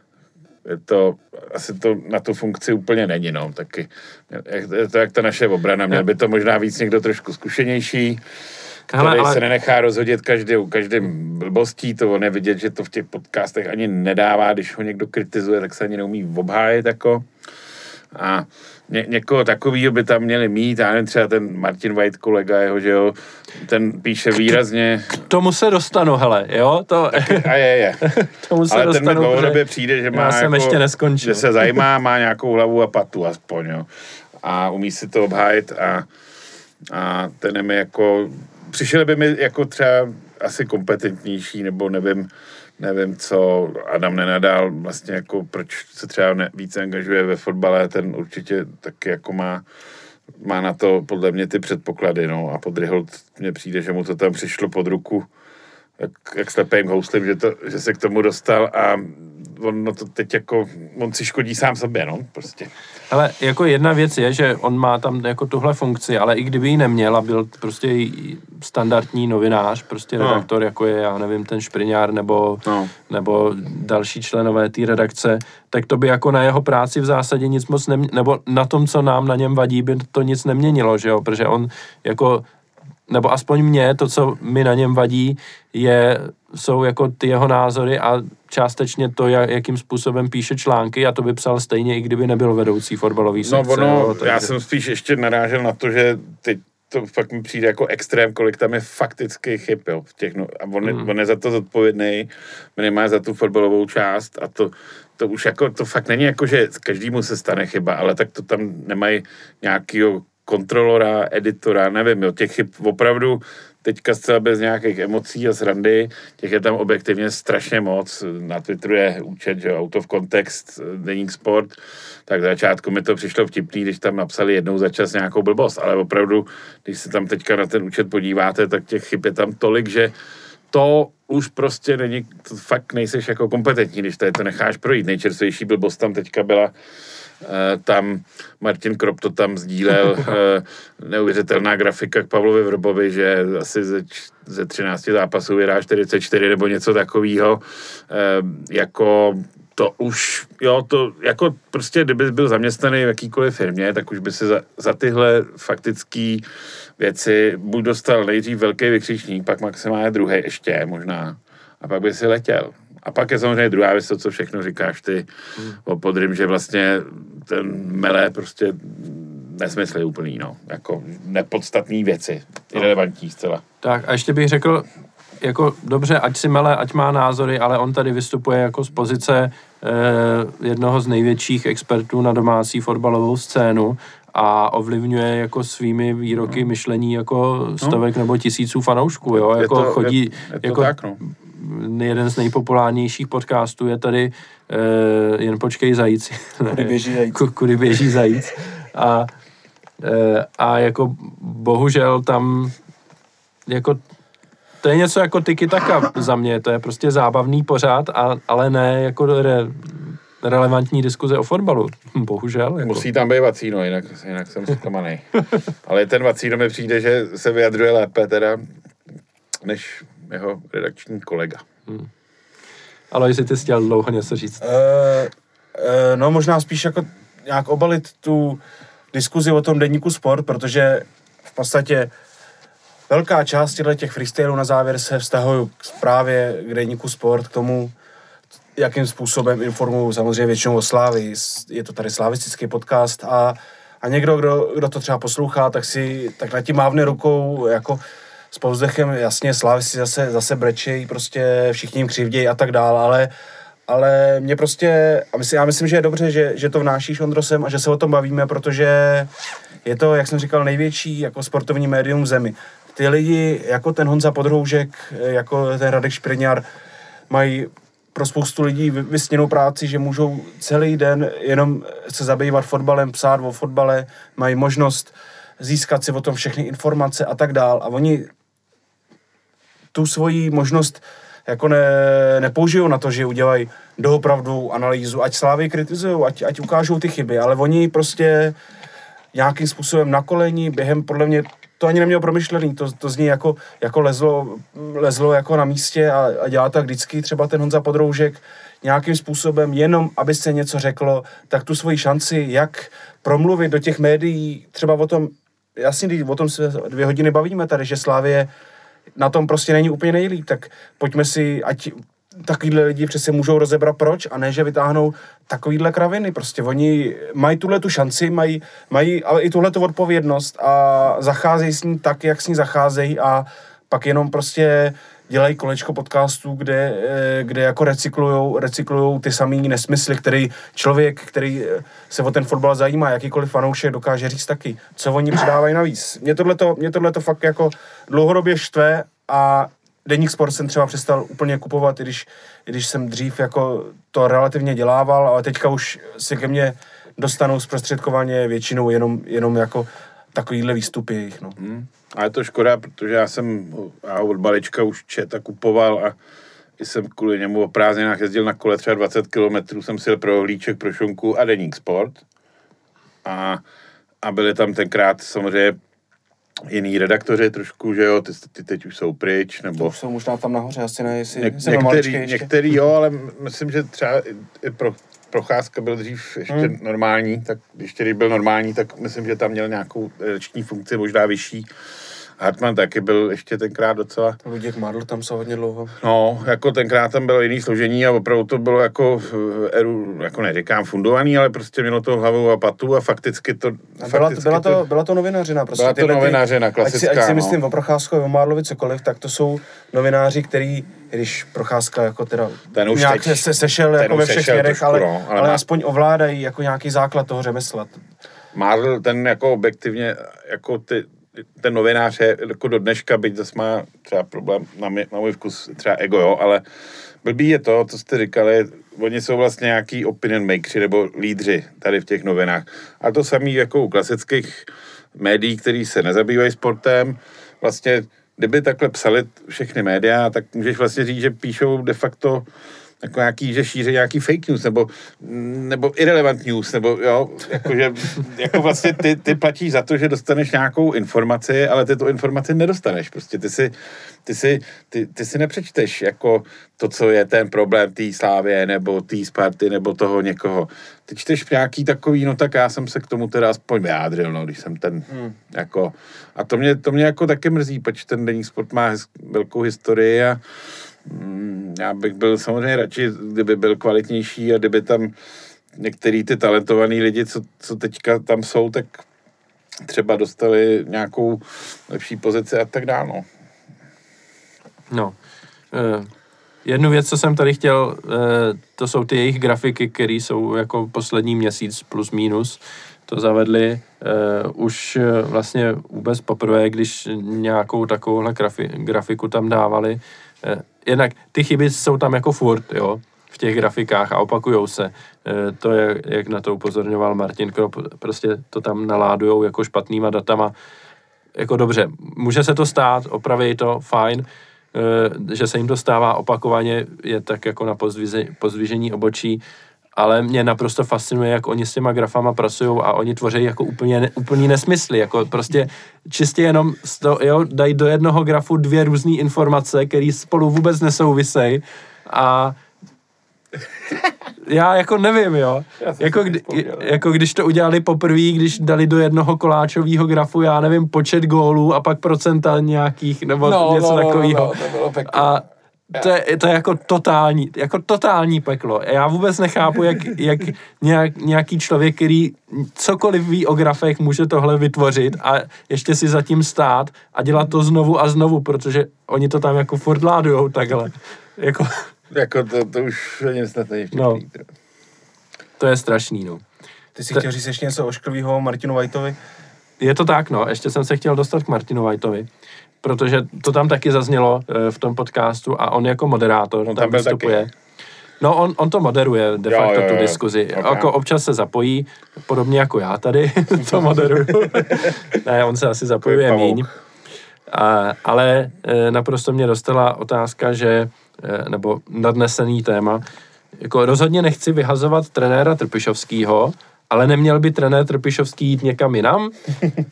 Je to, asi to na tu funkci úplně není, no, taky, je to jak ta naše obrana, měl by to možná víc někdo trošku zkušenější, který ale, ale... se nenechá rozhodit každou, každým blbostí, to on je vidět, že to v těch podcastech ani nedává, když ho někdo kritizuje, tak se ani neumí obhájit, jako, a ně, někoho takovýho by tam měli mít, já nevím, třeba ten Martin White, kolega jeho, že jo, ten píše výrazně... K tomu se dostanu, hele, jo, to... A je, je. tomu se ale dostanu, ten mi dlouhodobě přijde, že má jsem jako, ještě neskončil. Že se zajímá, má nějakou hlavu a patu aspoň, jo. A umí si to obhájit a, a ten je mi jako... Přišel by mi jako třeba asi kompetentnější, nebo nevím, nevím co, Adam Nenadal vlastně jako, proč se třeba ne, více angažuje ve fotbale, ten určitě taky jako má, má na to podle mě ty předpoklady, no, a pod Ryholt mně přijde, že mu to tam přišlo pod ruku jak, jak slepým houslím, že, to, že se k tomu dostal a on no to teď jako, on si škodí sám sobě, no, prostě. Ale jako jedna věc je, že on má tam jako tuhle funkci, ale i kdyby ji neměl a byl prostě standardní novinář, prostě redaktor, no. jako je, já nevím, ten Špriňár nebo, no. nebo další členové té redakce, tak to by jako na jeho práci v zásadě nic moc neměnilo, nebo na tom, co nám na něm vadí, by to nic neměnilo, že jo, protože on jako, nebo aspoň mě, to, co mi na něm vadí, je, jsou jako ty jeho názory a částečně to, jakým způsobem píše články a to by psal stejně, i kdyby nebyl vedoucí fotbalový sekce. No ono, jo, takže... já jsem spíš ještě narážel na to, že teď to fakt mi přijde jako extrém, kolik tam je fakticky chyb, jo, v těch, no, a on, hmm. on je za to zodpovědný, minimálně za tu fotbalovou část a to, to už jako, to fakt není jako, že každému se stane chyba, ale tak to tam nemají nějakýho kontrolora, editora, nevím, jo, těch chyb opravdu teďka zcela bez nějakých emocí a srandy, těch je tam objektivně strašně moc. Na Twitteru je účet, že out of context, deník sport, tak za začátku mi to přišlo vtipný, když tam napsali jednou za čas nějakou blbost, ale opravdu, když se tam teďka na ten účet podíváte, tak těch chyb je tam tolik, že to už prostě není, to fakt nejseš jako kompetentní, když tady to necháš projít. Nejčerstvější blbost tam teďka byla tam Martin Krop to tam sdílel, neuvěřitelná grafika k Pavlovi Vrbovi, že asi ze, ze třinácti zápasů vyhrá čtyřicet čtyři nebo něco takového, jako to už, jo, to jako prostě, kdyby byl zaměstnaný v jakýkoliv firmě, tak už by si za, za tyhle faktické věci buď dostal nejdřív velký vykřičník, pak maximálně druhý ještě možná, a pak by si letěl. A pak je samozřejmě druhá věc, to, co všechno říkáš ty hmm. o Podrym, že vlastně ten mele prostě nesmysly úplný, no, jako nepodstatný věci, no. Irelevantní zcela. Tak a ještě bych řekl, jako dobře, ať si mele, ať má názory, ale on tady vystupuje jako z pozice eh, jednoho z největších expertů na domácí fotbalovou scénu a ovlivňuje jako svými výroky no. myšlení jako stovek no. nebo tisíců fanoušků, jo, jako to, chodí, je, je to jako tak, no. jeden z nejpopulárnějších podcastů je tady eh, jen počkej zajíc. Kudy běží zajíc. Kudy běží zajíc. A, eh, a jako bohužel tam jako to je něco jako tiki-taka za mě, to je prostě zábavný pořád, a, ale ne jako re, relevantní diskuze o fotbalu, bohužel. Jako. Musí tam být Vacíno, jinak, jinak jsem zklamaný. Ale ten Vacíno mi přijde, že se vyjadřuje lépe teda, než jeho redakční kolega. Hmm. Ale jestli ty jsi chtěl dlouho něco říct. Uh, uh, no možná spíš jako nějak obalit tu diskuzi o tom deníku Sport, protože v podstatě velká část těch freestylů na závěr se vztahují právě k deníku Sport, k tomu, jakým způsobem informují samozřejmě většinou o Slávii. Je to tady slavistický podcast a, a někdo, kdo, kdo to třeba poslouchá, tak si tak na tím mávne rukou jako s povzdechem, jasně, Slávisti zase, zase brečejí, prostě všichni jim křivdějí a tak dál, ale, ale mě prostě, a myslím, já myslím, že je dobře, že, že to vnášíš, Ondro, sem a že se o tom bavíme, protože je to, jak jsem říkal, největší jako sportovní médium v zemi. Ty lidi, jako ten Honza Podroužek, jako ten Radek Šprňar, mají pro spoustu lidí vysněnou práci, že můžou celý den jenom se zabývat fotbalem, psát o fotbale, mají možnost získat si o tom všechny informace a tak dál. A oni tu svoji možnost jako ne, nepoužijou na to, že udělají doopravdu analýzu, ať Slávy kritizujou, ať, ať ukážou ty chyby, ale oni prostě nějakým způsobem na koleni, během podle mě to ani nemělo promyšlený, to, to z ní jako, jako lezlo, lezlo jako na místě a, a dělá tak vždycky třeba ten Honza Podroužek nějakým způsobem, jenom aby se něco řeklo, tak tu svoji šanci, jak promluvit do těch médií, třeba o tom, jasně, o tom se dvě hodiny bavíme tady, že Slavie na tom prostě není úplně nejlíp, tak pojďme si, ať takovýhle lidi přesně můžou rozebrat proč a ne, že vytáhnou takovýhle kraviny. Prostě oni mají tuhle tu šanci, mají, mají ale i tuhle tu odpovědnost a zacházejí s ní tak, jak s ní zacházejí a pak jenom prostě dělají kolečko podcastů, kde, kde jako recyklujou, recyklujou ty samý nesmysly, který člověk, který se o ten fotbal zajímá, jakýkoliv fanoušek dokáže říct taky, co oni přidávají navíc. Mě tohleto, mě tohleto fakt jako dlouhodobě štve a Deník Sport jsem třeba přestal úplně kupovat, i když, i když jsem dřív jako to relativně dělával, ale teďka už se ke mně dostanou zprostředkovaně většinou jenom, jenom jako takovýhle výstupy jejich, no. Hmm. A je to škoda, protože já jsem já od malička už čet a kupoval a jsem kvůli němu o prázdninách jezdil na kole třeba dvacet kilometrů, jsem si jel pro Hlíček, pro Šunku a Deník Sport. A, a byli tam tenkrát samozřejmě jiný redaktoři trošku, že jo, ty, ty teď už jsou pryč, nebo... To už jsou možná tam nahoře, asi ne, jestli... Něk, některý, některý jo, ale myslím, že třeba i pro Procházka byl dřív ještě hmm. normální, tak ještě když byl normální, tak myslím, že tam měl nějakou redakční funkci, možná vyšší. Hartmann taky byl ještě tenkrát docela... Luděk Mádl tam se hodně dlouho. No, jako tenkrát tam bylo jiný složení a opravdu to bylo jako, eru, jako neříkám fundovaný, ale prostě mělo to hlavu a patu a fakticky to... A byla, fakticky byla, to, to, byla to novinařina. Prostě byla to novinařina, klasická. Ať si, ať si no. myslím o Procházkovi, o Mádlovi, cokoliv, tak to jsou novináři, který, když Procházka jako teda ten už nějak teď, se sešel jako ve všech směrech, ale, no, ale, ale má... aspoň ovládají jako nějaký základ toho řemesla. Mádl, ten jako objektivně, jako ty ten novinář je jako do dneška, byť zase má třeba problém na, mě, na můj vkus, třeba ego, jo, ale blbý je to, co jste říkali, oni jsou vlastně nějaký opinion makeři nebo lídři tady v těch novinách. A to samý jako u klasických médií, který se nezabývají sportem, vlastně, kdyby takhle psali všechny média, tak můžeš vlastně říct, že píšou de facto jako nějaký, že šíří nějaký fake news, nebo, nebo irrelevant news, nebo jo, jakože, jako vlastně ty, ty platíš za to, že dostaneš nějakou informaci, ale ty tu informaci nedostaneš, prostě ty si, ty si, ty, ty si nepřečteš jako to, co je ten problém té Slávie, nebo té Sparty, nebo toho někoho. Ty čteš nějaký takový, no tak já jsem se k tomu teda aspoň vyjádřil, no, když jsem ten, hmm. jako, a to mě, to mě jako taky mrzí, protože ten Deník Sport má hez, velkou historii a mm, já bych byl samozřejmě radši, kdyby byl kvalitnější a kdyby tam některý ty talentovaný lidi, co, co teďka tam jsou, tak třeba dostali nějakou lepší pozici a tak dále, no. No, uh, jednu věc, co jsem tady chtěl, uh, to jsou ty jejich grafiky, které jsou jako poslední měsíc plus minus. To zavedli uh, už uh, vlastně vůbec poprvé, když nějakou takovouhle grafi, grafiku tam dávali. Uh, jednak ty chyby jsou tam jako furt, jo, v těch grafikách a opakujou se. Uh, to je, jak na to upozorňoval Martin Krop, prostě to tam naládujou jako špatnýma datama. Jako dobře, může se to stát, opraví to, fajn, že se jim to stává opakovaně, je tak jako na pozdvižení obočí, ale mě naprosto fascinuje, jak oni s těma grafama pracují a oni tvoří jako úplně, úplný nesmysly, jako prostě čistě jenom sto, jo, dají do jednoho grafu dvě různé informace, které spolu vůbec nesouvisejí a já jako nevím, jo. Jako, kdy, jako když to udělali poprvé, když dali do jednoho koláčového grafu, já nevím, počet gólů a pak procenta nějakých, nebo no, něco no, takového. No, no, a to je, to je jako totální, jako totální peklo. Já vůbec nechápu, jak, jak nějak, nějaký člověk, který cokoliv ví o grafech, může tohle vytvořit a ještě si zatím stát a dělat to znovu a znovu, protože oni to tam jako furt ládujou takhle. Jako... Jako to, to už ani snad není vtipný. No, to je strašný, no. Ty jsi Te... chtěl říct ještě něco ošklivýho Martinu Whiteovi? Je to tak, no. Ještě jsem se chtěl dostat k Martinu Whiteovi, protože to tam taky zaznělo e, v tom podcastu a on jako moderátor on tam, tam vystupuje. Taky. No, on, on to moderuje de facto jo, jo, jo. tu diskuzi. Okay. Jako občas se zapojí, podobně jako já tady to moderuju. Ne, on se asi zapojuje míň. A, ale e, naprosto mě dostala otázka, že nebo nadnesený téma. Jako rozhodně nechci vyhazovat trenéra Trpišovskýho, ale neměl by trenér Trpišovský jít někam jinam? e,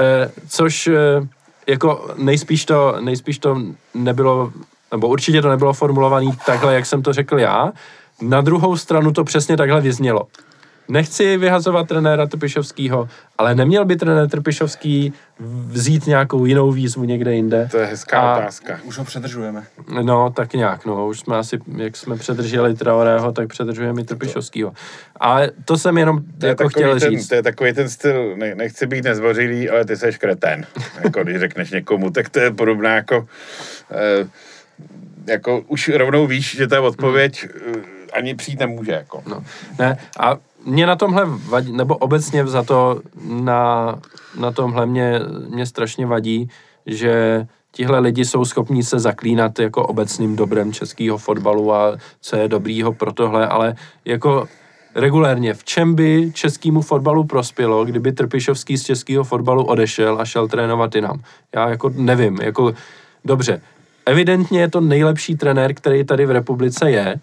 což e, jako nejspíš to, nejspíš to nebylo, nebo určitě to nebylo formulovaný takhle, jak jsem to řekl já. Na druhou stranu to přesně takhle vyznělo. Nechci vyhazovat trenéra Trpišovskýho, ale neměl by trenér Trpišovský vzít nějakou jinou výzvu někde jinde. To je hezká a otázka. Už ho předržujeme. No, tak nějak, no. Už jsme asi, jak jsme předrželi Traorého, tak předržujeme i Trpišovskýho. Ale to jsem jenom to jako chtěl ten, říct. To je takový ten styl, ne, nechci být nezbořilý, ale ty seš kretén. Jako když řekneš někomu, tak to je podobná jako, eh, jako už rovnou víš, že ta odpověď hmm. ani přijít nemůže, jako. No, ne, a mě na tomhle vadí, nebo obecně za to na, na tomhle mě, mě strašně vadí, že tihle lidi jsou schopní se zaklínat jako obecným dobrem českého fotbalu a co je dobrýho pro tohle, ale jako regulérně, v čem by českému fotbalu prospělo, kdyby Trpišovský z českého fotbalu odešel a šel trénovat jinam? Já jako nevím, jako dobře, evidentně je to nejlepší trenér, který tady v republice je,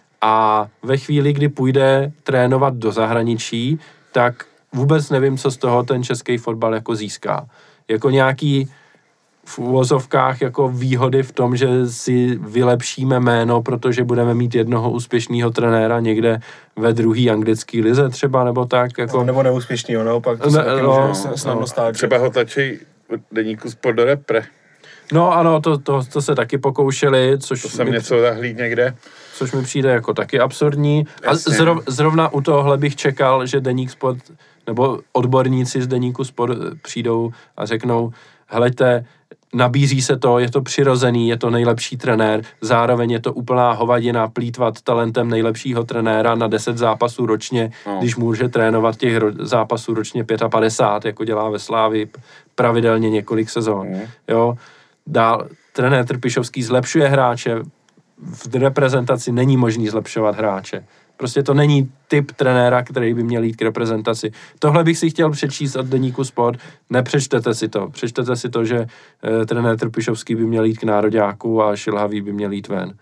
a ve chvíli, kdy půjde trénovat do zahraničí, tak vůbec nevím, co z toho ten český fotbal jako získá. Jako nějaký v uvozovkách jako výhody v tom, že si vylepšíme jméno, protože budeme mít jednoho úspěšného trenéra někde ve druhé anglické lize třeba, nebo tak. Jako... No, nebo neúspěšného, naopak, to se ne, taky no, může snadno no, stát. Třeba ho tlačí Deníku Sport do repre. No ano, to, to, to se taky pokoušeli, což... To jsem mi, něco zahlíd někde. Což mi přijde jako taky absurdní. Jasně. A zrov, zrovna u tohle bych čekal, že Deník Sport, nebo odborníci z Deníku Sport přijdou a řeknou, hleďte, nabízí se to, je to přirozený, je to nejlepší trenér, zároveň je to úplná hovadina plýtvat talentem nejlepšího trenéra na deset zápasů ročně, no. Když může trénovat těch ro- zápasů ročně padesát pět, jako dělá ve Slávii pravidelně několik sezón. Mm. Jo, dál trenér Trpišovský zlepšuje hráče, v reprezentaci není možný zlepšovat hráče. Prostě to není typ trenéra, který by měl jít k reprezentaci. Tohle bych si chtěl přečíst od Deníku Sport. Nepřečtete si to. Přečtete si to, že e, trenér Trpišovský by měl jít k nároďáku a Šilhavý by měl jít ven.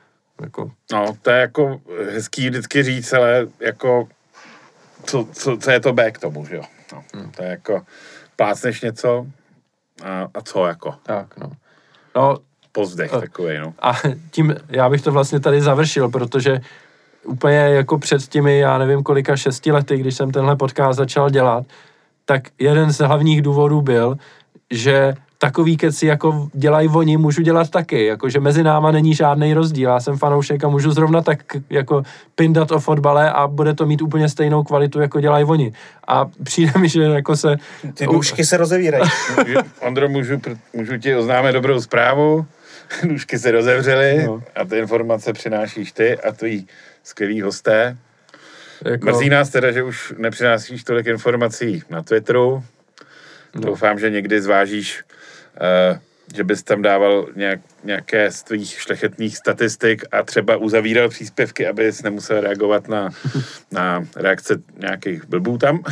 Jako... No, to je jako hezký vždycky říct, ale jako co, co, co je to B k tomu, že jo? No, hmm. To je jako plácneš něco a, a co jako? Tak, no. No, pozdech a, takovej, no. A tím já bych to vlastně tady završil, protože úplně jako před těmi, já nevím kolika, šesti lety, když jsem tenhle podcast začal dělat, tak jeden z hlavních důvodů byl, že takový keci, jako dělají oni, můžu dělat taky, jakože mezi náma není žádný rozdíl, já jsem fanoušek a můžu zrovna tak jako pindat o fotbale a bude to mít úplně stejnou kvalitu, jako dělají oni. A přijde mi, že jako se... Ty nůžky se rozevírají. Ondro, můžu, můžu ti oznámit dobrou zprávu, nůžky se rozevřely no. A ty informace přinášíš ty a tvojí skvělí hosté. Jako... Mrzí nás teda, že už nepřinášíš tolik informací na Twitteru. No. Doufám, že někdy zvážíš, uh, že bys tam dával nějak, nějaké z tvých šlechetných statistik a třeba uzavíral příspěvky, abys nemusel reagovat na, na reakce nějakých blbů tam.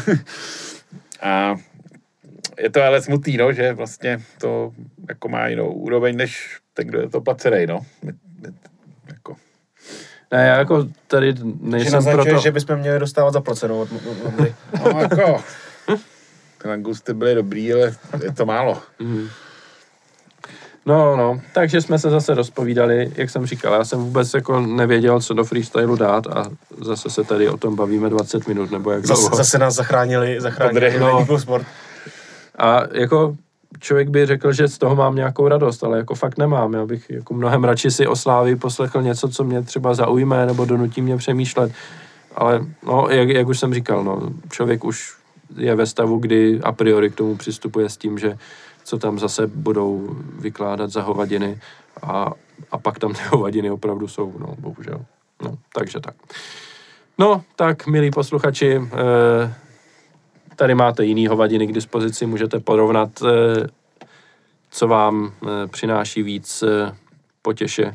A je to ale smutný, no, že vlastně to jako má jinou úroveň, než ten, kdo je to placenej, no. My, my, jako... Ne, já jako tady nejsem že proto... že bychom měli dostávat zaplacenou od Ondry. No jako... Ty langusty byly dobrý, ale je to málo. Mm. No, no, takže jsme se zase rozpovídali, jak jsem říkal, já jsem vůbec jako nevěděl, co do freestylu dát a zase se tady o tom bavíme dvacet minut, nebo jak zase, dlouho. Zase nás zachránili, zachránili no. Sport. A jako člověk by řekl, že z toho mám nějakou radost, ale jako fakt nemám. Já bych jako mnohem radši si o Slávii poslechl něco, co mě třeba zaujme, nebo donutí mě přemýšlet. Ale no, jak, jak už jsem říkal, no, člověk už je ve stavu, kdy a priori k tomu přistupuje s tím, že co tam zase budou vykládat za hovadiny a, a pak tam ty hovadiny opravdu jsou, no, bohužel. No, takže tak. No, tak, milí posluchači, eh, tady máte jiný hovadiny k dispozici, můžete porovnat, eh, co vám eh, přináší víc eh, potěše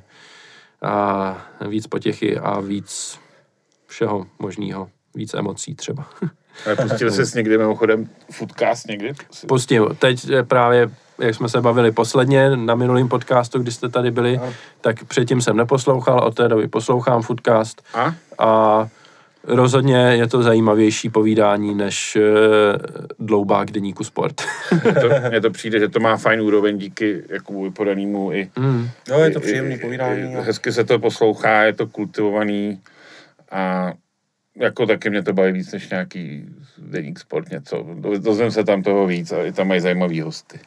a víc potěchy a víc všeho možného, víc emocí třeba. Ale pustil jsi někdy mimochodem Footcast někdy? Pustil. Teď právě, jak jsme se bavili posledně na minulém podcastu, kdy jste tady byli, a. tak předtím jsem neposlouchal, od té doby poslouchám Footcast. A? A rozhodně je to zajímavější povídání než uh, dloubák deníku Sport. Mně to, to přijde, že to má fajn úroveň díky jako vypodanému i... Mm. No, je to příjemný povídání. I, hezky se to poslouchá, je to kultivovaný a jako taky mě to baví víc než nějaký deník Sport něco. Dozvím se tam toho víc a i tam mají zajímavý hosty.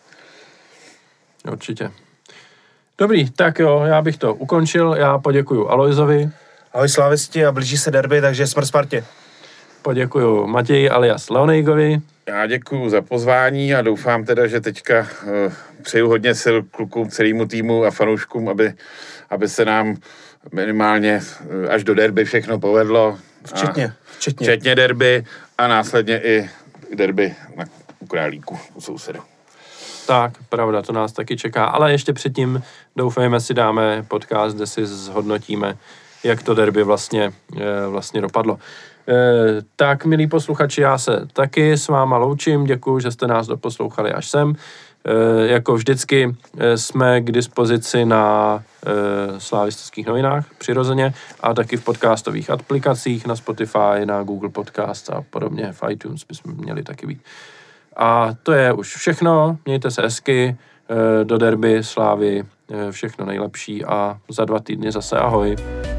Určitě. Dobrý, tak jo, já bych to ukončil. Já poděkuju Alojzovi. Ahoj slávisti a blíží se derby, takže smrt Spartě. Poděkuju Matěji alias Leonejgovi. Já děkuju za pozvání a doufám teda, že teďka uh, přeju hodně sil klukům, celému týmu a fanouškům, aby, aby se nám minimálně uh, až do derby všechno povedlo. Včetně, včetně. Včetně derby a následně i derby na u Králíku, u sousedu. Tak, pravda, to nás taky čeká, ale ještě předtím doufejme si dáme podcast, kde si zhodnotíme, jak to derby vlastně, vlastně dopadlo. Tak, milí posluchači, já se taky s váma loučím, děkuji, že jste nás doposlouchali až sem. Jako vždycky jsme k dispozici na Slavistických novinách, přirozeně, a taky v podcastových aplikacích, na Spotify, na Google Podcast a podobně, v iTunes bychom měli taky být. A to je už všechno, mějte se hezky, do derby Slávy všechno nejlepší a za dva týdny zase ahoj.